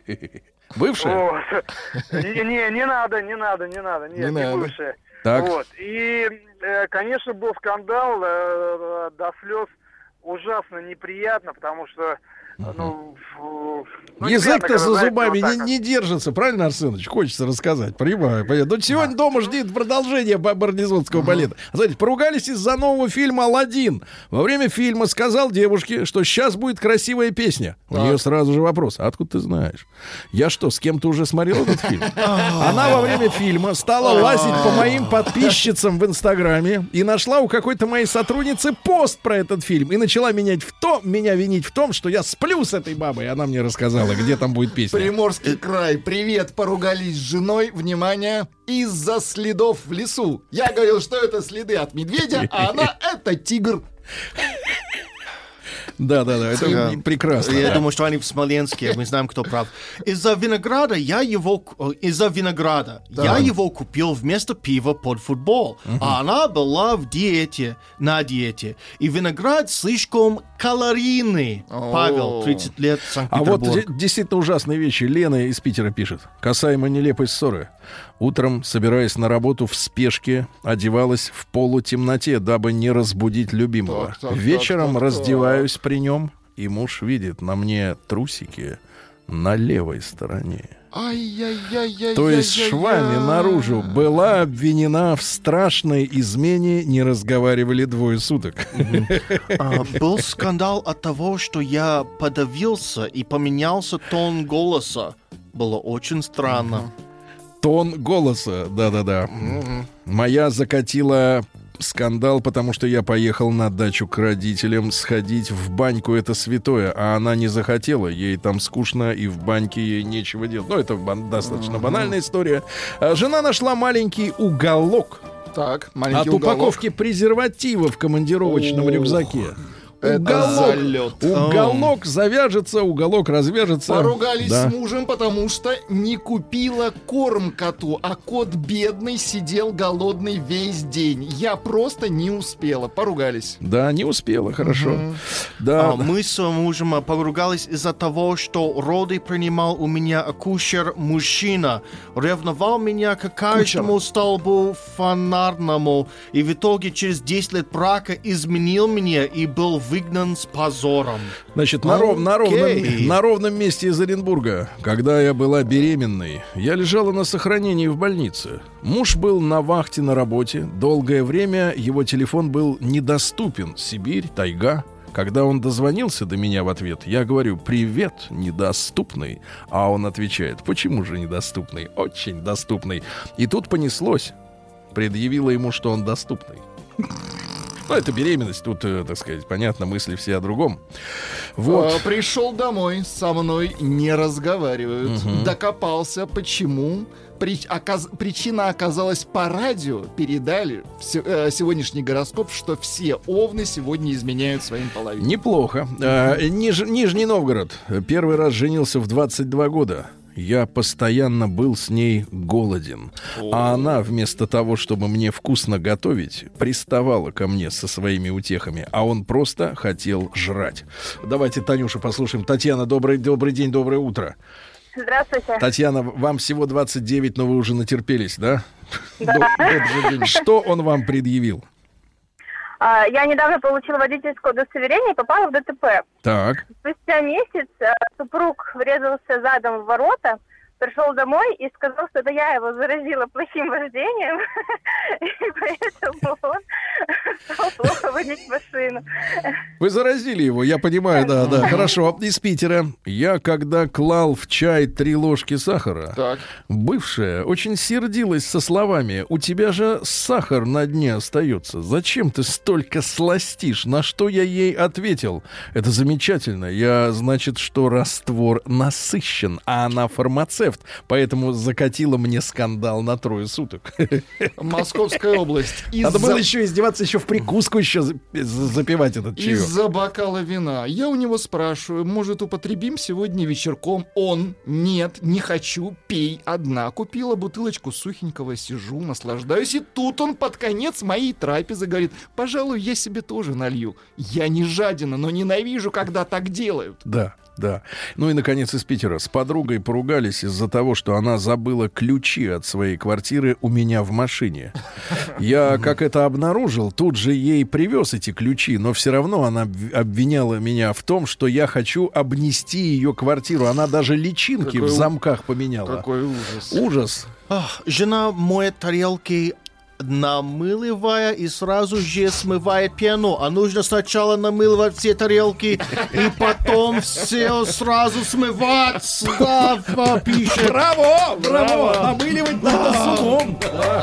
Бывшая? Вот. Не надо, не бывшая. Так. Вот. И, конечно, был скандал до слез, ужасно неприятно, потому что язык-то за зубами не держится, правильно, Арсенович? Хочется рассказать, понимаю. Но сегодня дома ждет продолжение бардизонского балета. Знаете, поругались из-за нового фильма «Аладдин». Во время фильма сказал девушке, что сейчас будет красивая песня. У нее сразу же вопрос: а откуда ты знаешь? Я что, с кем-то уже смотрел этот фильм? Она во время фильма стала лазить по моим подписчицам в Инстаграме и нашла у какой-то моей сотрудницы пост про этот фильм и начала меня винить в том, что я сплю с этой бабой. Она мне рассказала, где там будет песня. Приморский край. Привет, поругались с женой. Внимание, из-за следов в лесу. Я говорил, что это следы от медведя, а она — это тигр. Да, это прекрасно. Я думаю, что они в Смоленске, мы знаем, кто прав. Из-за винограда я его купил вместо пива под футбол. А она была на диете. И виноград слишком калорийный. Павел, 30 лет, Санкт-Петербург. А вот действительно ужасные вещи. Лена из Питера пишет. Касаемо нелепой ссоры. Утром, собираясь на работу в спешке, одевалась в полутемноте, дабы не разбудить любимого. Вечером раздеваюсь при нем, и муж видит на мне трусики на левой стороне. То есть швами наружу. Была обвинена в страшной измене, не разговаривали 2 суток. Был скандал от того, что я подавился и поменялся тон голоса. Было очень странно. Тон голоса, да-да-да. Моя закатила скандал, потому что я поехал на дачу к родителям сходить в баньку, это святое, а она не захотела, ей там скучно и в баньке ей нечего делать. Ну, это достаточно банальная история. Жена нашла маленький уголок от упаковки презерватива в командировочном рюкзаке. Уголок завяжется, уголок развяжется. Поругались с мужем, потому что не купила корм коту, а кот бедный сидел голодный весь день. Я просто не успела. Поругались. Да, не успела, хорошо. Да. Мы с мужем поругались из-за того, что роды принимал у меня акушер-мужчина. Ревновал меня к каждому столбу фонарному. И в итоге через 10 лет брака изменил меня и был выгнан с позором. Значит, на ровном месте из Оренбурга, когда я была беременной, я лежала на сохранении в больнице. Муж был на вахте на работе. Долгое время его телефон был недоступен. Сибирь, тайга. Когда он дозвонился до меня в ответ, я говорю: «Привет, недоступный». А он отвечает: «Почему же недоступный? Очень доступный». И тут понеслось. Предъявила ему, что он доступный. Ну, это беременность, тут, так сказать, понятно, мысли все о другом. Вот. Пришел домой, со мной не разговаривают. Докопался, почему? Причина оказалась по радио. Передали сегодняшний гороскоп, что все овны сегодня изменяют своим половинам. Неплохо. Нижний Новгород. Первый раз женился в 22 года. Я постоянно был с ней голоден. А она, вместо того, чтобы мне вкусно готовить, приставала ко мне со своими утехами. А он просто хотел жрать. Давайте Танюшу послушаем. Татьяна, добрый день, доброе утро. Здравствуйте. Татьяна, вам всего 29, но вы уже натерпелись, да? Да. Что он вам предъявил? Я недавно получила водительское удостоверение и попала в ДТП. Так. Спустя месяц супруг врезался задом в ворота, пришел домой и сказал, что это я его заразила плохим вождением, и поэтому он стал плохо водить машину. Вы заразили его, я понимаю, да. Хорошо, из Питера. Я, когда клал в чай 3 ложки сахара, бывшая очень сердилась со словами: «У тебя же сахар на дне остается. Зачем ты столько сластишь?» На что я ей ответил: «Это замечательно. Я, значит, что раствор насыщен, а она фармацевт. Поэтому закатила мне скандал на 3 суток». Московская область. Надо было еще издеваться, еще в прикуску еще запивать этот чаек. Из-за бокала вина. Я у него спрашиваю: может, употребим сегодня вечерком? Он: нет, не хочу, пей одна. Купила бутылочку сухенького, сижу, наслаждаюсь. И тут он под конец моей трапезы говорит: пожалуй, я себе тоже налью. Я не жадина, но ненавижу, когда так делают. Да. Ну и, наконец, из Питера. С подругой поругались из-за того, что она забыла ключи от своей квартиры у меня в машине. Я, как это обнаружил, тут же ей привез эти ключи, но все равно она обвиняла меня в том, что я хочу обнести ее квартиру. Она даже личинки в замках поменяла. Какой ужас. Ужас. Жена моет тарелки, намыливая, и сразу же смывает пену. А нужно сначала намыливать все тарелки и потом все сразу смывать. Слава пишет. Браво! Намыливать надо с умом.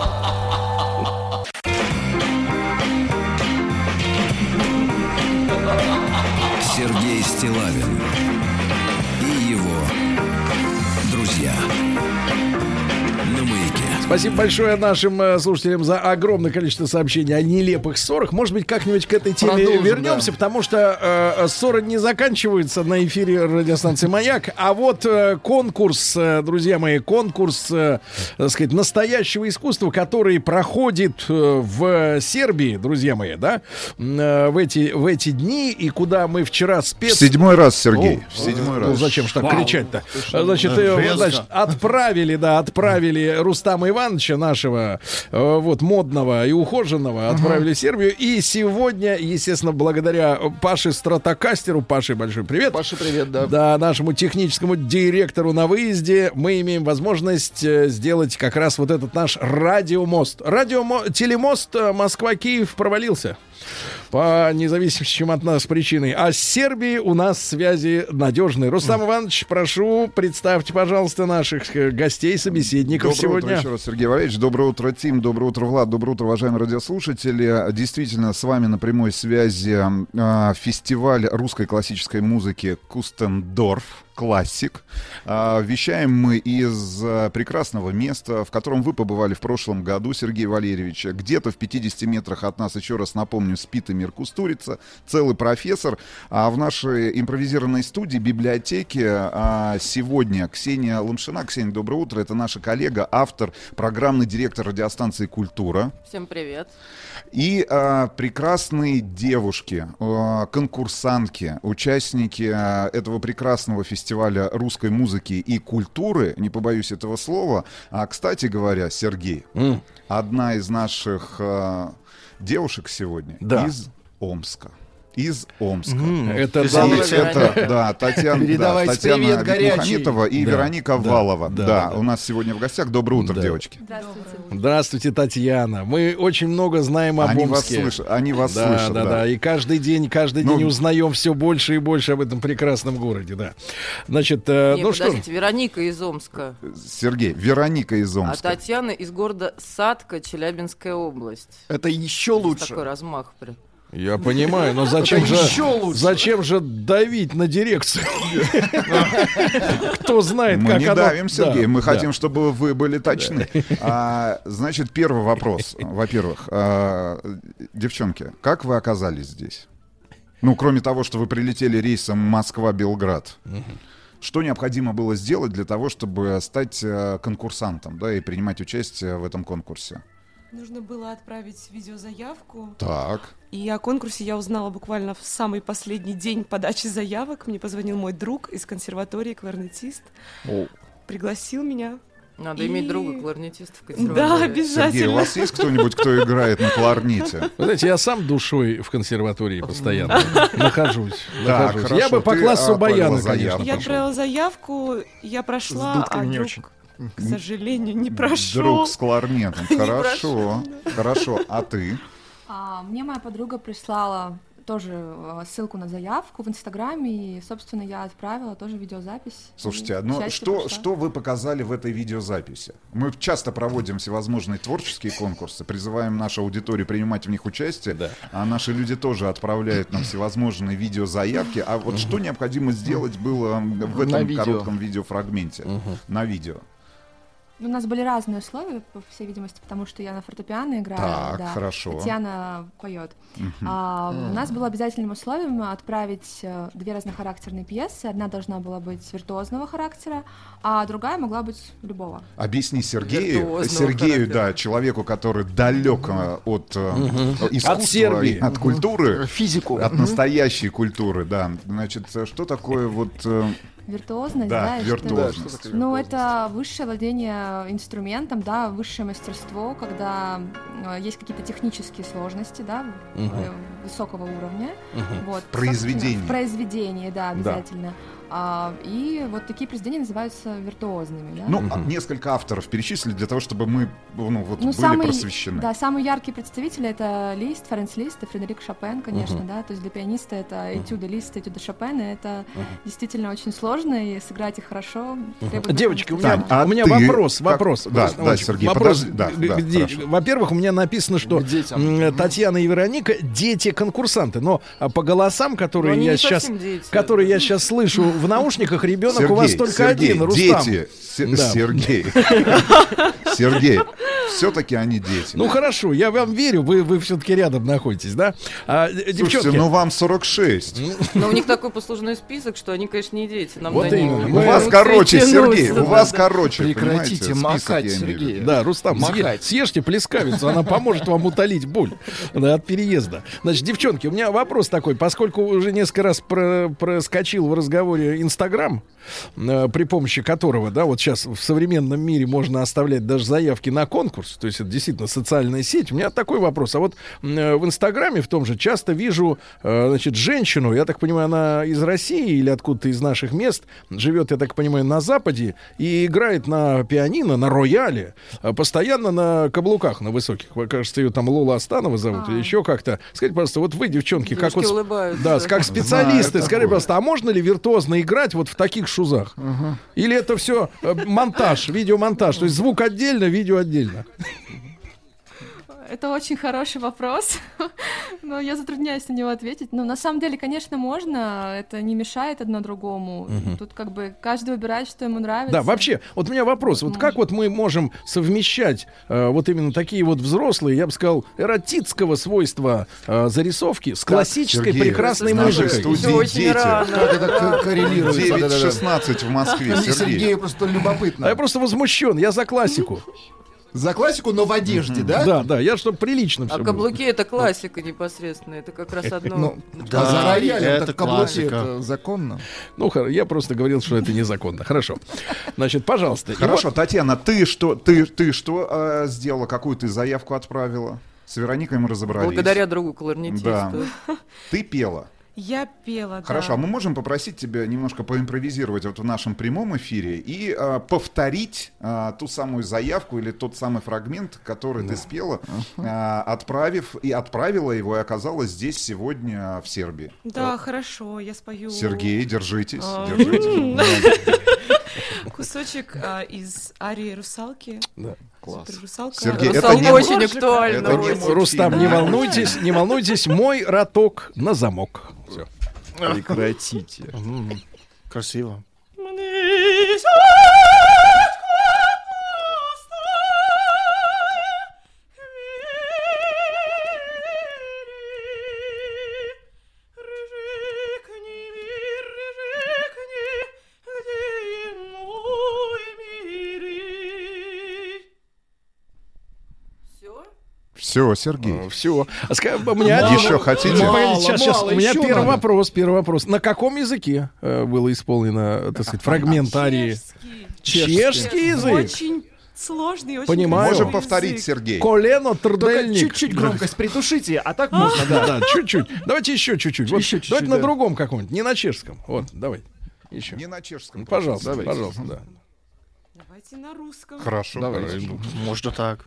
Сергей Стиллавин и его друзья на Маяке. Спасибо большое нашим слушателям за огромное количество сообщений о нелепых ссорах. Может быть, как-нибудь к этой теме вернемся, потому что ссоры не заканчиваются на эфире радиостанции «Маяк». А вот конкурс, друзья мои, конкурс, так сказать, настоящего искусства, который проходит в Сербии, друзья мои, да, в эти дни, и куда мы вчера В 7-й раз, Сергей. В 7-й раз. Ну, зачем же так кричать-то? Значит, отправили Рустама Ивановича, нашего вот модного и ухоженного, отправили в Сербию. И сегодня, естественно, благодаря Паше Стратокастеру, Паше большой привет. Паша, привет, да. Да, нашему техническому директору на выезде, мы имеем возможность сделать как раз вот этот наш радиомост. Телемост Москва-Киев провалился по независимым от нас причиной. А с Сербией у нас связи надежные. Рустам Иванович, прошу, представьте, пожалуйста, наших гостей, собеседников сегодня. Доброе утро еще раз, Сергей Валерьевич. Доброе утро, Тим. Доброе утро, Влад. Доброе утро, уважаемые радиослушатели. Действительно, с вами на прямой связи фестиваль русской классической музыки «Кустендорф». Классик. Вещаем мы из прекрасного места, в котором вы побывали в прошлом году, Сергей Валерьевич. Где-то в 50 метрах от нас, еще раз напомню, спит Эмир Кустурица, целый профессор. А в нашей импровизированной студии, библиотеке, сегодня Ксения Лымшина. Ксения, доброе утро. Это наша коллега, автор, программный директор радиостанции «Культура». Всем привет. И прекрасные девушки, конкурсантки, участники этого прекрасного фестиваля русской музыки и культуры, не побоюсь этого слова. Кстати говоря, Сергей, одна из наших девушек сегодня из Омска. Из Омска. Татьяна Мухаметова и Вероника Валова. Да, у нас сегодня в гостях. Доброе утро, девочки. Здравствуйте, Татьяна. Мы очень много знаем об Омске. Они вас слышат. Да. И каждый день узнаем все больше и больше об этом прекрасном городе. Да. Значит, подождите, Вероника из Омска. Сергей, Вероника из Омска. А Татьяна из города Сатка, Челябинская область. Это еще лучше. Такой размах. Я понимаю, но зачем же давить на дирекцию? Кто знает, как оно... Мы не давим, Сергей, мы хотим, чтобы вы были точны. Значит, первый вопрос. Во-первых, девчонки, как вы оказались здесь? Ну, кроме того, что вы прилетели рейсом Москва-Белград. Что необходимо было сделать для того, чтобы стать конкурсантом, да, и принимать участие в этом конкурсе? Нужно было отправить видеозаявку. Так. И о конкурсе я узнала буквально в самый последний день подачи заявок. Мне позвонил мой друг из консерватории, кларнетист. Пригласил меня. Надо иметь друга кларнетиста в консерватории. Да, обязательно. Сергей, у вас есть кто-нибудь, кто играет на кларнете? Вы знаете, я сам душой в консерватории постоянно нахожусь. Хорошо. Я бы по классу баяна, конечно. Я отправила заявку, я прошла, а друг, к сожалению, не прошел. Друг с кларнетом. Хорошо. А ты? Мне моя подруга прислала тоже ссылку на заявку в Инстаграме, и, собственно, я отправила тоже видеозапись. Слушайте, что вы показали в этой видеозаписи? Мы часто проводим всевозможные творческие конкурсы, призываем нашу аудиторию принимать в них участие, а наши люди тоже отправляют нам всевозможные видеозаявки. А вот что необходимо сделать было в этом коротком видеофрагменте на видео? У нас были разные условия, по всей видимости, потому что я на фортепиано играю. Так, хорошо. Татьяна поет. У нас было обязательным условием отправить 2 разнохарактерные пьесы. Одна должна была быть виртуозного характера, а другая могла быть любого. Объясни Сергею, да, человеку, который далек от искусства, от Сербии, от культуры, физику, от настоящей культуры, да. Значит, что такое вот... Виртуозность, виртуозность. Это высшее владение инструментом, да, высшее мастерство, когда есть какие-то технические сложности, да, высокого уровня. Вот. Произведение, да, обязательно. И вот такие произведения называются виртуозными. Да? Несколько авторов перечислили для того, чтобы мы были просвещены. Да, самый яркий представитель — это Лист, Ференц Лист и Фредерик Шопен, конечно, да. То есть для пианиста это этюды Листа, этюды Шопена. Это действительно очень сложно, и сыграть их хорошо требует... Девочки, у меня вопрос. Да, Сергей, вопрос. Подожди. Во-первых, у меня написано, что Татьяна и Вероника — дети те конкурсанты, но по голосам, которые я сейчас слышу в наушниках, ребенок у вас только один, Рустам. Дети. Сергей. Сергей. Все-таки они дети. Ну хорошо, я вам верю, вы все-таки рядом находитесь, да? Слушайте, ну вам 46. Но у них такой послужной список, что они, конечно, не дети. Нам вот именно. У вас короче, Сергей, у вас короче. Прекратите макать, Сергей. Да, Рустам, съешьте плескавицу, она поможет вам утолить боль от переезда. Значит, девчонки, у меня вопрос такой, поскольку уже несколько раз проскочил в разговоре Инстаграм, при помощи которого, да, вот сейчас в современном мире можно оставлять даже заявки на конкурс, то есть это действительно социальная сеть. У меня такой вопрос. А вот в Инстаграме в том же часто вижу, значит, женщину, я так понимаю, она из России или откуда-то из наших мест, живет, я так понимаю, на Западе и играет на пианино, на рояле, постоянно на каблуках, на высоких. Кажется, ее там Лола Астанова зовут или еще как-то. Скажите, пожалуйста, вот вы, девчонки, как вот, да, как специалисты, скажите, пожалуйста, а можно ли виртуозно играть вот в таких шузах? Или это все монтаж, видеомонтаж, то есть звук отдельно, видео отдельно? Это очень хороший вопрос, но я затрудняюсь на него ответить. Но на самом деле, конечно, можно, это не мешает одно другому. Тут как бы каждый выбирает, что ему нравится. Да, вообще, вот у меня вопрос, вот как вот мы можем совмещать вот именно такие вот взрослые, я бы сказал, эротического свойства зарисовки с классической прекрасной музыкой? Все очень рано. Как это коррелирует? 9:16 в Москве, Сергей. Сергею просто любопытно. А я просто возмущен, я за классику. За классику, но в одежде, да? Да, я чтобы прилично все было. А каблуки — это классика непосредственно, это как раз одно... Да, за роялем это каблуки, это законно. Ну, я просто говорил, что это незаконно. Хорошо. Значит, пожалуйста. Хорошо, Татьяна, ты что сделала? Какую ты заявку отправила? С Вероникой мы разобрались. Благодаря другу кларнетисту. Да. Ты пела. Я пела, да. Хорошо, а мы можем попросить тебя немножко поимпровизировать вот в нашем прямом эфире и повторить ту самую заявку или тот самый фрагмент, который ты спела, отправила его и оказалась здесь сегодня в Сербии. Да, хорошо, я спою. Сергей, держитесь. Кусочек из арии «Русалки». Да. Класс. Русалка. Сергей, это не очень актуально. Рустам, не волнуйтесь, мой роток на замок. Все. Прекратите. Красиво. Все, Сергей. Все. Еще хотите? Сейчас. У меня первый вопрос. На каком языке было исполнено, так сказать, фрагмент арии? Чешский язык. Очень сложный, очень понимаю. Можем повторить, Сергей. Колено трдельник. Чуть-чуть громкость притушите, а так можно, да. Чуть-чуть. Давайте еще чуть-чуть. Давайте на другом каком-нибудь, не на чешском. Вот, давай. Еще. Не на чешском. Пожалуйста, да. Давайте на русском. Хорошо. Можно так.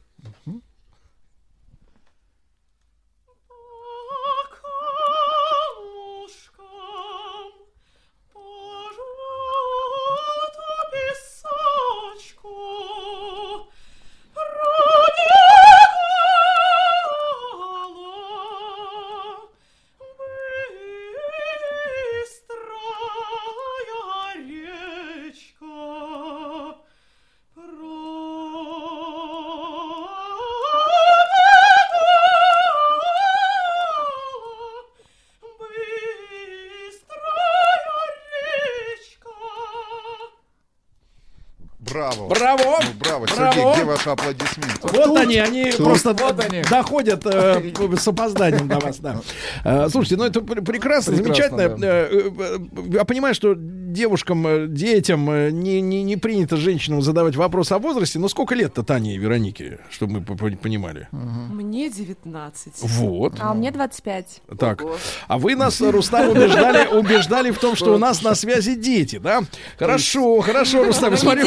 Браво, Сергей, где ваши аплодисменты? Вот они просто доходят с опозданием до вас, да. Слушайте, ну это прекрасно, замечательно. Я понимаю, что девушкам, детям не принято женщинам задавать вопрос о возрасте, но сколько лет-то Тане и Веронике, чтобы мы понимали? Мне 19. Вот. А мне 25. Так, а вы нас, Рустам, убеждали в том, что у нас на связи дети, да? Хорошо, Рустам, смотрю.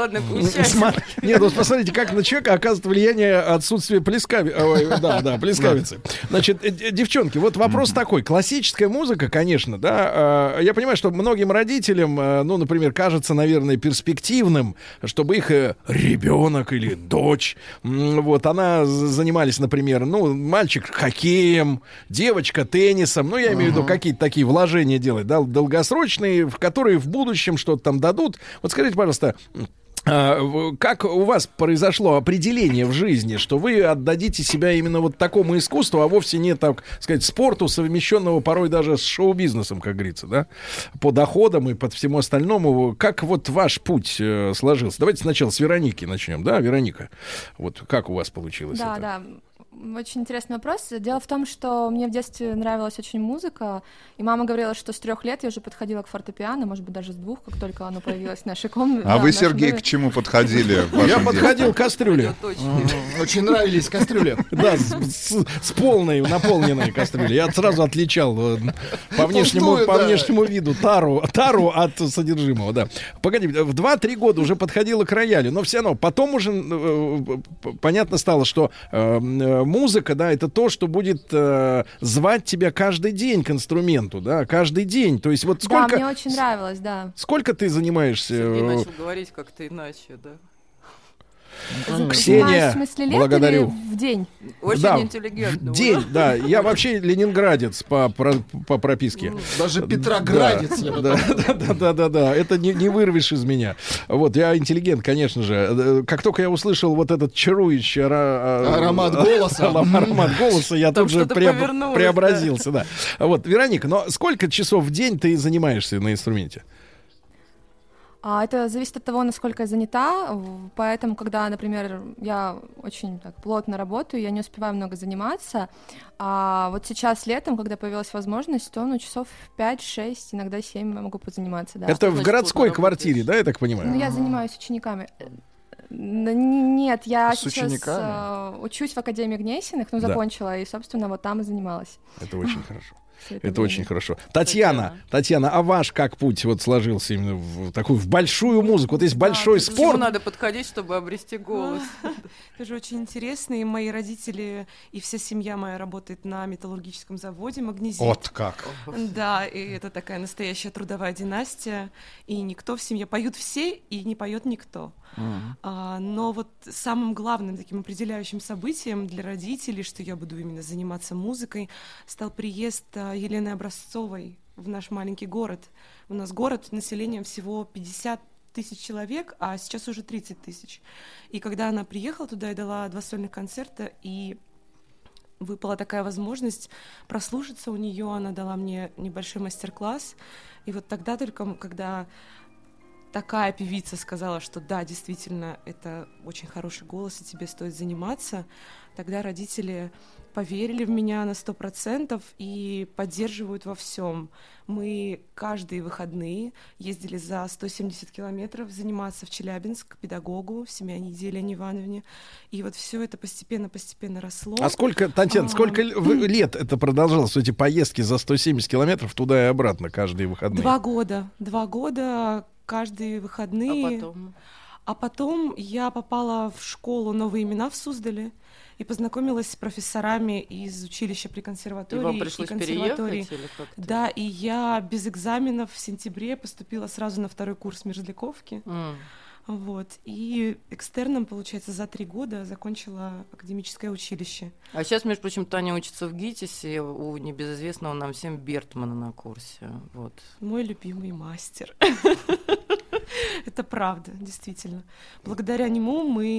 ладно, получается. Нет, ну посмотрите, как на человека оказывает влияние отсутствие плескавицы. Значит, девчонки, вот вопрос такой. Классическая музыка, конечно, да, я понимаю, что многим родителям, ну, например, кажется, наверное, перспективным, чтобы их ребенок или дочь, вот, она занимались, например, ну, мальчик хоккеем, девочка теннисом, ну, я имею в виду какие-то такие вложения делать, да, долгосрочные, в которые в будущем что-то там дадут. Вот скажите, пожалуйста, как у вас произошло определение в жизни, что вы отдадите себя именно вот такому искусству, а вовсе не, так сказать, спорту, совмещенного порой даже с шоу-бизнесом, как говорится, да, по доходам и под всему остальному. Как вот ваш путь сложился? Давайте сначала с Вероники начнем, да, Вероника? Вот как у вас получилось это? Да. Очень интересный вопрос. Дело в том, что мне в детстве нравилась очень музыка, и мама говорила, что с 3 лет я уже подходила к фортепиано, может быть, даже с 2, как только оно появилось в нашей комнате. А вы, Сергей, к чему подходили? Я подходил к кастрюле. Очень нравились кастрюли. Да, с полной, наполненной кастрюлей. Я сразу отличал по внешнему виду тару от содержимого, да. Погоди, в 2-3 года уже подходила к роялю, но все равно потом уже понятно стало, что музыка, да, это то, что будет звать тебя каждый день к инструменту, да, каждый день. То есть вот сколько... Да, мне очень нравилось, да. Сколько ты занимаешься? Сергей начал говорить как-то иначе, да. Ксения, в смысле, лет благодарю. Или в день? Очень интеллигентно. В день, да. Я вообще ленинградец по прописке. Даже Петроградец. Да. Это не вырвешь из меня. Вот, я интеллигент, конечно же. Как только я услышал вот этот чарующий аромат голоса, я тут же преобразился, да. Вот, Вероника, но сколько часов в день ты занимаешься на инструменте? Это зависит от того, насколько я занята, поэтому, когда, например, я очень так плотно работаю, я не успеваю много заниматься, а вот сейчас летом, когда появилась возможность, то часов 5-6, иногда 7 я могу позаниматься, да. Это в городской квартире, да, я так понимаю? Ну, я занимаюсь учениками. Нет, я сейчас учусь в Академии Гнесиных, закончила, и, собственно, вот там и занималась. Это очень хорошо. Это очень хорошо. Татьяна, а ваш как путь вот сложился именно в такую в большую музыку? Вот есть большой спорт. К чему надо подходить, чтобы обрести голос? Это же очень интересно. И мои родители, и вся семья моя работает на металлургическом заводе «Магнезит». Вот как. Да, и это такая настоящая трудовая династия. И никто в семье... Поют все, и не поет никто. Но вот самым главным таким определяющим событием для родителей, что я буду именно заниматься музыкой, стал приезд Елены Образцовой в наш маленький город. У нас город населением всего 50 тысяч человек, а сейчас уже 30 тысяч. И когда она приехала туда и дала 2 сольных концерта, и выпала такая возможность прослушаться у нее, она дала мне небольшой мастер-класс. И вот тогда только, когда такая певица сказала, что да, действительно, это очень хороший голос, и тебе стоит заниматься, тогда родители поверили в меня на 100% и поддерживают во всем. Мы каждые выходные ездили за 170 километров заниматься в Челябинск к педагогу Семяниде Елене Ивановне. И вот все это постепенно росло. А сколько, Татьяна, сколько лет это продолжалось, эти поездки за 170 километров туда и обратно каждые выходные? 2 года. 2 года каждые выходные. А потом я попала в школу «Новые имена» в Суздале и познакомилась с профессорами из училища при консерватории. И вам пришлось переехать или как-то? Да, и я без экзаменов в сентябре поступила сразу на 2-й курс Мерзляковки. Вот. И экстерном, получается, за 3 года закончила академическое училище. А сейчас, между прочим, Таня учится в ГИТИСе у небезызвестного нам всем Бертмана на курсе. Вот. Мой любимый мастер. Это правда, действительно. Благодаря нему мы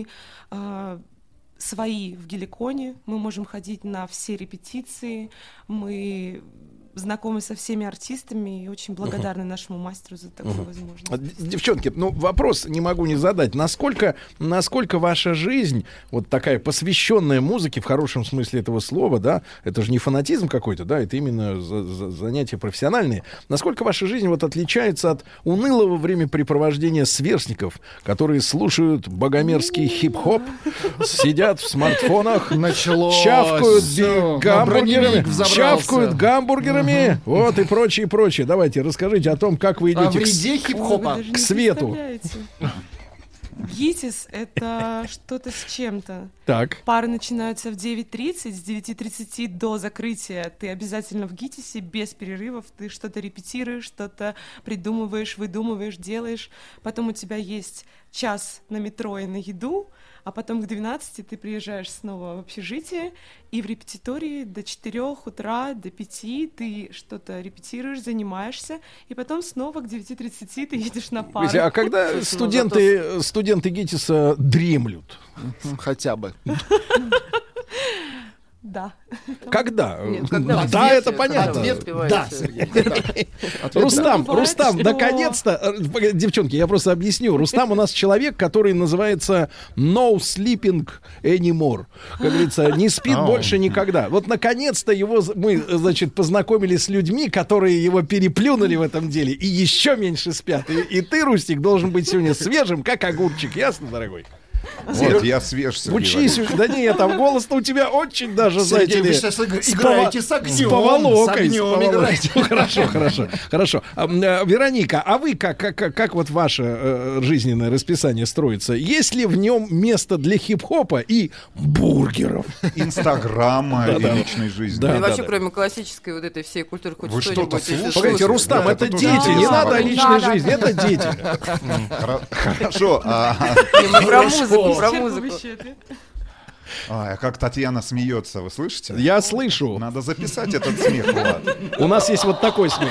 свои в Геликоне, мы можем ходить на все репетиции, мы знакомы со всеми артистами и очень благодарны нашему мастеру за такую возможность. Девчонки, вопрос не могу не задать. Насколько ваша жизнь, вот такая посвященная музыке в хорошем смысле этого слова, да, это же не фанатизм какой-то, да, это именно занятия профессиональные. Насколько ваша жизнь вот отличается от унылого времяпрепровождения сверстников, которые слушают богомерзкий хип-хоп, сидят в смартфонах, чавкают гамбургерами, вот и прочее. Давайте расскажите о том, как вы идете к свету. ГИТИС — это что-то с чем-то. Так. Пары начинаются в 9:30, с 9:30 до закрытия ты обязательно в ГИТИСе, без перерывов, ты что-то репетируешь, что-то придумываешь, выдумываешь, делаешь. Потом у тебя есть час на метро и на еду, а потом к 12 ты приезжаешь снова в общежитие, и в репетитории до 4 утра, до 5 ты что-то репетируешь, занимаешься, и потом снова к 9:30 ты едешь на пару. А когда студенты ГИТИСа дремлют? Хотя бы. Да. Когда? Нет, когда? Да, это понятно. Да, Рустам, наконец-то, девчонки, я просто объясню. Рустам у нас человек, который называется no sleeping anymore. Как говорится, не спит больше никогда. Вот наконец-то мы, значит, познакомились с людьми, которые его переплюнули в этом деле и еще меньше спят. И ты, Рустик, должен быть сегодня свежим, как огурчик. Ясно, дорогой? Вот, я свеж, Сергей. Учись, да нет, там голос-то у тебя очень даже, знаете ли, вы сейчас играете с огнем. С поволокой. Играете. Хорошо. Вероника, а вы как вот ваше жизненное расписание строится? Есть ли в нем место для хип-хопа и бургеров? Инстаграма и личной жизни. И вообще, кроме классической вот этой всей культуры, хоть что-нибудь. Погодите, Рустам, это дети, не надо о личной жизни, это дети. Хорошо. Про музыку. Ой, как Татьяна смеется, вы слышите? Я слышу. Надо записать этот смех, Влад. У нас есть вот такой смех.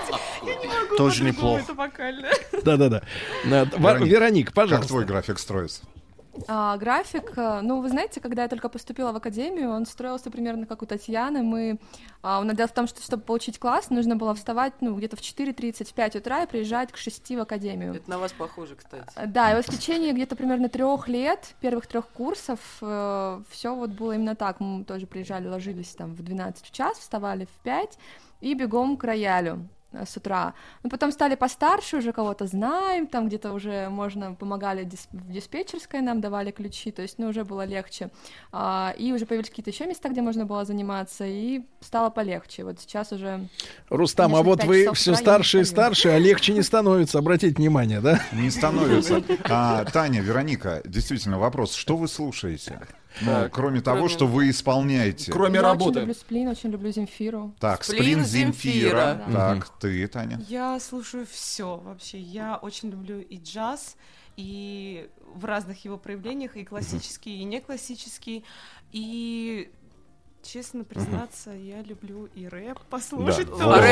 Тоже неплохо. Да. Вероника, пожалуйста. Как твой график строится? График, вы знаете, когда я только поступила в академию, он строился примерно как у Татьяны. Дело в том, что чтобы получить класс, нужно было вставать где-то в 4:30, в 5 утра и приезжать к 6 в академию. Это на вас похоже, кстати. Да, и вот в течение где-то примерно 3 лет, первых 3 курсов, все вот было именно так. Мы тоже приезжали, ложились там в 12 в час, вставали в 5 и бегом к роялю с утра. Потом стали постарше, уже кого-то знаем, там где-то уже помогали в диспетчерской, нам давали ключи, то есть, уже было легче. И уже появились какие-то еще места, где можно было заниматься, и стало полегче. Вот сейчас уже... Rustam, а вот вы все старше и старше, а легче не становится, обратите внимание, да? Не становится. Таня, Вероника, действительно, вопрос, что вы слушаете? Кроме того, что вы исполняете. Кроме работы. Я очень люблю Сплин, очень люблю Земфиру. Так, Сплин, Земфира. Так, ты, Таня? Я слушаю все вообще. Я очень люблю и джаз, и в разных его проявлениях, и классический, и не классический, и... Честно признаться, я люблю и рэп послушать.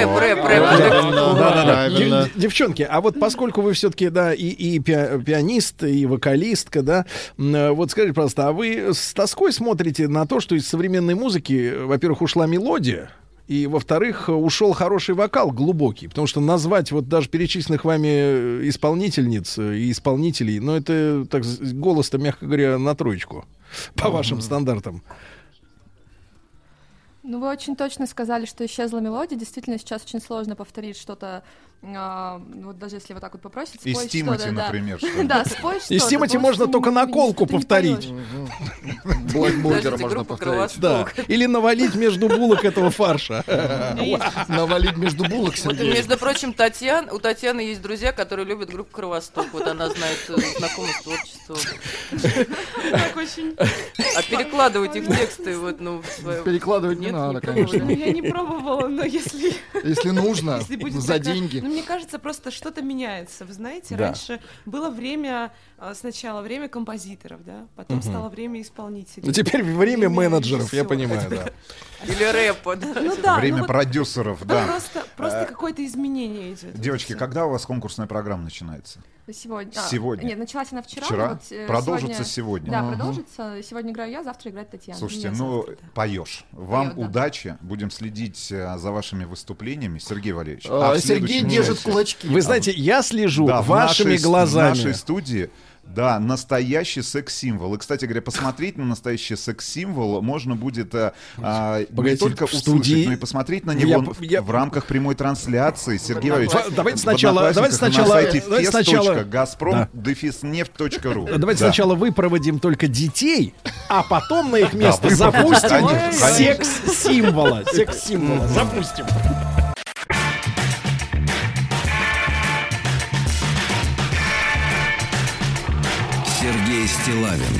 Рэп. Девчонки, а вот поскольку вы все-таки, и пианист, и вокалистка, да, вот скажите, пожалуйста, а вы с тоской смотрите на то, что из современной музыки, во-первых, ушла мелодия, и, во-вторых, ушел хороший вокал, глубокий, потому что назвать вот даже перечисленных вами исполнительниц и исполнителей, это так, голос-то, мягко говоря, на 3 по вашим стандартам. Вы очень точно сказали, что исчезла мелодия. Действительно, сейчас очень сложно повторить что-то, вот даже если вот так вот попросить, спой из Тимати, например. Да, спой что-то. Из Тимати можно только наколку повторить. Блэкбургера можно повторить. Да. Или навалить между булок этого фарша. Навалить между булок, Сергей. Между прочим, у Татьяны есть друзья, которые любят группу «Кровосток». Вот она знает, знакома с творчеством. А перекладывать их тексты в свою... Перекладывать не надо, конечно. Я не пробовала, но если... Если нужно, за деньги. Мне кажется, просто что-то меняется. Вы знаете, раньше было сначала время композиторов, да, потом стало время исполнителей. Теперь время менеджеров, я понимаю, да. Или рэпа, да. Время продюсеров, да. Просто какое-то изменение идет. Девочки, когда у вас конкурсная программа начинается? Сегодня. Нет, началась она вчера. Вчера? Продолжится сегодня. Да, продолжится. Сегодня играю я, завтра играет Татьяна. Слушайте, поешь. Вам удачи. Будем следить за вашими выступлениями. Сергей Валерьевич. Сергей держит кулачки. Вы знаете, я слежу вашими глазами. В нашей студии. Да, настоящий секс-символ. И, кстати говоря, посмотреть на настоящий секс-символ можно будет не только услышать, но и посмотреть на него в рамках прямой трансляции. Сергей Валерьевич, давайте сначала на сайте fest.газпром-нефть.ру. Давайте сначала выпроводим только детей, а потом на их место запустим секс-символа. Секс-символа запустим. Сергей Стиллавин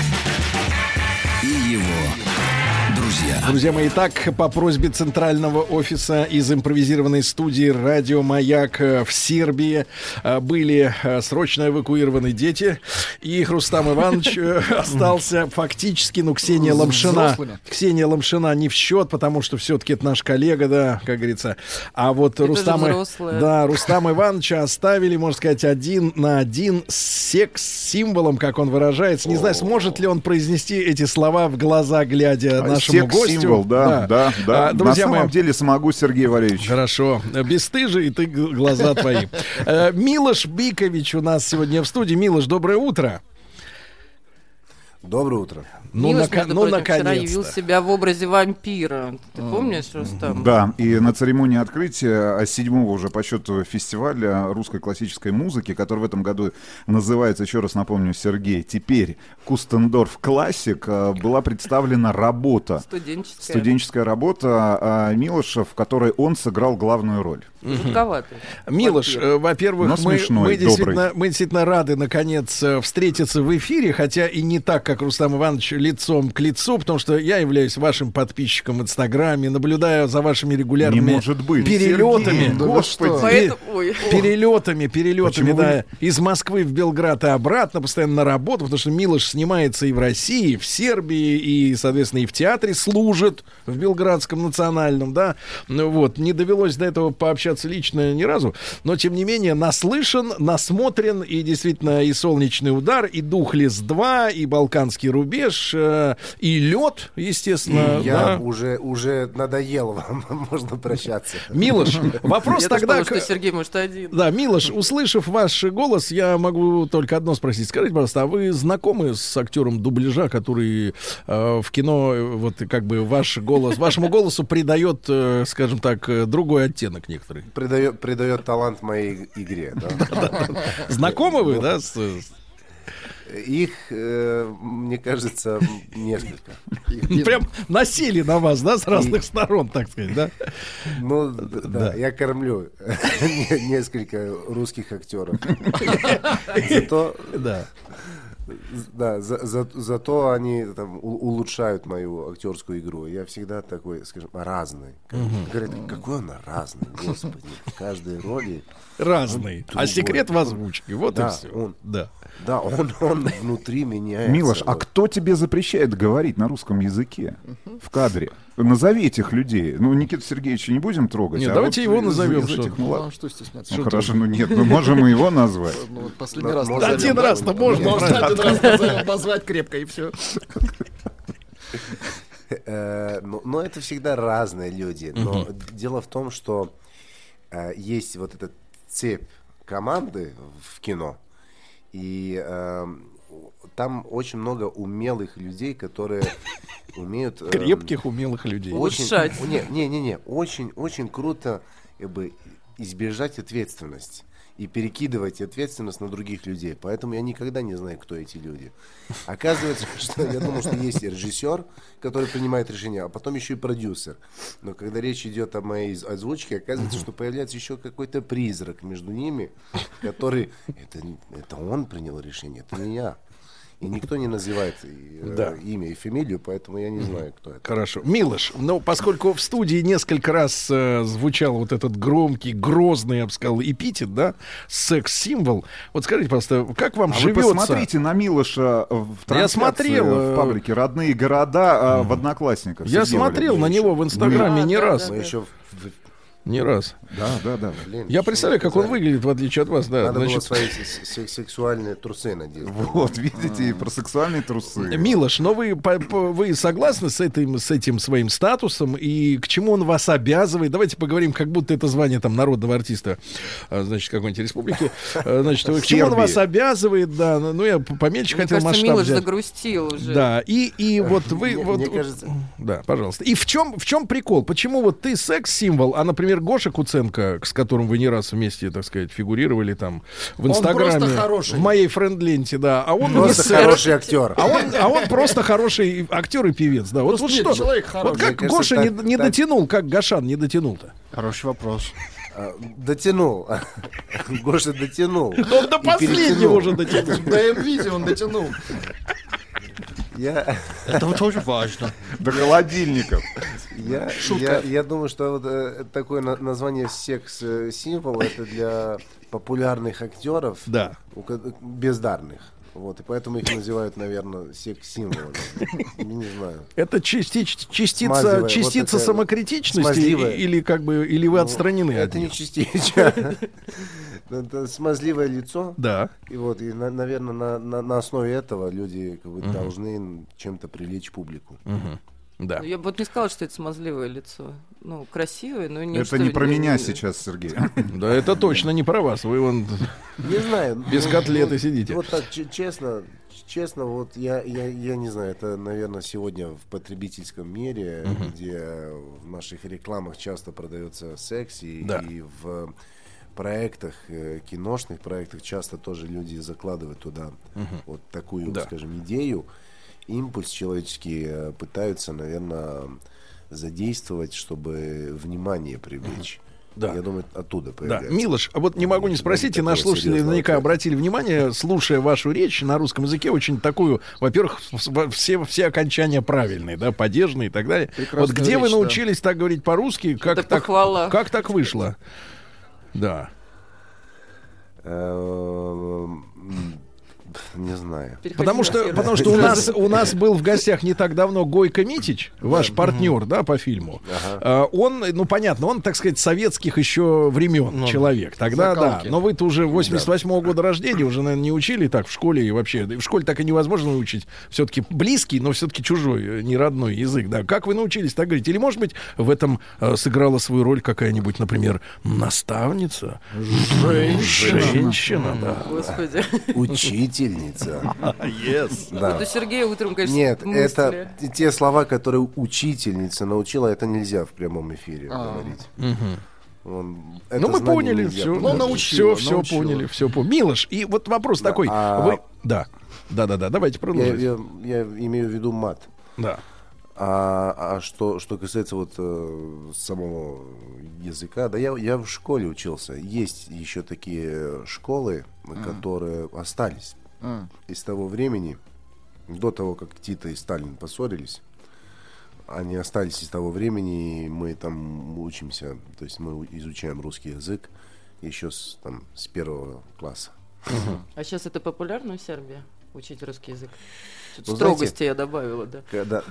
и его друзья. Друзья мои, итак, по просьбе центрального офиса из импровизированной студии «Радио Маяк» в Сербии были срочно эвакуированы дети, и Рустам Иванович остался фактически, Ксения Ломшина. Ксения Ломшина не в счет, потому что все-таки это наш коллега, да, как говорится. А вот Рустам Ивановича оставили, можно сказать, 1 на 1 с секс-символом, как он выражается. Не знаю, сможет ли он произнести эти слова в глаза, глядя нашему гостю. Символ, да. На самом деле смогу, Сергей Валерьевич. Хорошо. Бесстыжий, и ты глаза твои. Милош Бикович у нас сегодня в студии. Милош, доброе утро. Доброе утро. Милош, между прочим, вчера явил себя в образе вампира. Ты помнишь, Рустам? Да, и на церемонии открытия 7-го уже по счету фестиваля русской классической музыки, который в этом году называется, еще раз напомню, Сергей, теперь Кустендорф Классик, была представлена работа. Студенческая работа Милоша, в которой он сыграл главную роль. Жутковатый. Милош, во-первых, мы действительно рады, наконец, встретиться в эфире, хотя и не так, как Рустам Иванович, лицом к лицу, потому что я являюсь вашим подписчиком в Инстаграме, наблюдаю за вашими регулярными перелетами. Господи. Перелетами, да, из Москвы в Белград и обратно, постоянно на работу, потому что Милош снимается и в России, и в Сербии, и, соответственно, и в театре служит, в Белградском национальном, да. Вот, не довелось до этого пообщаться лично ни разу, но, тем не менее, наслышан, насмотрен, и действительно и «Солнечный удар», и «Духлес-2», и «Балканский рубеж», и «Лед», естественно. Я уже надоел вам, можно прощаться. Милош, вопрос тогда... что Сергей, может, один. Да, Милош, услышав ваш голос, я могу только одно спросить. Скажите, пожалуйста, а вы знакомы с актером дубляжа, который в кино, вот как бы вашему голосу придает, скажем так, другой оттенок некоторый? Придает талант моей игре, да? Знакомы вы, да? Их, мне кажется, несколько. Прям насели на вас, да, с разных сторон, так сказать, да? Ну, да, я кормлю несколько русских актеров. Зато они там улучшают мою актерскую игру. Я всегда такой, скажем, разный. Говорят, какой он разный, господи, в каждой роли. Разный. А секрет в озвучке, вот и все. Да, он внутри меняется. Милош, а кто тебе запрещает говорить на русском языке в кадре? Назови этих людей. Ну, Никиту Сергеевича не будем трогать. Нет, давайте его назовем. Что стесняться? Ну, хорошо, нет, мы можем его назвать. Последний раз. Один раз-то можно. Один раз назвать крепко, и все. Но это всегда разные люди. Но дело в том, что есть вот эта цепь команды в кино, и там очень много умелых людей, которые умеют... Крепких, умелых людей. Улучшать. Очень круто избежать ответственности и перекидывать ответственность на других людей. Поэтому я никогда не знаю, кто эти люди. Оказывается, что я думал, что есть режиссер, который принимает решения, а потом еще и продюсер. Но когда речь идет о моей озвучке, оказывается, что появляется еще какой-то призрак между ними, который... Это он принял решение, это не я. И никто не называет имя и фамилию, поэтому я не знаю, кто это. Хорошо. Милош, поскольку в студии несколько раз звучал вот этот громкий, грозный, я бы сказал, эпитет, да, секс-символ, вот скажите, пожалуйста, как вам живется? Вы посмотрите на Милоша в трансляции в паблике «Родные города» в «Одноклассниках». Я смотрел на него в Инстаграме не раз. Не раз. Да. Блин, я представляю, как он выглядит, в отличие от вас. Да. Надо было свои сексуальные трусы надеть. Вот, видите, про сексуальные трусы. Милош, но вы согласны с этим своим статусом, и к чему он вас обязывает? Давайте поговорим, как будто это звание там народного артиста, значит, какой-нибудь республики. Значит, к чему он вас обязывает, да, ну я поменьше хотел масштаб взять. Милош загрустил уже. Да, и вот вы... Мне кажется... Да, пожалуйста. И в чем прикол? Почему вот ты секс-символ, а, например, Гоша Куценко, с которым вы не раз вместе, так сказать, фигурировали там в Инстаграме, в моей френд-ленте, да. А он просто хороший актер. А он просто хороший актер и певец, да. Вот что? Вот как Гоша не дотянул, как Гошан не дотянул-то? Хороший вопрос. Дотянул. Гоша дотянул. Он до последнего уже дотянул. До МВизи он дотянул. Это тоже важно. До холодильников. Я думаю, что вот такое название секс-символ это для популярных актеров, бездарных. Вот, и поэтому их называют, наверное, секс-символами. Не знаю. Это частица самокритичности или вы отстранены от Это них? не частичка. Это смазливое лицо. Да. И вот, и, наверное, на основе этого люди должны чем-то привлечь публику. Да. Я бы вот не сказала, что это смазливое лицо. Ну, красивое, но не Это не про меня сейчас, Сергей. Да, это точно не про вас. Вы вон не знаю, без котлеты сидите. Вот так, честно, вот я не знаю, это, наверное, сегодня в потребительском мире, где в наших рекламах часто продается секс, и в проектах, киношных проектах часто тоже люди закладывают туда вот такую, скажем, идею. Импульс человеческий пытаются, наверное, задействовать, чтобы внимание привлечь. Да. Я думаю, оттуда Да. появляется. Милош, а вот не могу не спросить, и наши слушатели наверняка обратили внимание, слушая вашу речь на русском языке, очень такую, во-первых, все окончания правильные, да, падежные и так далее. Прекрасная вот где речь, вы научились так говорить по-русски? Как так вышло? Да. Не знаю. Потому что у нас был в гостях не так давно Гойко Митич, ваш партнер, да, по фильму. Он, ну понятно, он, так сказать, советских еще времен человек. Тогда да. Но вы-то уже 88-го года рождения, уже, наверное, не учили так в школе и вообще. В школе так и невозможно выучить. Все-таки близкий, но все-таки чужой, не родной язык. Да. Как вы научились так говорить? Или, может быть, в этом сыграла свою роль какая-нибудь, например, наставница? Женщина, да. Господи. Учительница. Yes. Да. Вот у Сергея утром, конечно, Нет, мысли. это те слова, которые учительница научила, это нельзя в прямом эфире говорить. Ну, мы поняли, все поняли, все поняли. Милош, и вот вопрос такой. Да, давайте продолжим. Я имею в виду мат. Да. А что касается вот самого языка, да, я в школе учился. Есть еще такие школы, которые остались из того времени, до того, как Тита и Сталин поссорились. Они остались из того времени, и мы там учимся, то есть мы изучаем русский язык еще с первого класса. А сейчас это популярно в Сербии? Учить русский язык? Ну, строгости я добавила, да.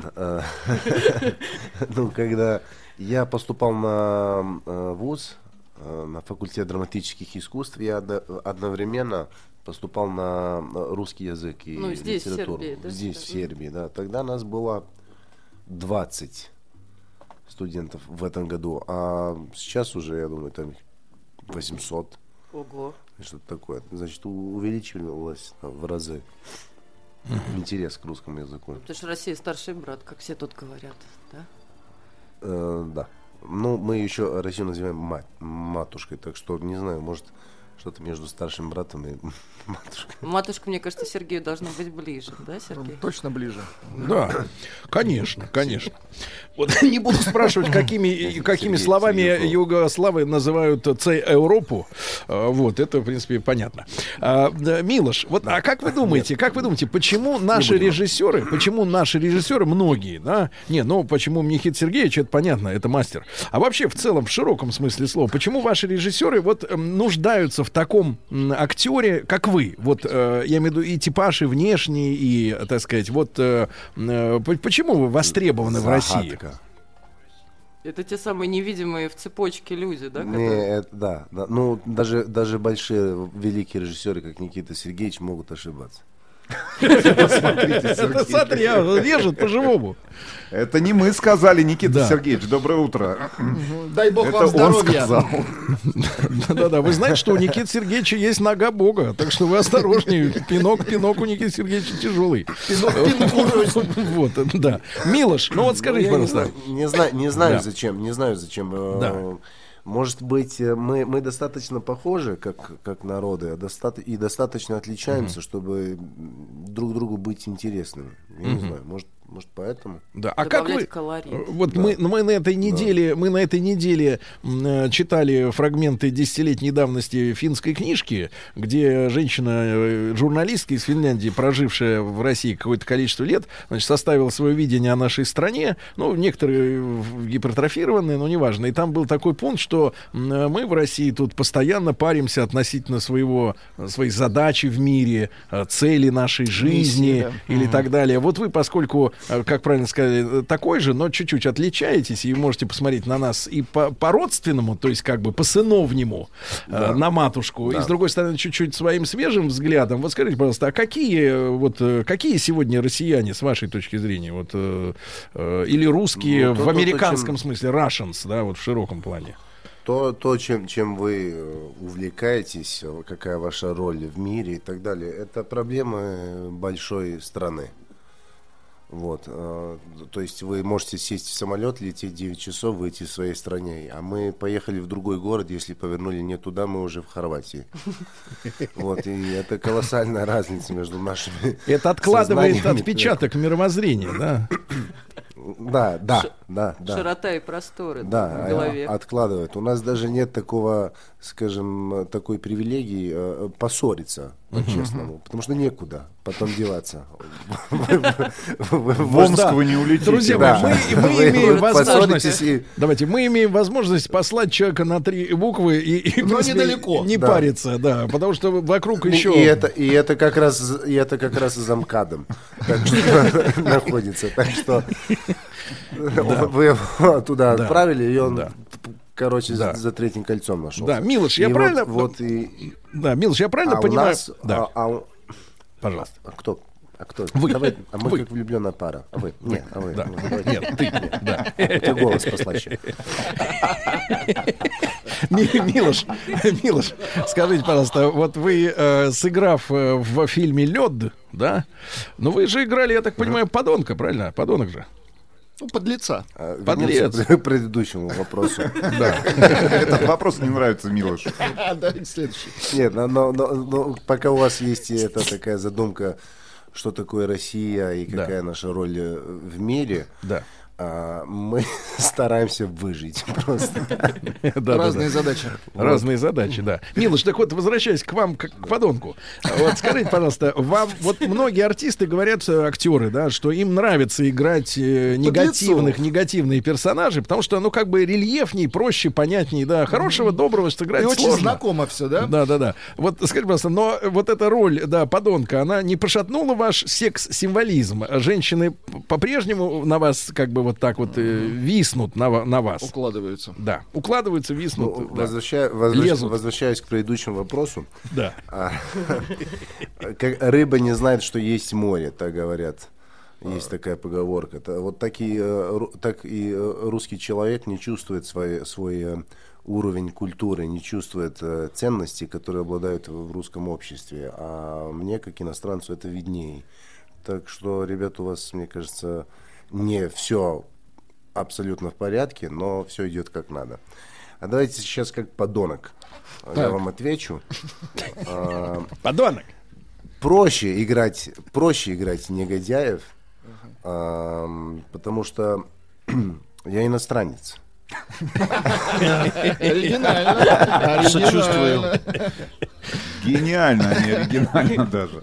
Когда я поступал на вуз, на факультет драматических искусств, я одновременно поступал на русский язык и литературу. Здесь, в Сербии, да. Тогда нас было 20 студентов в этом году, а сейчас уже, я думаю, там 800. Ого. Что-то такое. Значит, увеличивалось в разы интерес к русскому языку. Потому что Россия старший брат, как все тут говорят, да? Да. Ну, мы еще Россию называем матушкой, так что, не знаю, может, что-то между старшим братом и матушкой. Матушка, мне кажется, Сергею должна быть ближе, да, Сергей? Точно ближе. Да, конечно. Вот не буду спрашивать, какими словами югославы называют Европу. Вот, это, в принципе, понятно. Милош, вот, а как вы думаете, почему наши режиссеры, многие, да, почему Никита Сергееевич, это понятно, это мастер, а вообще в целом, в широком смысле слова, почему ваши режиссеры вот нуждаются в таком актере, как вы? Вот, я имею в виду и типаж, и внешний, и, так сказать, вот почему вы востребованы в России? Это те самые невидимые в цепочке люди, да? Да. Ну, даже большие, великие режиссеры, как Никита Сергеевич, могут ошибаться. Посмотрите, смотри, режет по-живому. Это не мы сказали, Никита Сергеевич. Доброе утро. Дай бог вам здоровья. Да-да, вы знаете, что у Никиты Сергеевича есть нога Бога, так что вы осторожнее. Пинок у Никиты Сергеевича тяжелый. Вот, да. Милош, ну вот скажите, пожалуйста. Не знаю зачем. Может быть, мы достаточно похожи, как народы, и достаточно отличаемся, чтобы друг другу быть интересными. Я не знаю, Может, поэтому? Да. А как вы? Колорит. Вот да. мы на этой неделе читали фрагменты десятилетней давности финской книжки, где женщина, журналистка из Финляндии, прожившая в России какое-то количество лет, значит, составила свое видение о нашей стране. Ну, некоторые гипертрофированные, но неважно. И там был такой пункт, что мы в России тут постоянно паримся относительно своей задачи в мире, цели нашей жизни или так далее. Вот вы, поскольку, как правильно сказали, такой же, но чуть-чуть отличаетесь, и можете посмотреть на нас и по-родственному, то есть как бы по-сыновнему, на матушку, и с другой стороны чуть-чуть своим свежим взглядом. Вот скажите, пожалуйста, а какие сегодня россияне, с вашей точки зрения, или русские в американском смысле, Russians, да, вот в широком плане? Чем вы увлекаетесь, какая ваша роль в мире и так далее, это проблемы большой страны. Вот, то есть вы можете сесть в самолет, лететь 9 часов, выйти в своей стране, а мы поехали в другой город, если повернули не туда, мы уже в Хорватии. Вот, и это колоссальная разница между нашими. Это откладывает отпечаток мировоззрения, да? Да. Широта и просторы в голове. Откладывает. У нас даже нет такой привилегии поссориться, по-честному, потому что некуда потом деваться. В Омск вы не улетите. Друзья мои, мы имеем возможность, давайте, мы имеем возможность послать человека на 3 буквы и недалеко не париться, да, потому что вокруг еще... И это как раз за МКАДом находится, так что вы его туда отправили, и он... Короче, за третьим кольцом нашел. Да, Милош, я правильно... Да, Милош, я правильно понимаю... Да. Пожалуйста. А кто? Вы. Мы как влюбленная пара. А вы? Нет, Да. Нет, ты. Да. Ты голос послаще. Милош, скажите, пожалуйста, вот вы, сыграв в фильме «Лед», да, но вы же играли, я так понимаю, подонка, правильно? Подонок же. Ну, подлеца. Подлец. К предыдущему вопросу. Да. Этот вопрос не нравится Милошу. Давайте следующий. Нет, но пока у вас есть такая задумка, что такое Россия и какая наша роль в мире, мы стараемся выжить просто. Разные задачи. Разные задачи, да. Милош, так вот, возвращаясь к вам, к подонку. Вот скажите, пожалуйста, вам, вот многие артисты говорят, актеры, да, что им нравится играть негативные персонажи, потому что, ну, как бы рельефней, проще, понятней, да, хорошего, доброго сыграть сложно. И очень знакомо все, да? Да. Вот скажите, пожалуйста, но вот эта роль, да, подонка, она не пошатнула ваш секс-символизм? Женщины по-прежнему на вас, как бы, вот так вот виснут на вас. Укладываются. Да, укладываются, виснут. Ну, возвращаясь к предыдущему вопросу. Да. Рыба не знает, что есть море, так говорят. Есть такая поговорка. Вот так и русский человек не чувствует свой уровень культуры, не чувствует ценностей, которые обладают в русском обществе. А мне, как иностранцу, это виднее. Так что, ребята, у вас, мне кажется, не все абсолютно в порядке, но все идет как надо. А давайте сейчас как подонок. Я вам отвечу. Подонок. Проще играть негодяев, потому что я иностранец. Оригинально. Сочувствую. Гениально, а не оригинально даже.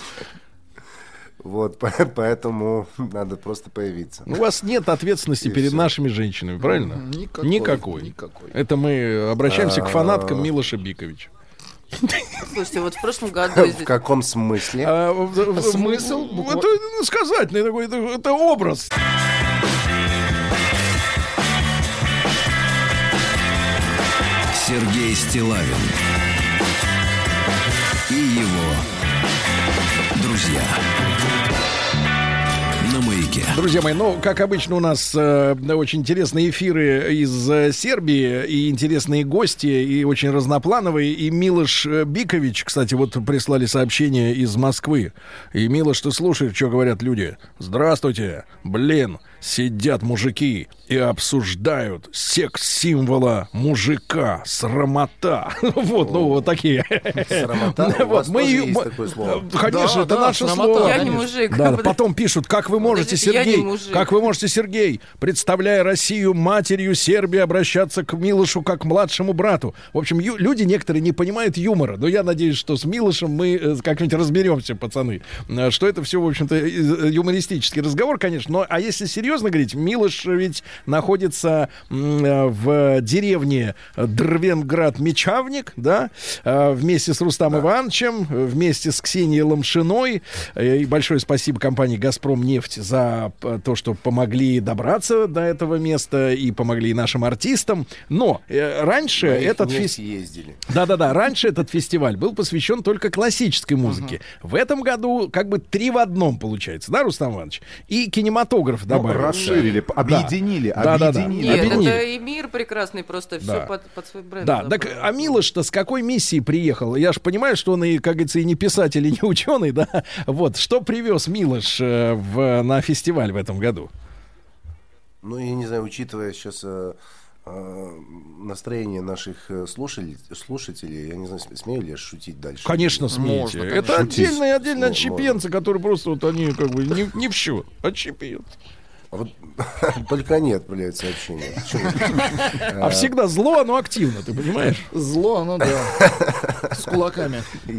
Вот, поэтому надо просто появиться. У вас нет ответственности перед нашими женщинами, правильно? Никакой. Это мы обращаемся к фанаткам Милоша Биковича. Слушайте, вот в прошлом году... В каком смысле? Смысл? Это сказательный такой, это образ. Сергей Стиллавин и его друзья. На Маяке. Друзья мои, ну, как обычно, у нас очень интересные эфиры из Сербии, и интересные гости, и очень разноплановые. И Милош Бикович, кстати, вот прислали сообщение из Москвы. И, Милош, ты слушаешь, что говорят люди? Здравствуйте, блин, Сидят мужики и обсуждают секс-символа мужика. Срамота. Вот, ну, вот такие. Срамота? У вас тоже есть такое слово? Конечно, это наше слово. Я не мужик. Да, потом пишут, как вы можете, Сергей, представляя Россию матерью Сербии, обращаться к Милошу как к младшему брату. В общем, люди некоторые не понимают юмора. Но я надеюсь, что с Милошем мы как-нибудь разберемся, пацаны. Что это все, в общем-то, юмористический разговор, конечно. Но, а если серьезно говорить, Милош ведь находится в деревне Дрвенград-Мечавник, да, вместе с Рустамом Ивановичем, вместе с Ксенией Ломшиной. И большое спасибо компании «Газпромнефть» за то, что помогли добраться до этого места и помогли и нашим артистам. Но раньше этот раньше этот фестиваль был посвящен только классической музыке. В этом году как бы 3 в 1 получается, да, Рустам Иванович? И кинематограф добавили. Расширили, объединили. Нет, это и мир прекрасный, просто все под свой бренд. Да, так, а Милош-то с какой миссией приехал? Я же понимаю, что он и, как говорится, и не писатель, и не ученый, да? Вот, что привез Милош на фестиваль в этом году? Ну, я не знаю, учитывая сейчас настроение наших слушателей, я не знаю, смею ли я шутить дальше? Конечно, смеете. Это отдельные отщепенцы, которые просто вот они как бы не в счет. Отщепенцы. Вот, только они отправляют сообщения. А всегда зло, оно активно, ты понимаешь? Зло, оно, да. С кулаками.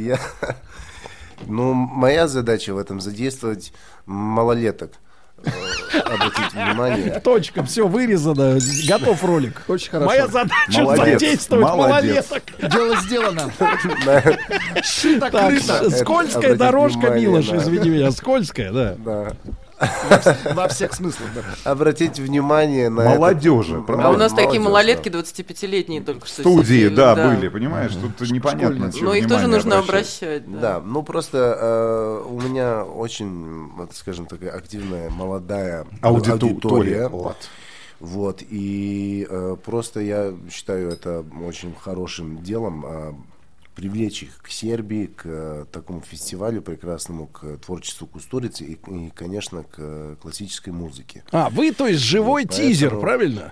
Ну, моя задача в этом задействовать малолеток. Обратить внимание. Точка, все вырезано, готов ролик. Очень хорошо. Моя задача задействовать малолеток. Дело сделано. Шито-крыто. Скользкая дорожка, Милош, извини меня, скользкая, да. Во всех смыслах, да. Обратите внимание на молодежи. А у нас такие малолетки 25-летние только что. Студии, да, были, понимаешь, тут непонятно. Но их тоже нужно обращать. Да, ну просто у меня очень, скажем так, активная молодая аудитория. Вот, и просто я считаю это очень хорошим делом привлечь их к Сербии, к такому фестивалю прекрасному, к творчеству Кустурицы и конечно, к классической музыке. А, вы, то есть, живой тизер, правильно?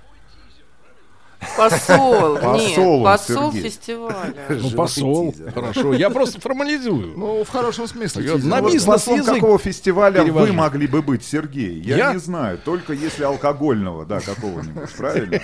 Посол фестиваля. Ну, посол, хорошо. Я просто формализую. Ну, в хорошем смысле. На бизнес-язык какого фестиваля вы могли бы быть, Сергей? Я не знаю, только если алкогольного, да, какого-нибудь, правильно?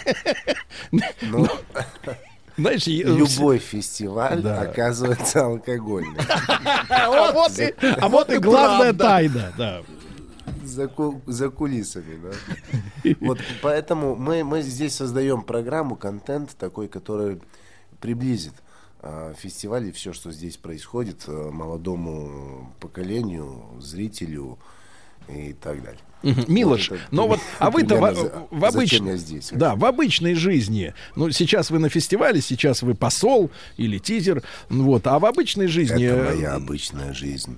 Знаешь, любой фестиваль оказывается алкогольным. А вот и главная тайна, да. За кулисами, да. Вот поэтому мы здесь создаем программу, контент такой, который приблизит фестиваль и все, что здесь происходит, молодому поколению, зрителю и так далее. Милош, но вот, а вы-то в обычной жизни, ну, сейчас вы на фестивале, сейчас вы посол или тизер, вот, а в обычной жизни... Это моя обычная жизнь.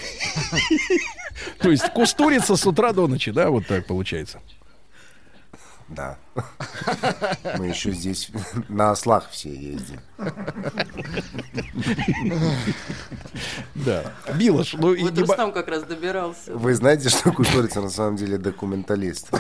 То есть Кустурица с утра до ночи, да, вот так получается? Да. Мы еще здесь на ослах все ездим. Да. Милош, ну и... Вот Рустам как раз добирался. Вы знаете, что Кустурица на самом деле документалист?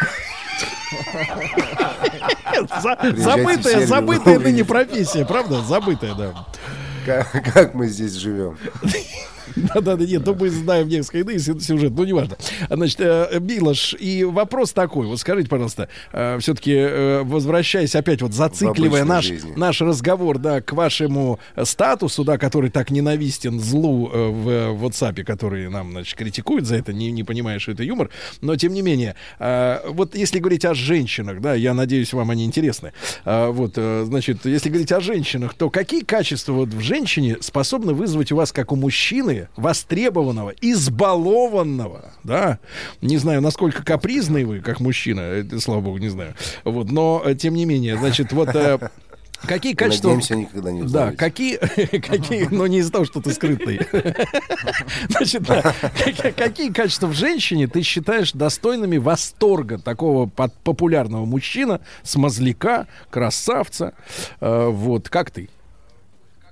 Забытая ныне профессия, правда? Забытая, да. Как мы здесь живем? Да, нет, то мы знаем несколько иные сюжет, но неважно. Значит, Милош, и вопрос такой, вот скажите, пожалуйста, все-таки возвращаясь опять вот зацикливая наш разговор, да, к вашему статусу, да, который так ненавистен злу в WhatsApp, который нам, значит, критикуют за это, не понимая, что это юмор, но тем не менее, вот если говорить о женщинах, да, я надеюсь, вам они интересны, вот, значит, если говорить о женщинах, то какие качества вот в женщине способны вызвать у вас, как у мужчины, востребованного, избалованного, да, не знаю, насколько капризный вы, как мужчина, это, слава богу, не знаю, вот, но, тем не менее, значит, вот... Какие качества... Надеемся, никогда не узнаете. Да, какие, но не из-за того, что ты скрытный. Значит, какие качества в женщине ты считаешь достойными восторга такого популярного мужчины, смазляка, красавца, вот, как ты?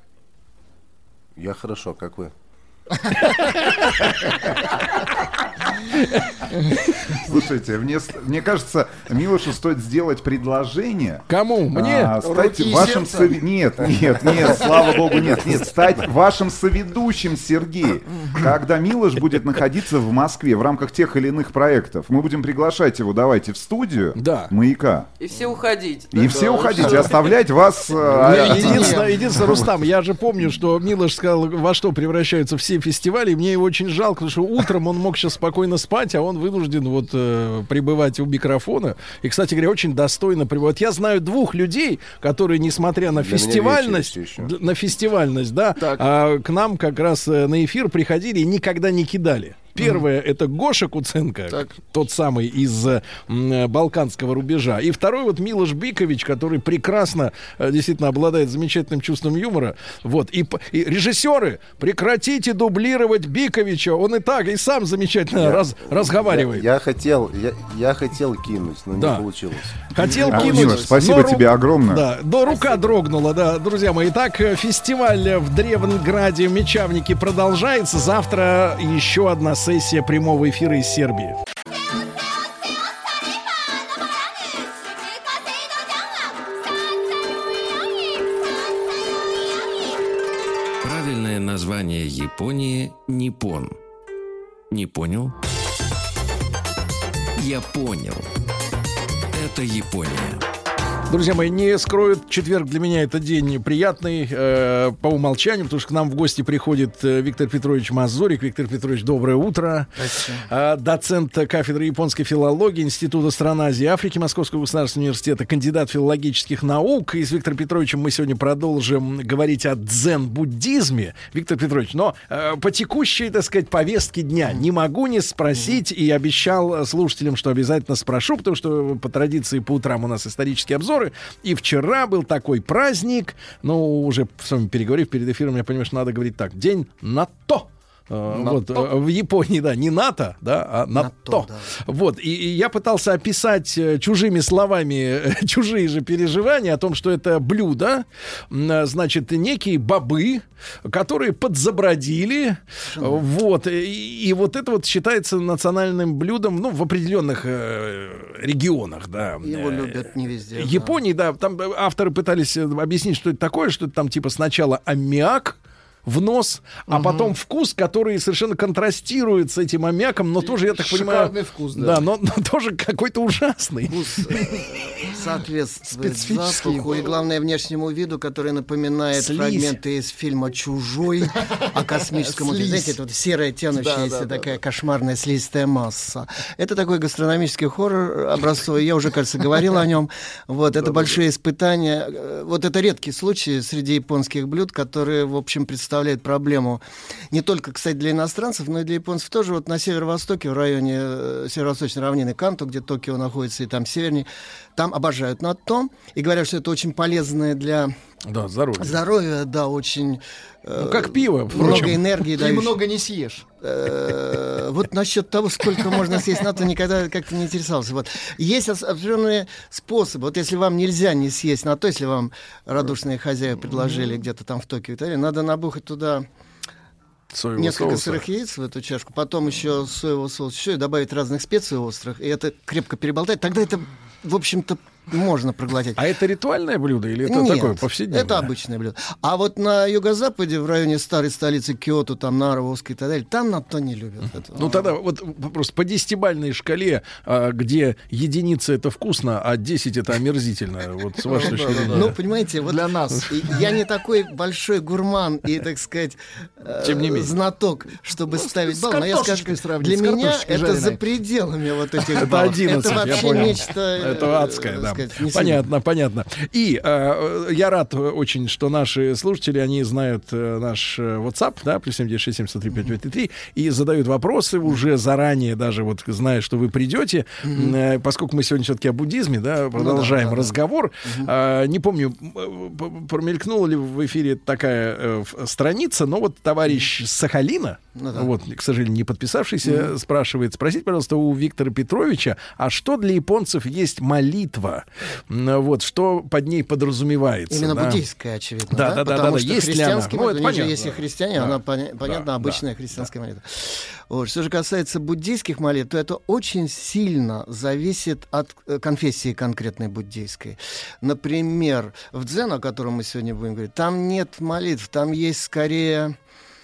Я хорошо, как вы? Слушайте, мне кажется, Милошу стоит сделать предложение. Кому? Мне? Стать вашим Нет, слава богу, нет. Стать вашим соведущим, Сергей. Когда Милош будет находиться в Москве в рамках тех или иных проектов, мы будем приглашать его, давайте, в студию «Маяка». И все уходить. И все уходить, и оставлять вас... Единственное, Рустам, я же помню, что Милош сказал, во что превращаются все фестивали, и мне его очень жалко, потому что утром он мог сейчас спокойно спать, а он вынужден вот пребывать у микрофона. И, кстати говоря, очень достойно пребывать. Я знаю двух людей, которые, несмотря на фестивальность, к нам как раз на эфир приходили и никогда не кидали. Первое это Гоша Куценко, тот самый из балканского рубежа. И второй вот Милош Бикович, который прекрасно, действительно обладает замечательным чувством юмора. Вот. И режиссеры, прекратите дублировать Биковича. Он и так, и сам замечательно разговаривает. Я хотел кинуть, но не получилось. Хотел кинуть. Милош, спасибо тебе огромное. Да, рука дрогнула, да, друзья мои. Итак, фестиваль в Древнграде Мечавники продолжается. Завтра еще одна сессия прямого эфира из Сербии. Правильное название Японии — Ниппон. Не понял? Я понял. Это Япония. Друзья мои, не скроют, четверг для меня это день приятный по умолчанию, потому что к нам в гости приходит Виктор Петрович Мазурик. Виктор Петрович, доброе утро. Доцент кафедры японской филологии Института стран Азии и Африки Московского государственного университета, кандидат филологических наук. И с Виктором Петровичем мы сегодня продолжим говорить о дзен-буддизме. Виктор Петрович, но по текущей, так сказать, повестке дня не могу не спросить, и обещал слушателям, что обязательно спрошу, потому что по традиции по утрам у нас исторические обзоры. И вчера был такой праздник, но уже с вами переговорив перед эфиром, я понимаю, что надо говорить так: День НАТО. Вот, в Японии, да, не НАТО, да, а НАТО. Да. Вот, и я пытался описать чужими словами чужие же переживания о том, что это блюдо, значит, некие бобы, которые подзабродили, вот, и вот это вот считается национальным блюдом, ну, в определенных регионах, да. Его любят не везде. Японии, да, там авторы пытались объяснить, что это такое, что это там типа сначала аммиак в нос, а потом вкус, который совершенно контрастирует с этим аммиаком, но тоже, я так понимаю... Шикарный вкус, да. Да, но тоже какой-то ужасный. Вкус соответствует запаху и, главное, внешнему виду, который напоминает фрагменты из фильма «Чужой» о космическом... Знаете, это вот серая, тянущаяся такая кошмарная слизистая масса. Это такой гастрономический хоррор образцовый, я уже, кажется, говорил о нем. Вот, это большие испытания. Вот это редкий случай среди японских блюд, которые, в общем, представляют проблему не только, кстати, для иностранцев, но и для японцев тоже. Вот на северо-востоке, в районе северо-восточной равнины Канто, где Токио находится, и там севернее, там обожают натто и говорят, что это очень полезное для здоровья, да, очень... Ну, как пиво, много энергии дающее. Ты много не съешь. Вот насчет того, сколько можно съесть натто, никогда как-то не интересовался. Вот. Есть определенные способы. Вот если вам нельзя не съесть натто, если вам радушные хозяева предложили где-то там в Токио, надо набухать туда несколько сырых яиц в эту чашку, потом еще соевого соуса, еще и добавить разных специй острых, и это крепко переболтать. Тогда это, в общем-то, можно проглотить. А это ритуальное блюдо или это такое повседневное? Это обычное блюдо. А вот на юго-западе, в районе старой столицы Киото, там Нара, Оска и так далее, там натто не любят. Ну тогда вот просто по 10-бальной шкале, где единица это вкусно, а 10 это омерзительно. Вот с вашей точки зрения. Ну, понимаете, вот для нас. Я не такой большой гурман и, так сказать, знаток, чтобы ставить балл. Но я скажу, для меня это за пределами вот этих баллов. Это 11, это вообще нечто... Это адское, да. Понятно. И я рад очень, что наши слушатели, они знают наш WhatsApp, да, плюс 7967-103-5533, и задают вопросы уже заранее, даже вот зная, что вы придете. Поскольку мы сегодня все-таки о буддизме, да, продолжаем разговор. Не помню, промелькнула ли в эфире такая страница, но вот товарищ с Сахалина, вот, к сожалению, не подписавшийся, спрашивает: спросите, пожалуйста, у Виктора Петровича, а что для японцев есть молитва? Вот, что под ней подразумевается. Именно да? буддийская, очевидно. Да. Потому что Есть христианская молитва, понятно. если христиане, она, понятно, обычная христианская молитва. Вот. Что же касается буддийских молитв, то это очень сильно зависит от конфессии конкретной буддийской. Например, в дзен, о котором мы сегодня будем говорить, там нет молитв, там есть скорее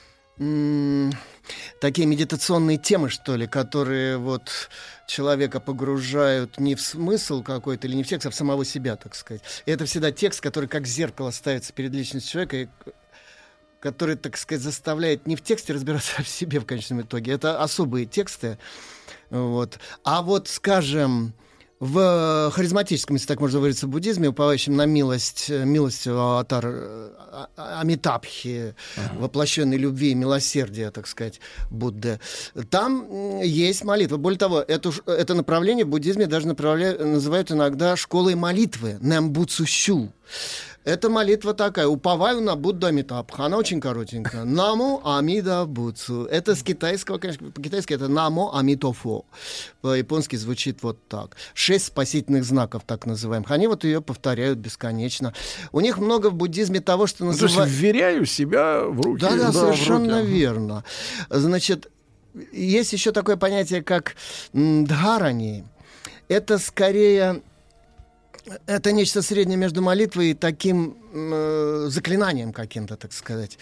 такие медитационные темы, что ли, которые вот человека погружают не в смысл какой-то или не в текст, а в самого себя, так сказать. И это всегда текст, который как зеркало ставится перед личностью человека, и который, так сказать, заставляет не в тексте разбираться, а в себе в конечном итоге. Это особые тексты. Вот. А вот, скажем, в харизматическом, если так можно выразиться, буддизме, уповающем на милость аватар Амитабхи, воплощенной любви и милосердия, так сказать, Будды, там есть молитва. Более того, это направление в буддизме даже называют иногда школой молитвы, Нэмбуцущу. Это молитва такая: уповаю на Будду Амитабха. Она очень коротенькая. Намо Амида Буцу. Это с китайского, конечно, по-китайски это Намо Амитофо. По-японски звучит вот так. 6 спасительных знаков, так называемых. Они вот ее повторяют бесконечно. У них много в буддизме того, что называют... То есть вверяю себя в руки. Да, совершенно верно. Значит, есть еще такое понятие, как дхарани. Это скорее... Это нечто среднее между молитвой и таким заклинанием каким-то, так сказать.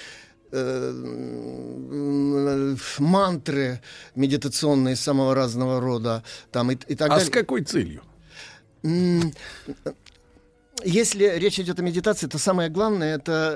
Мантры медитационные самого разного рода. Там, и так далее. С какой целью? Если речь идет о медитации, то самое главное —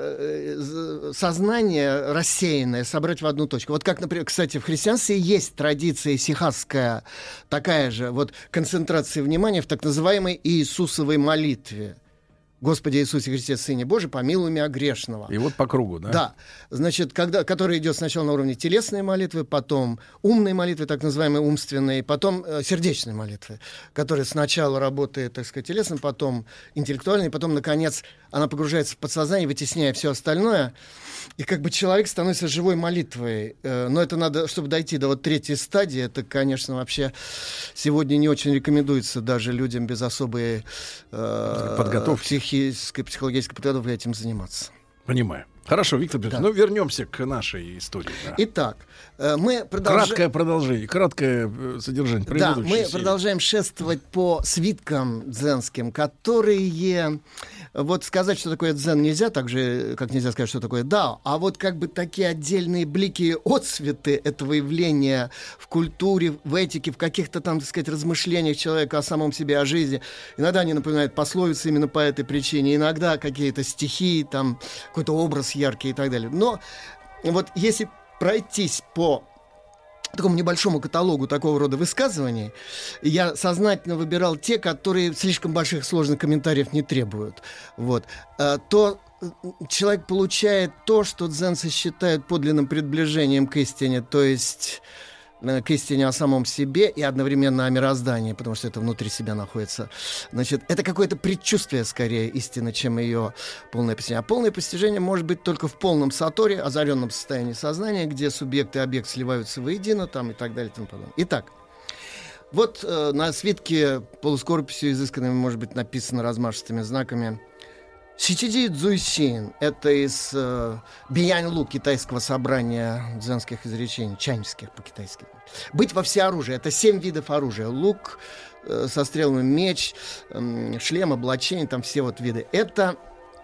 это сознание рассеянное собрать в одну точку. Вот как, например, кстати, в христианстве есть традиция сихасская, такая же, вот концентрация внимания в так называемой Иисусовой молитве. Господи Иисусе Христе, Сыне Божий, помилуй меня грешного. И вот по кругу, да? Да. Значит, которая идет сначала на уровне телесной молитвы, потом умной молитвы, так называемой умственной, потом сердечной молитвы, которая сначала работает, так сказать, телесно, потом интеллектуальной, потом, наконец, она погружается в подсознание, вытесняя все остальное. И как бы человек становится живой молитвой. Но это надо, чтобы дойти до вот третьей стадии, это, конечно, вообще сегодня не очень рекомендуется даже людям без особой подготовки, психологической подготовки этим заниматься. Понимаю. Хорошо, Виктор Петрович, вернемся к нашей истории. Да. Итак, мы продолжаем... краткое содержание. Да, мы продолжаем шествовать по свиткам дзенским, которые... Вот сказать, что такое дзен, нельзя, так же, как нельзя сказать, что такое дао, а вот как бы такие отдельные блики, отцветы этого явления в культуре, в этике, в каких-то там, так сказать, размышлениях человека о самом себе, о жизни. Иногда они напоминают пословицы именно по этой причине, иногда какие-то стихи, там, какой-то образ яркий и так далее. Но вот если пройтись по такому небольшому каталогу такого рода высказываний, я сознательно выбирал те, которые слишком больших сложных комментариев не требуют. Вот. То человек получает то, что дзенцы считают подлинным приближением к истине, то есть к истине о самом себе и одновременно о мироздании, потому что это внутри себя находится. Значит, это какое-то предчувствие, скорее, истины, чем ее полное постижение. А полное постижение может быть только в полном саторе, озаренном состоянии сознания, где субъект и объект сливаются воедино, там, и так далее, и тому подобное. Итак, вот на свитке полускорописью изысканными, может быть, написано размашистыми знаками Сичиди Цзуйсин. Это из Биянь-Лу, китайского собрания дзенских изречений, чаньских по-китайски. Быть во всеоружии. Это 7 видов оружия. Лук со стрелами, меч, шлем, облачение, там все вот виды. Это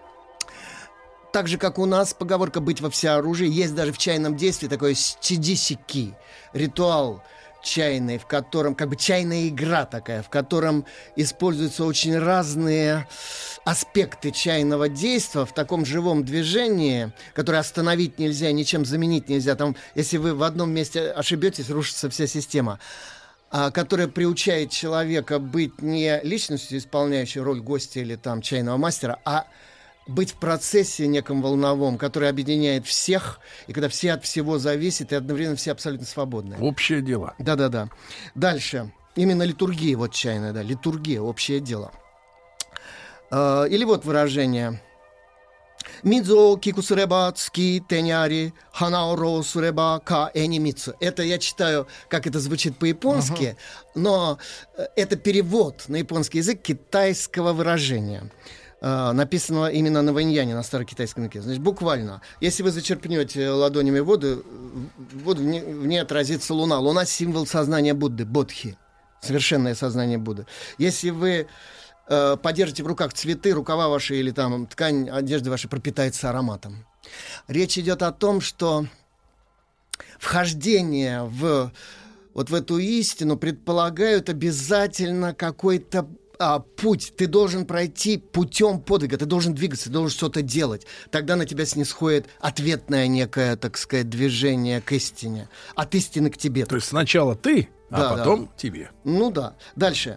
так же, как у нас поговорка «быть во всеоружии». Есть даже в чайном действии такое сичиди-сики, ритуал чайный, в котором, как бы чайная игра такая, в котором используются очень разные аспекты чайного действия в таком живом движении, которое остановить нельзя, ничем заменить нельзя. Там, если вы в одном месте ошибетесь, рушится вся система. Которая приучает человека быть не личностью, исполняющей роль гостя или там чайного мастера, а быть в процессе неком волновом, который объединяет всех, и когда все от всего зависят, и одновременно все абсолютно свободны. Общее дело. Да-да-да. Дальше. Именно литургия, вот чайная, да, литургия, общее дело. Или вот выражение. Мидзо кикусуреба цки теняри ханаоро суреба ка энимицу. Это я читаю, как это звучит по-японски, но это перевод на японский язык китайского выражения, написанного именно на вэньяне, на старокитайском языке. Значит, буквально, если вы зачерпнете ладонями воду, в ней отразится луна. Луна — символ сознания Будды, бодхи, совершенное сознание Будды. Если вы подержите в руках цветы, рукава ваши или там ткань одежды вашей пропитается ароматом. Речь идет о том, что вхождение в эту истину предполагает обязательно какой-то путь. Ты должен пройти путем подвига, ты должен двигаться, ты должен что-то делать. Тогда на тебя снисходит ответное некое, так сказать, движение к истине. От истины к тебе. То есть сначала ты, а потом тебе. Ну да. Дальше.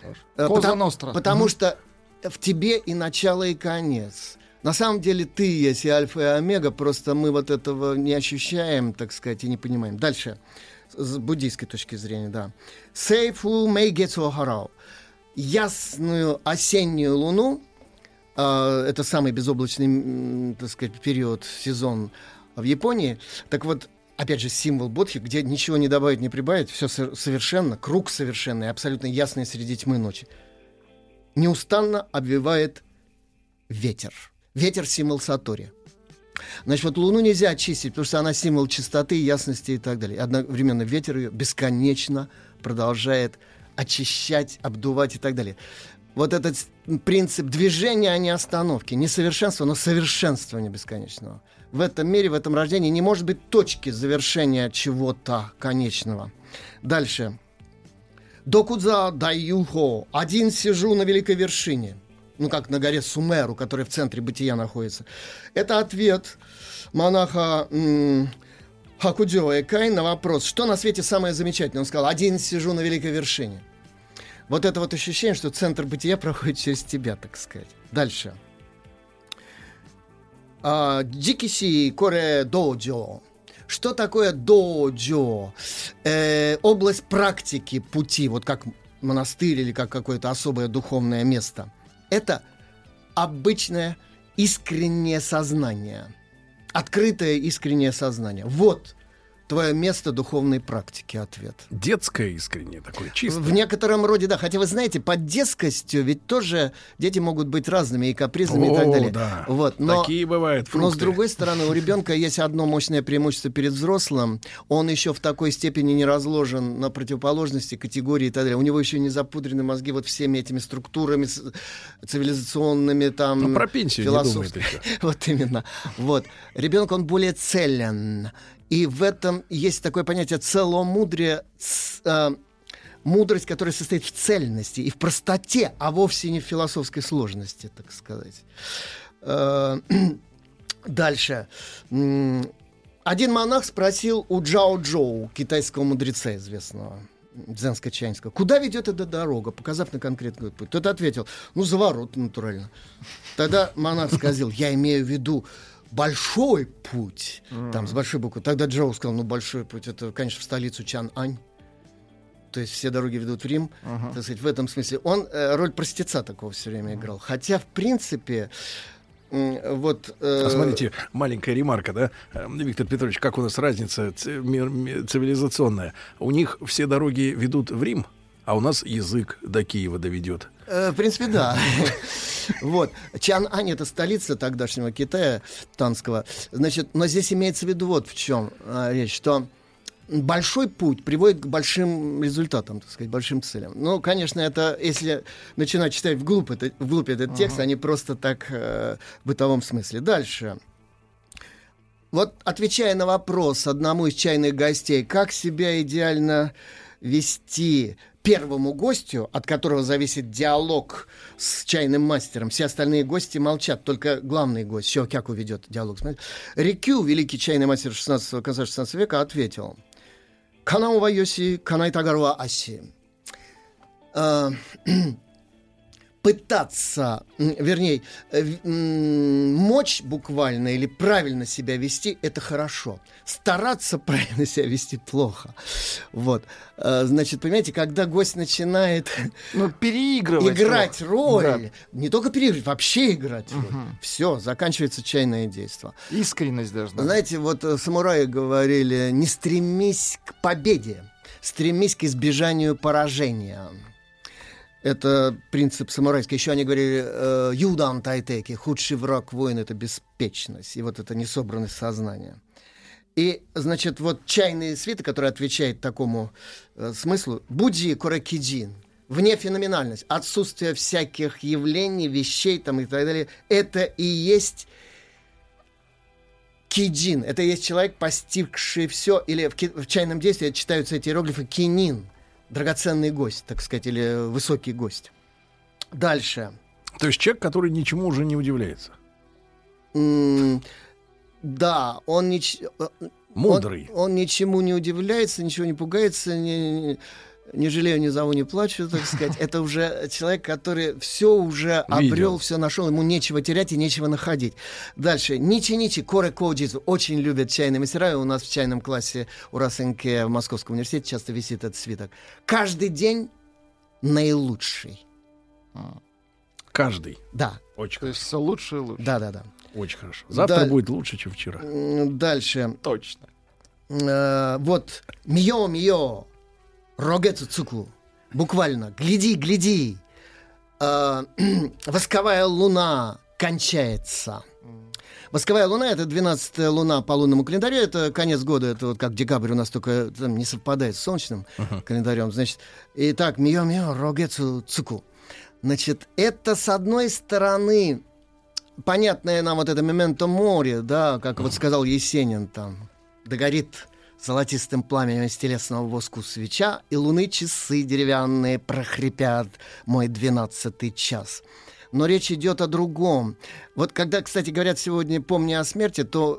Потому что в тебе и начало, и конец. На самом деле ты есть и альфа, и омега, просто мы вот этого не ощущаем, так сказать, и не понимаем. Дальше, с буддийской точки зрения, да. Сейфу мэйгетсу харау. Ясную осеннюю луну, это самый безоблачный, так сказать, период, сезон в Японии. Так вот, опять же, символ бодхи, где ничего не добавить, не прибавить, все совершенно, круг совершенный, абсолютно ясный среди тьмы ночи. Неустанно обвивает ветер. Ветер — символ сатори. Значит, вот луну нельзя очистить, потому что она символ чистоты, ясности и так далее. Одновременно ветер ее бесконечно продолжает очищать, обдувать и так далее. Вот этот принцип движения, а не остановки. Не совершенства, но совершенствования бесконечного. В этом мире, в этом рождении не может быть точки завершения чего-то конечного. Дальше. Докудза даюхо. Один сижу на великой вершине. Ну, как на горе Сумеру, которая в центре бытия находится. Это ответ монаха Хакудзё Экай на вопрос, что на свете самое замечательное. Он сказал: один сижу на великой вершине. Вот это вот ощущение, что центр бытия проходит через тебя, так сказать. Дальше. Джикиси коре доджо. Что такое доджо? Область практики пути, вот как монастырь или как какое-то особое духовное место. Это обычное искреннее сознание. Открытое искреннее сознание. Вот твое место духовной практики, ответ. Детское искреннее такое, чистое. В некотором роде, да. Хотя вы знаете, под детскостью ведь тоже дети могут быть разными и капризными и так далее. Да. Вот, но, такие бывают фрукты. Но с другой стороны, у ребенка есть одно мощное преимущество перед взрослым. Он еще в такой степени не разложен на противоположности, категории и так далее. У него еще не запудрены мозги вот всеми этими структурами цивилизационными, там, но про пенсию не думает еще. Вот именно. Вот. Ребенок, он более целен. И в этом есть такое понятие целомудрие, мудрость, которая состоит в цельности и в простоте, а вовсе не в философской сложности, так сказать. Дальше. Один монах спросил у Джао Джоу, китайского мудреца известного, дзен-скачанского, куда ведет эта дорога, показав на конкретный путь. Тот ответил: ну, за ворот, натурально. Тогда монах сказал: я имею в виду большой путь, там с большой буквы. Тогда Джоу сказал: ну, большой путь, это, конечно, в столицу Чан-Ань. То есть все дороги ведут в Рим. Так сказать, в этом смысле он роль простеца такого все время играл. Хотя, в принципе, вот... Смотрите, маленькая ремарка, да, Виктор Петрович, как у нас разница цивилизационная. У них все дороги ведут в Рим, а у нас язык до Киева доведет. В принципе, да. Вот. Чан-Ань — это столица тогдашнего Китая, танского. Значит, но здесь имеется в виду вот в чем речь, что большой путь приводит к большим результатам, так сказать, большим целям. Ну, конечно, это, если начинать читать вглубь этот текст, а не просто так в бытовом смысле. Дальше. Вот, отвечая на вопрос одному из чайных гостей, как себя идеально вести первому гостю, от которого зависит диалог с чайным мастером. Все остальные гости молчат, только главный гость, Сёкяку, ведет диалог. Рикю, великий чайный мастер конца 16 века, ответил: «Канау йоси, канай тагару аси». пытаться, вернее, мочь буквально или правильно себя вести, это хорошо. Стараться правильно себя вести плохо. Вот. Значит, понимаете, когда гость начинает играть роль, не только переигрывать, вообще играть роль, все, заканчивается чайное действие. Искренность должна. Знаете, вот самураи говорили, не стремись к победе, стремись к избежанию поражения. Это принцип самурайский. Еще они говорили, юдан тайтеки, худший враг воина — это беспечность. И вот это несобранность сознания. И, значит, вот чайный свиток, который отвечает такому смыслу, буджи корекиджин, вне феноменальность, отсутствие всяких явлений, вещей там, и так далее, это и есть киджин. Это и есть человек, постигший все, или в чайном действии читаются эти иероглифы кинин. Драгоценный гость, так сказать, или высокий гость. Дальше. То есть человек, который ничему уже не удивляется. Да, он мудрый. Он ничему не удивляется, ничего не пугается, не жалею, не зову, не плачу, так сказать. Это уже человек, который все уже обрел, все нашел, ему нечего терять и нечего находить. Дальше. Ничи-ничи, коре коджизу. Очень любят чайные мастера. И у нас в чайном классе у Расенке в Московском университете часто висит этот свиток. Каждый день наилучший. Каждый? Да. Очень То есть все лучше и лучше. Да. Очень хорошо. Завтра будет лучше, чем вчера. Дальше. Точно. Вот. Мио-мио. Рогецу цуку. Буквально. Гляди. Восковая луна кончается. Восковая луна — это 12-я луна по лунному календарю. Это конец года. Это вот как декабрь у нас только там не совпадает с солнечным календарем. Значит, итак, мио-мио рогецу цуку. Значит, это с одной стороны понятное нам вот это моменто море, да, как вот сказал Есенин там, догорит золотистым пламенем из телесного воску свеча, и луны часы деревянные прохрипят мой 12-й час. Но речь идет о другом. Вот когда, кстати, говорят сегодня «помни о смерти», то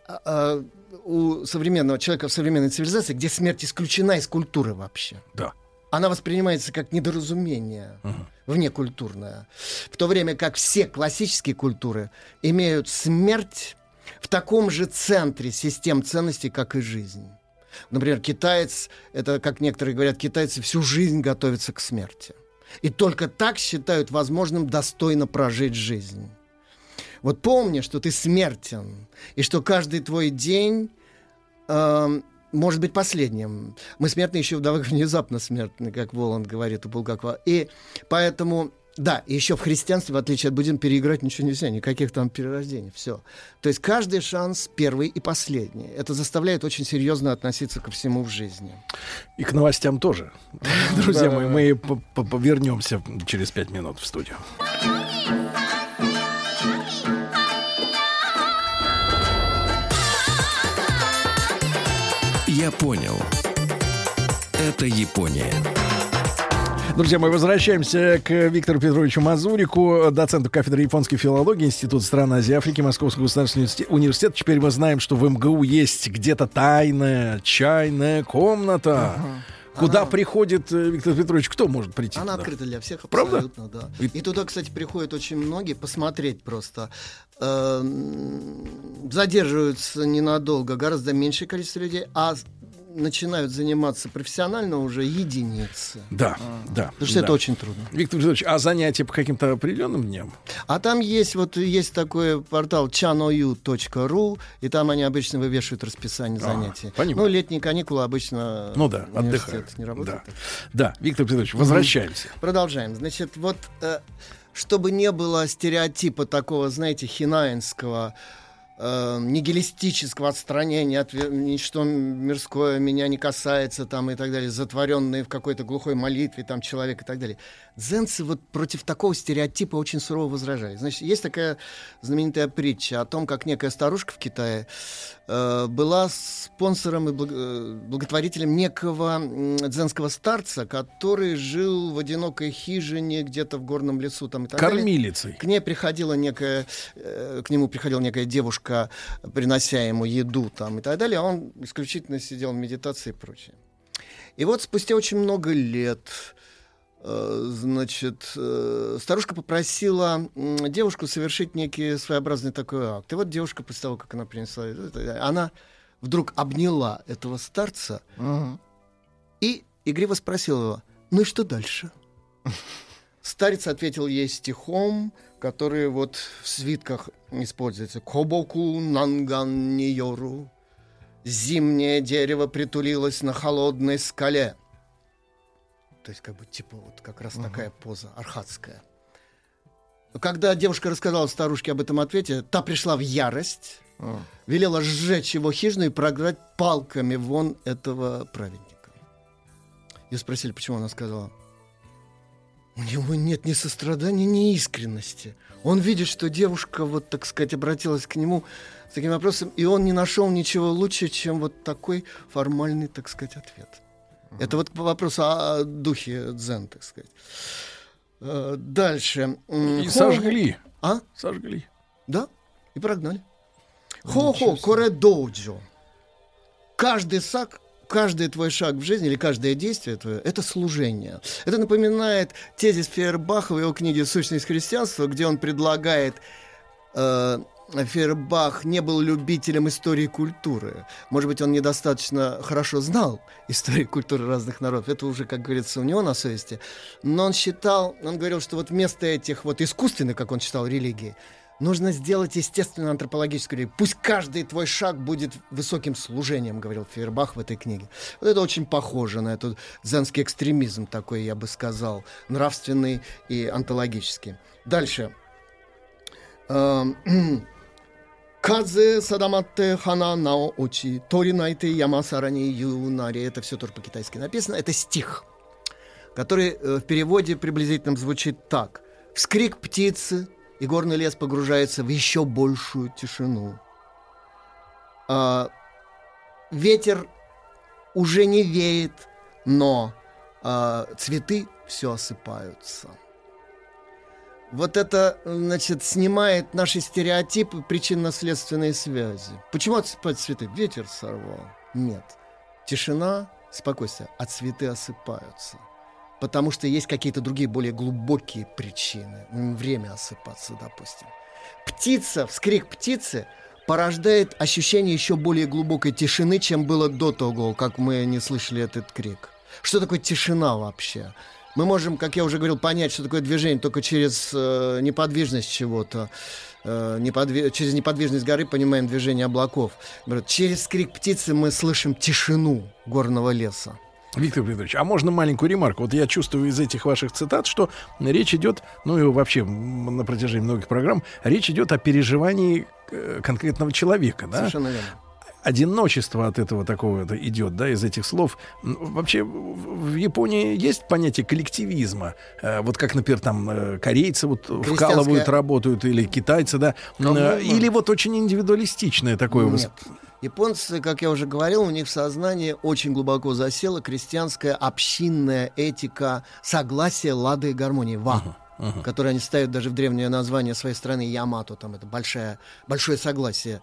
у современного человека в современной цивилизации, где смерть исключена из культуры вообще. Да. Она воспринимается как недоразумение, внекультурное. В то время как все классические культуры имеют смерть в таком же центре систем ценностей, как и жизнь. Например, китаец, это, как некоторые говорят, китайцы всю жизнь готовятся к смерти. И только так считают возможным достойно прожить жизнь. Вот помни, что ты смертен, и что каждый твой день может быть последним. Мы смертны еще вдобавок внезапно смертны, как Воланд говорит у Булгакова. И поэтому... Да, и еще в христианстве, в отличие от буддизма, переиграть ничего нельзя, никаких там перерождений, все. То есть каждый шанс первый и последний. Это заставляет очень серьезно относиться ко всему в жизни. И к новостям тоже. Друзья мои, мы вернемся через 5 минут в студию. Я понял. Это Япония. Друзья, мы возвращаемся к Виктору Петровичу Мазурику, доценту кафедры японской филологии Института стран Азии и Африки Московского государственного университета. Теперь мы знаем, что в МГУ есть где-то тайная чайная комната. Куда приходит Виктор Петрович? Кто может прийти? Она туда? Открыта для всех, правда? Абсолютно, да. И туда, кстати, приходят очень многие посмотреть просто. Задерживаются ненадолго гораздо меньшее количество людей, а начинают заниматься профессионально уже единицы. Да. Потому что это очень трудно. Виктор Петрович, а занятия по каким-то определенным дням? А там есть такой портал chanoyu.ru, и там они обычно вывешивают расписание занятий. Понимаю. Летние каникулы обычно отдыхают. Не работают. Да, Виктор Петрович, возвращаемся. Продолжаем. Значит, вот чтобы не было стереотипа такого, знаете, хинаинского, нигилистического отстранения от ничто мирское меня не касается там и так далее, затворенные в какой-то глухой молитве там человек и так далее. Дзенцы вот против такого стереотипа очень сурово возражали. Значит, есть такая знаменитая притча о том, как некая старушка в Китае была спонсором и благотворителем некого дзенского старца, который жил в одинокой хижине где-то в горном лесу там и так кормилицей. Далее. К нему приходила некая девушка, принося ему еду там и так далее, а он исключительно сидел в медитации и прочее. И вот спустя очень много лет значит, старушка попросила девушку совершить некий своеобразный такой акт. И вот девушка, после того, как она принесла, она вдруг обняла этого старца и игриво спросила его: ну и что дальше? Старец ответил ей стихом, который вот в свитках используется. «Кобоку нанган ниору». Зимнее дерево притулилось на холодной скале. То есть, как бы, типа, вот как раз такая поза архатская. Когда девушка рассказала старушке об этом ответе, та пришла в ярость, велела сжечь его хижину и прогнать палками вон этого праведника. Ее спросили, почему. Она сказала: у него нет ни сострадания, ни искренности. Он видит, что девушка, вот, так сказать, обратилась к нему с таким вопросом, и он не нашел ничего лучше, чем вот такой формальный, так сказать, ответ. Это вот вопрос о духе дзен, так сказать. Дальше. И сожгли. А? Сожгли. Да, и прогнали. Хо-хо, коре-доуджо. Каждый твой шаг в жизни или каждое действие твое — это служение. Это напоминает тезис Фейербаха в его книге «Сущность христианства», где он предлагает... Фейербах не был любителем истории культуры. Может быть, он недостаточно хорошо знал историю культуры разных народов. Это уже, как говорится, у него на совести. Но он говорил, что вот вместо этих вот искусственных, как он считал, религий, нужно сделать естественную антропологическую религию. Пусть каждый твой шаг будет высоким служением, говорил Фейербах в этой книге. Вот это очень похоже на этот дзенский экстремизм такой, я бы сказал, нравственный и онтологический. Дальше. Казе садаматте хана нао очи, тори найте яма сарани юнари. Это все тоже по-китайски написано. Это стих, который в переводе приблизительно звучит так. Вскрик птицы, и горный лес погружается в еще большую тишину. Ветер уже не веет, но цветы все осыпаются. Вот это, значит, снимает наши стереотипы причинно-следственной связи. Почему отсыпать цветы? Ветер сорвал. Нет. Тишина, спокойствие, а цветы осыпаются. Потому что есть какие-то другие, более глубокие причины. Время осыпаться, допустим. Вскрик птицы порождает ощущение еще более глубокой тишины, чем было до того, как мы не слышали этот крик. Что такое тишина вообще? Мы можем, как я уже говорил, понять, что такое движение только через неподвижность чего-то. Через неподвижность горы понимаем движение облаков. Через крик птицы мы слышим тишину горного леса. Виктор Петрович, а можно маленькую ремарку? Вот я чувствую из этих ваших цитат, что речь идет, ну и вообще на протяжении многих программ, речь идет о переживании конкретного человека. Да? Совершенно верно. Одиночество от этого такого идет, да, из этих слов. Вообще в Японии есть понятие коллективизма. Вот как, например, там корейцы вот вкалывают, работают, или китайцы, да. Или вот очень индивидуалистичное такое. Нет. Японцы, как я уже говорил, у них в сознании очень глубоко засела крестьянская общинная этика согласия, лады и гармонии. Которые они ставят даже в древнее название своей страны Ямато, там это большое согласие.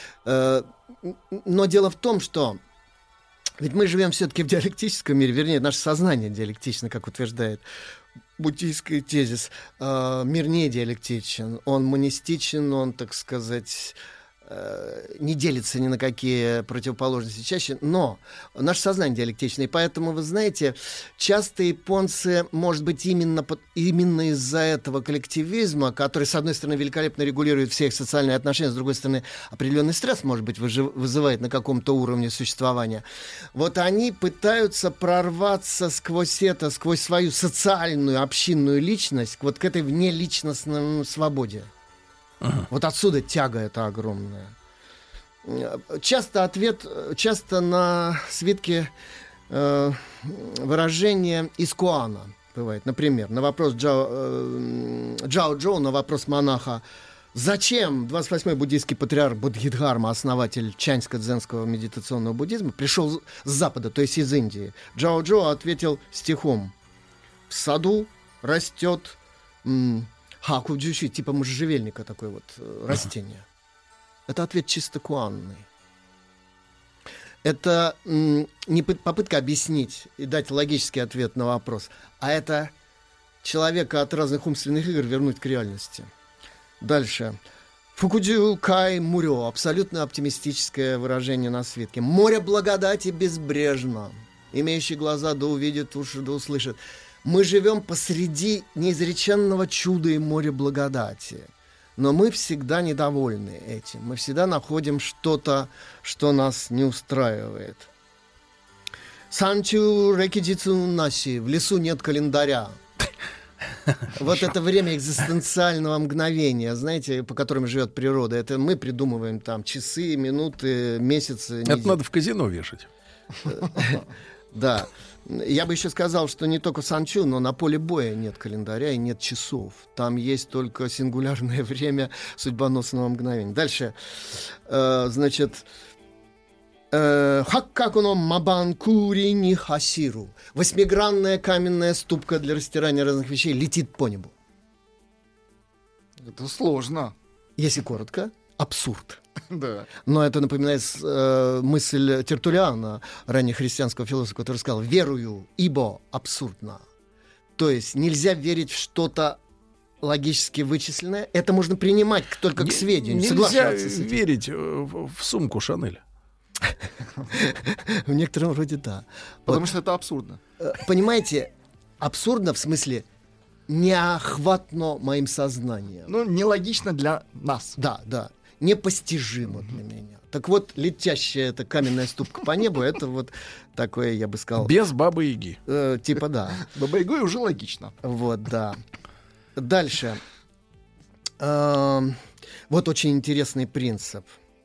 Но дело в том, что ведь мы живем все-таки в диалектическом мире, вернее, наше сознание диалектично, как утверждает буддийский тезис. Мир не диалектичен, он монистичен, он, так сказать, не делится ни на какие противоположности чаще, но наше сознание диалектично, и поэтому, вы знаете, часто японцы, может быть, именно из-за этого коллективизма, который, с одной стороны, великолепно регулирует все их социальные отношения, с другой стороны, определенный стресс, может быть, вызывает на каком-то уровне существования, вот они пытаются прорваться сквозь свою социальную, общинную личность, вот к этой внеличностной свободе. Вот отсюда тяга эта огромная. Часто на свитке выражение из Куана бывает. Например, на вопрос Джао Джоу, на вопрос монаха, зачем 28-й буддийский патриарх Бодхидхарма, основатель чаньско-дзенского медитационного буддизма, пришел с Запада, то есть из Индии. Джао Джоу ответил стихом: в саду растет хакуджуши, типа можжевельника, такое вот растение. Это ответ чисто куанный. Это не попытка объяснить и дать логический ответ на вопрос, а это человека от разных умственных игр вернуть к реальности. Дальше. Фукудзю кай мурё. Абсолютно оптимистическое выражение на свитке. Море благодати безбрежно. Имеющий глаза да увидит, уши да услышит. Мы живем посреди неизреченного чуда и моря благодати. Но мы всегда недовольны этим. Мы всегда находим что-то, что нас не устраивает. Санчу рекидзицу наси. В лесу нет календаря. Вот это время экзистенциального мгновения, знаете, по которым живет природа. Это мы придумываем там часы, минуты, месяцы. Это надо в казино вешать. Да. Я бы еще сказал, что не только в Санчу, но на поле боя нет календаря и нет часов. Там есть только сингулярное время судьбоносного мгновения. Дальше. Значит... Хаккакуно мабанкури ни хасиру. Восьмигранная каменная ступка для растирания разных вещей летит по небу. Это сложно. Если коротко, абсурд. Да. Но это напоминает мысль Тертуллиана, раннехристианского философа, который сказал: «Верую, ибо абсурдно». То есть нельзя верить в что-то логически вычисленное. Это можно принимать только к сведению. Нельзя верить в сумку Шанель. В некотором роде да. Потому что это абсурдно. Понимаете, абсурдно в смысле неохватно моим сознанием. Ну, нелогично для нас. Да, да. Непостижимо для меня. Так вот, летящая эта каменная ступка по небу, это вот такое, я бы сказал... Без Бабы-Яги. Типа да. Баба-Ягой уже логично. Вот, да. Дальше. Вот очень интересный принцип.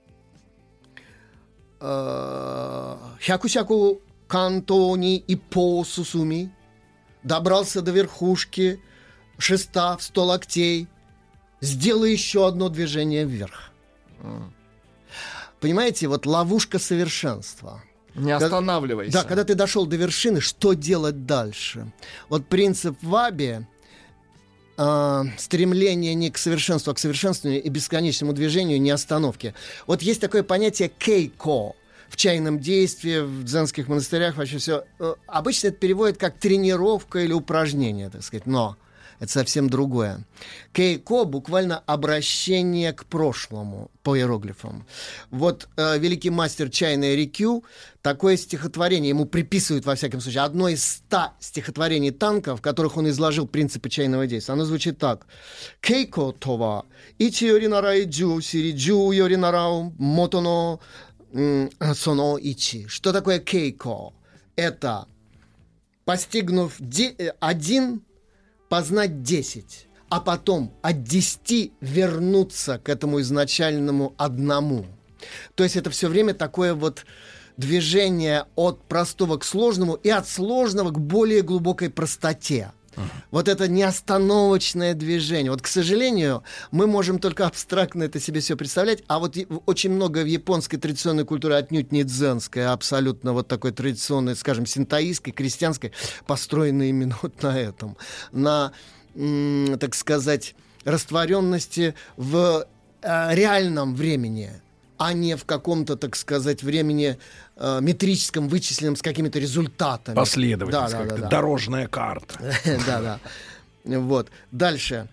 Хяку-сяку кантони и по сусуми. Добрался до верхушки шеста в 100 локтей. Сделай еще одно движение вверх. Понимаете, вот ловушка совершенства. Не останавливайся. Да, когда ты дошел до вершины, что делать дальше? Вот принцип Ваби, стремление не к совершенству, а к совершенствованию и бесконечному движению, не остановке. Вот есть такое понятие кейко в чайном действии, в дзенских монастырях, вообще все. Обычно это переводят как тренировка или упражнение, так сказать, но это совсем другое. Кейко буквально обращение к прошлому по иероглифам. Вот великий мастер чайной Рикю, такое стихотворение ему приписывают, во всяком случае, одно из 100 стихотворений танка, в которых он изложил принципы чайного действия. Оно звучит так. Кейко това ичи йори нарай джу сири джу йори нарау мотоно соно ичи. Что такое кейко? Это постигнув один, познать 10, а потом от 10 вернуться к этому изначальному одному. То есть это все время такое вот движение от простого к сложному и от сложного к более глубокой простоте. Вот это неостановочное движение. Вот, к сожалению, мы можем только абстрактно это себе все представлять, а вот очень много в японской традиционной культуре, отнюдь не дзенской, а абсолютно вот такой традиционной, скажем, синтоистской, крестьянской, построенной именно вот на этом. На, так сказать, растворенности в реальном времени, а не в каком-то, так сказать, времени метрическом, вычисленном с какими-то результатами. Последовательность, да. Дорожная карта. Да. Вот. Дальше.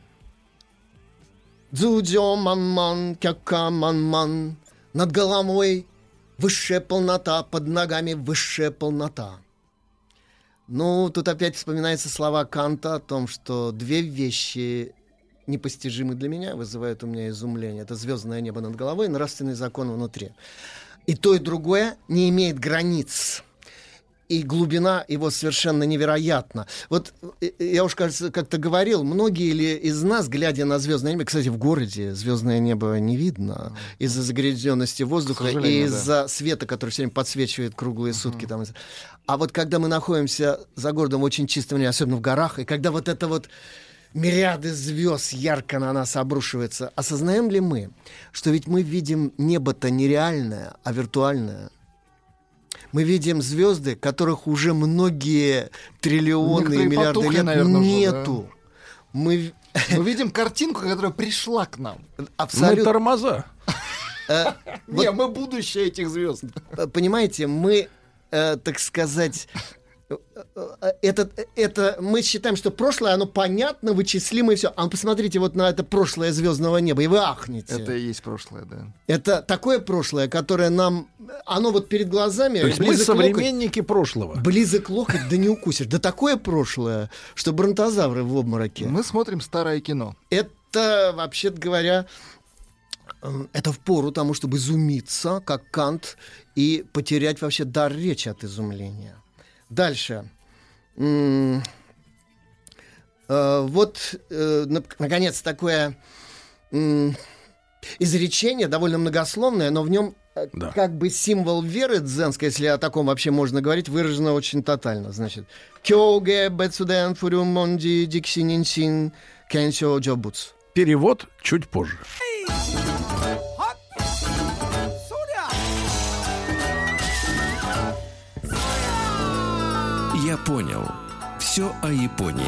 Дзудзё ман-ман, кяка ман-ман. Над головой высшая полнота, под ногами высшая полнота. Ну, тут опять вспоминаются слова Канта о том, что две вещи непостижимы для меня, вызывают у меня изумление. Это звездное небо над головой и нравственный закон внутри. И то, и другое не имеет границ. И глубина его совершенно невероятна. Вот я уж, кажется, как-то говорил, многие ли из нас, глядя на звездное небо, кстати, в городе звездное небо не видно из-за загрязненности воздуха и из-за света, который все время подсвечивает круглые сутки. Там. А вот когда мы находимся за городом в очень чистом небе, особенно в горах, и когда вот это вот мириады звезд ярко на нас обрушиваются, осознаем ли мы, что ведь мы видим небо-то не реальное, а виртуальное? Мы видим звезды, которых уже многие триллионы и миллиарды потухли, лет наверное, нету. Уже, да? Мы видим картинку, которая пришла к нам. Абсолютно. Мы тормоза. Не, мы будущее этих звезд. Понимаете, мы, так сказать, это мы считаем, что прошлое, оно понятно, вычислимо и все. А посмотрите вот на это прошлое звездного неба, и вы ахнете. Это и есть прошлое, да. Это такое прошлое, которое нам... Оно вот перед глазами... То есть мы современники прошлого. Близок локоть, да не укусишь. Да такое прошлое, что бронтозавры в обмороке. Мы смотрим старое кино. Это, вообще-то говоря... Это впору тому, чтобы изумиться, как Кант, и потерять вообще дар речи от изумления. Дальше. Наконец, такое изречение, довольно многословное, но в нем как бы символ веры дзенской, если о таком вообще можно говорить, выражено очень тотально. Значит, «Кёге бэцудэн фурюм монди диксининсин кэнсё джобуц». Перевод чуть позже. Я понял. Все о Японии.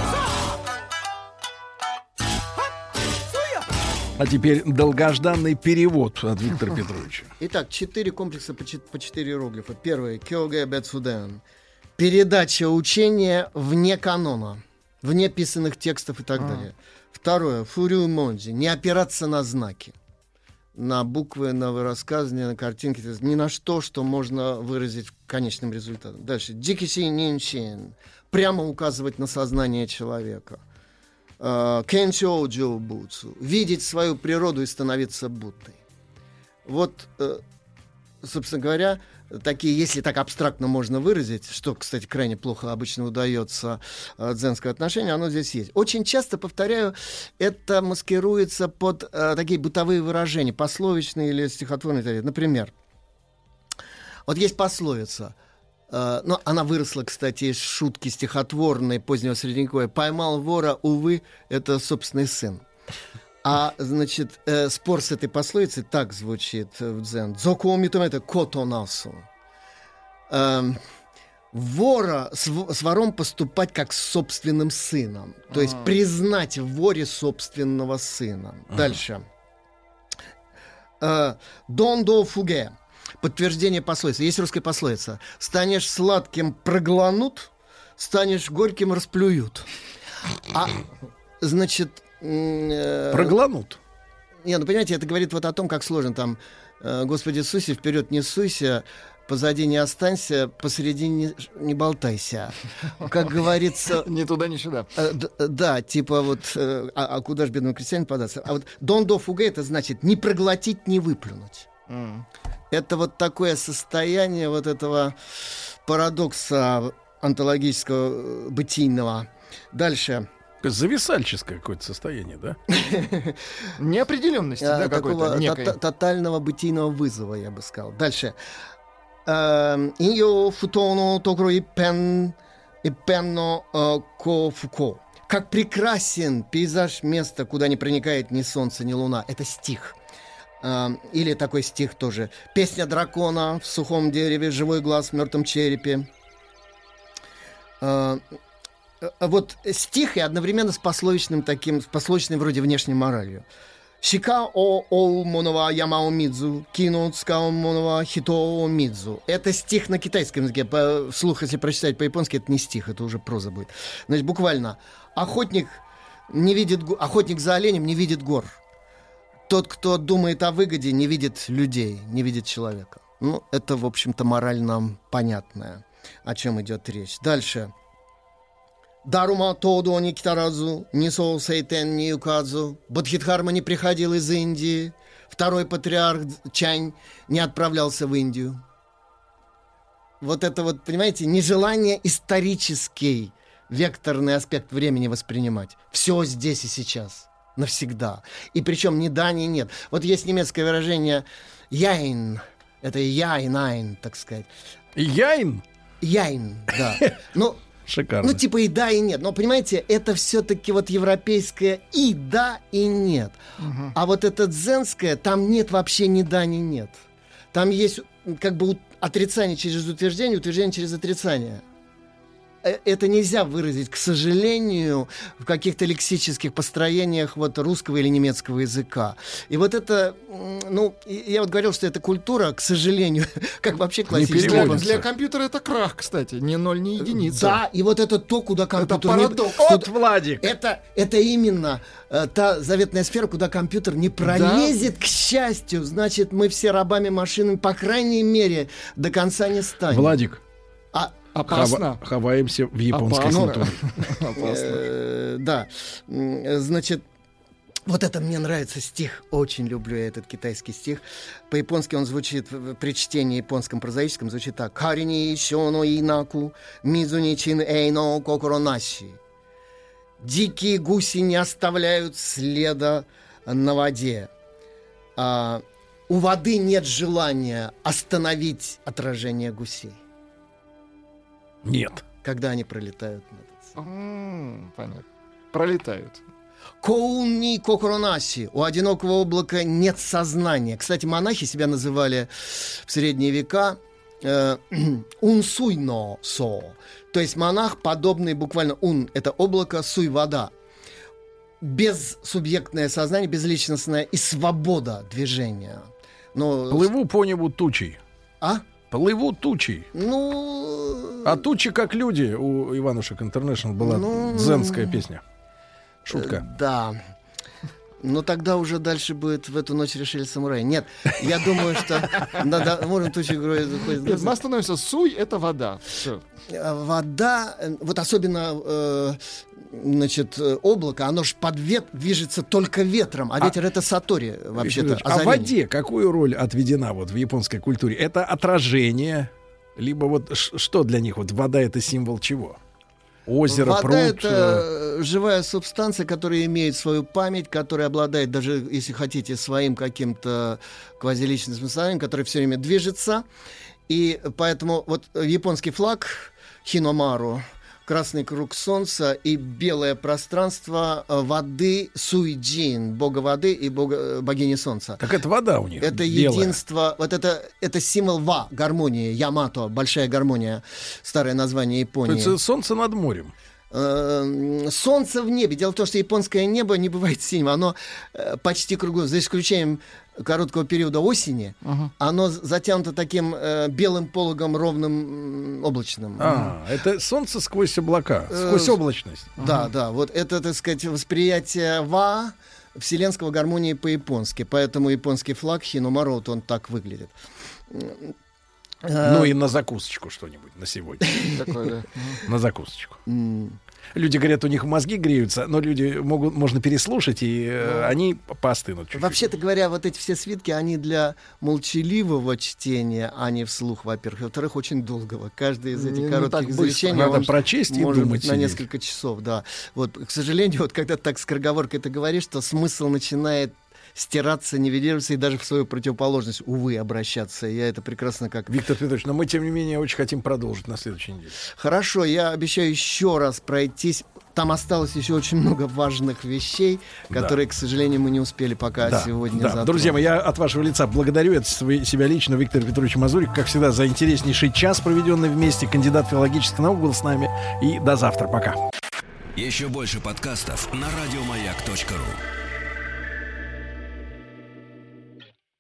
А теперь долгожданный перевод от Виктора Петровича. Итак, 4 комплекса по 4 иероглифа. Первый. Кёге бэцудэн. Передача учения вне канона, вне писанных текстов и так далее. Второе. Фурю монджи. Не опираться на знаки. На буквы, на высказывания, на картинки, ни на что, что можно выразить конечным результатом. Дальше. Дикиси нинчин. Прямо указывать на сознание человека. Кэнчоу джоубуцу. Видеть свою природу и становиться Буддой. Вот, собственно говоря, такие, если так абстрактно можно выразить, что, кстати, крайне плохо обычно удается дзенское отношение, оно здесь есть. Очень часто, повторяю, это маскируется под такие бытовые выражения, пословичные или стихотворные. Например, вот есть пословица, но она выросла, кстати, из шутки стихотворной позднего Средневековья. «Поймал вора, увы, это собственный сын». А, значит, спор с этой пословицей так звучит в дзен. «Дзоку митомете кото насу». Вора, с вором поступать как с собственным сыном. То есть признать в воре собственного сына. Дальше. «Дондо фуге». Подтверждение пословицы. Есть русская пословица. «Станешь сладким, прогланут, станешь горьким, расплюют». А, значит... Прогланут. Не, ну понимаете, это говорит вот о том, как сложно там. Господи, суйся, вперед не суйся, позади не останься, посередине не болтайся. Как говорится... Ни туда, ни сюда. Да, типа вот, а куда же бедному крестьянину податься? А вот дондо фуге, это значит не проглотить, не выплюнуть. Это вот такое состояние вот этого парадокса онтологического, бытийного. Дальше. Зависальческое какое-то состояние, да? Неопределенности, да, какой-то некой. Тотального бытийного вызова, я бы сказал. Дальше. Иньо футоно токро и пенно ко фуко. Как прекрасен пейзаж места, куда не проникает ни солнце, ни луна. Это стих. Или такой стих тоже. Песня дракона в сухом дереве, живой глаз в мертвом черепе. Вот стих и одновременно с пословичным таким, с пословичной вроде внешней моралью. Шика о монова ямао мидзу, кино цкао монова хито мидзу. Это стих на китайском языке. Вслух, если прочитать по-японски, это не стих, это уже проза будет. Значит, буквально. Охотник за оленем не видит гор. Тот, кто думает о выгоде, не видит людей, не видит человека. Ну, это, в общем-то, мораль нам понятная, о чем идет речь. Дальше. Дарума тодо ни китаразу, ни соу сейтен ни юказу. Бодхидхарма не приходил из Индии. Второй патриарх Чань не отправлялся в Индию. Вот это вот, понимаете, нежелание исторический векторный аспект времени воспринимать. Все здесь и сейчас. Навсегда. И причем ни да, ни нет. Вот есть немецкое выражение «яйн». Это «яйн-айн», так сказать. «Яйн»? «Яйн», да. Ну, шикарно. Ну, типа и да, и нет. Но, понимаете, это все-таки вот европейское и да, и нет. А вот это дзенское, там нет вообще ни да, ни нет. Там есть как бы отрицание через утверждение, утверждение через отрицание. это нельзя выразить, к сожалению, в каких-то лексических построениях вот русского или немецкого языка. И вот это, ну, я вот говорил, что эта культура, к сожалению, как вообще классическая. Для компьютера это крах, кстати, ни ноль, ни единица. Да, и вот это то, куда компьютер... Это парадокс. Вот, Владик! Это именно та заветная сфера, куда компьютер не пролезет, к счастью. Значит, мы все рабами машинами, по крайней мере, до конца не станем. Владик. Опасно. Ховаемся в японской культуре. Да. Значит, вот это мне нравится стих. Очень люблю я этот китайский стих. По-японски он звучит, при чтении японском прозаическом, звучит так. «Карини сёно инаку, мизуни чин эйно кокоро наси». Дикие гуси не оставляют следа на воде. У воды нет желания остановить отражение гусей. Нет. Когда они пролетают над понятно. Пролетают. Коунни кокоронаси. У одинокого облака нет сознания. Кстати, монахи себя называли в средние века унсуйно со. То есть монах, подобный буквально ун — это облако, суй — вода. Безсубъектное сознание, безличностное и свобода движения. Но... Плыву по небу тучей. Плыву тучей. А тучи как люди. У Иванушек Интернешнл была дзенская песня. Шутка. Да. Но тогда уже дальше будет «В эту ночь решили самураи». Нет, я думаю, что... Можно тучи говорить. Мы остановимся. Суй — это вода. Все. Вода, вот особенно, значит, облако, оно же движется только ветром, а ветер — это сатори вообще-то. А в воде какую роль отведена вот в японской культуре? Это отражение, либо вот что для них? Вот вода — это символ чего? Озеро, вода пруд? Это живая субстанция, которая имеет свою память, которая обладает даже, если хотите, своим каким-то квазиличностным состоянием, который все время движется. И поэтому вот японский флаг Хиномару, красный круг солнца и белое пространство воды Суйджин, бога воды и богини солнца. Так это вода у них. Это белая. единство, вот это символ ва, гармонии, Ямато, большая гармония, старое название Японии. Это солнце над морем. Солнце в небе. Дело в том, что японское небо не бывает синим, оно почти круглое, за исключением короткого периода осени, оно затянуто таким белым пологом, ровным, облачным. Это солнце сквозь облака, сквозь облачность. Да, вот это, так сказать, восприятие ва, вселенского гармонии по-японски. Поэтому японский флаг Хиномару, вот он так выглядит. Ну и на закусочку что-нибудь на сегодня. На закусочку. Люди говорят, у них мозги греются, но можно переслушать, и они поостынут чуть-чуть. Вообще-то говоря, вот эти все свитки, они для молчаливого чтения, а не вслух, во-первых. Во-вторых, очень долгого. Каждый из этих коротких изречений надо прочесть и может думать быть на несколько часов, да. Вот, к сожалению, вот когда ты так скороговоркой это говоришь, то смысл начинает стираться, нивелироваться и даже в свою противоположность, увы, обращаться. Я это прекрасно как... Виктор Петрович, но мы, тем не менее, очень хотим продолжить на следующей неделе. Хорошо, я обещаю еще раз пройтись. Там осталось еще очень много важных вещей, которые, к сожалению, мы не успели пока сегодня затронуть. Друзья мои, я от вашего лица благодарю себя лично, Виктор Петрович Мазурик. Как всегда, за интереснейший час, проведенный вместе. Кандидат филологических наук был с нами. И до завтра. Пока. Еще больше подкастов на радиомаяк.ру.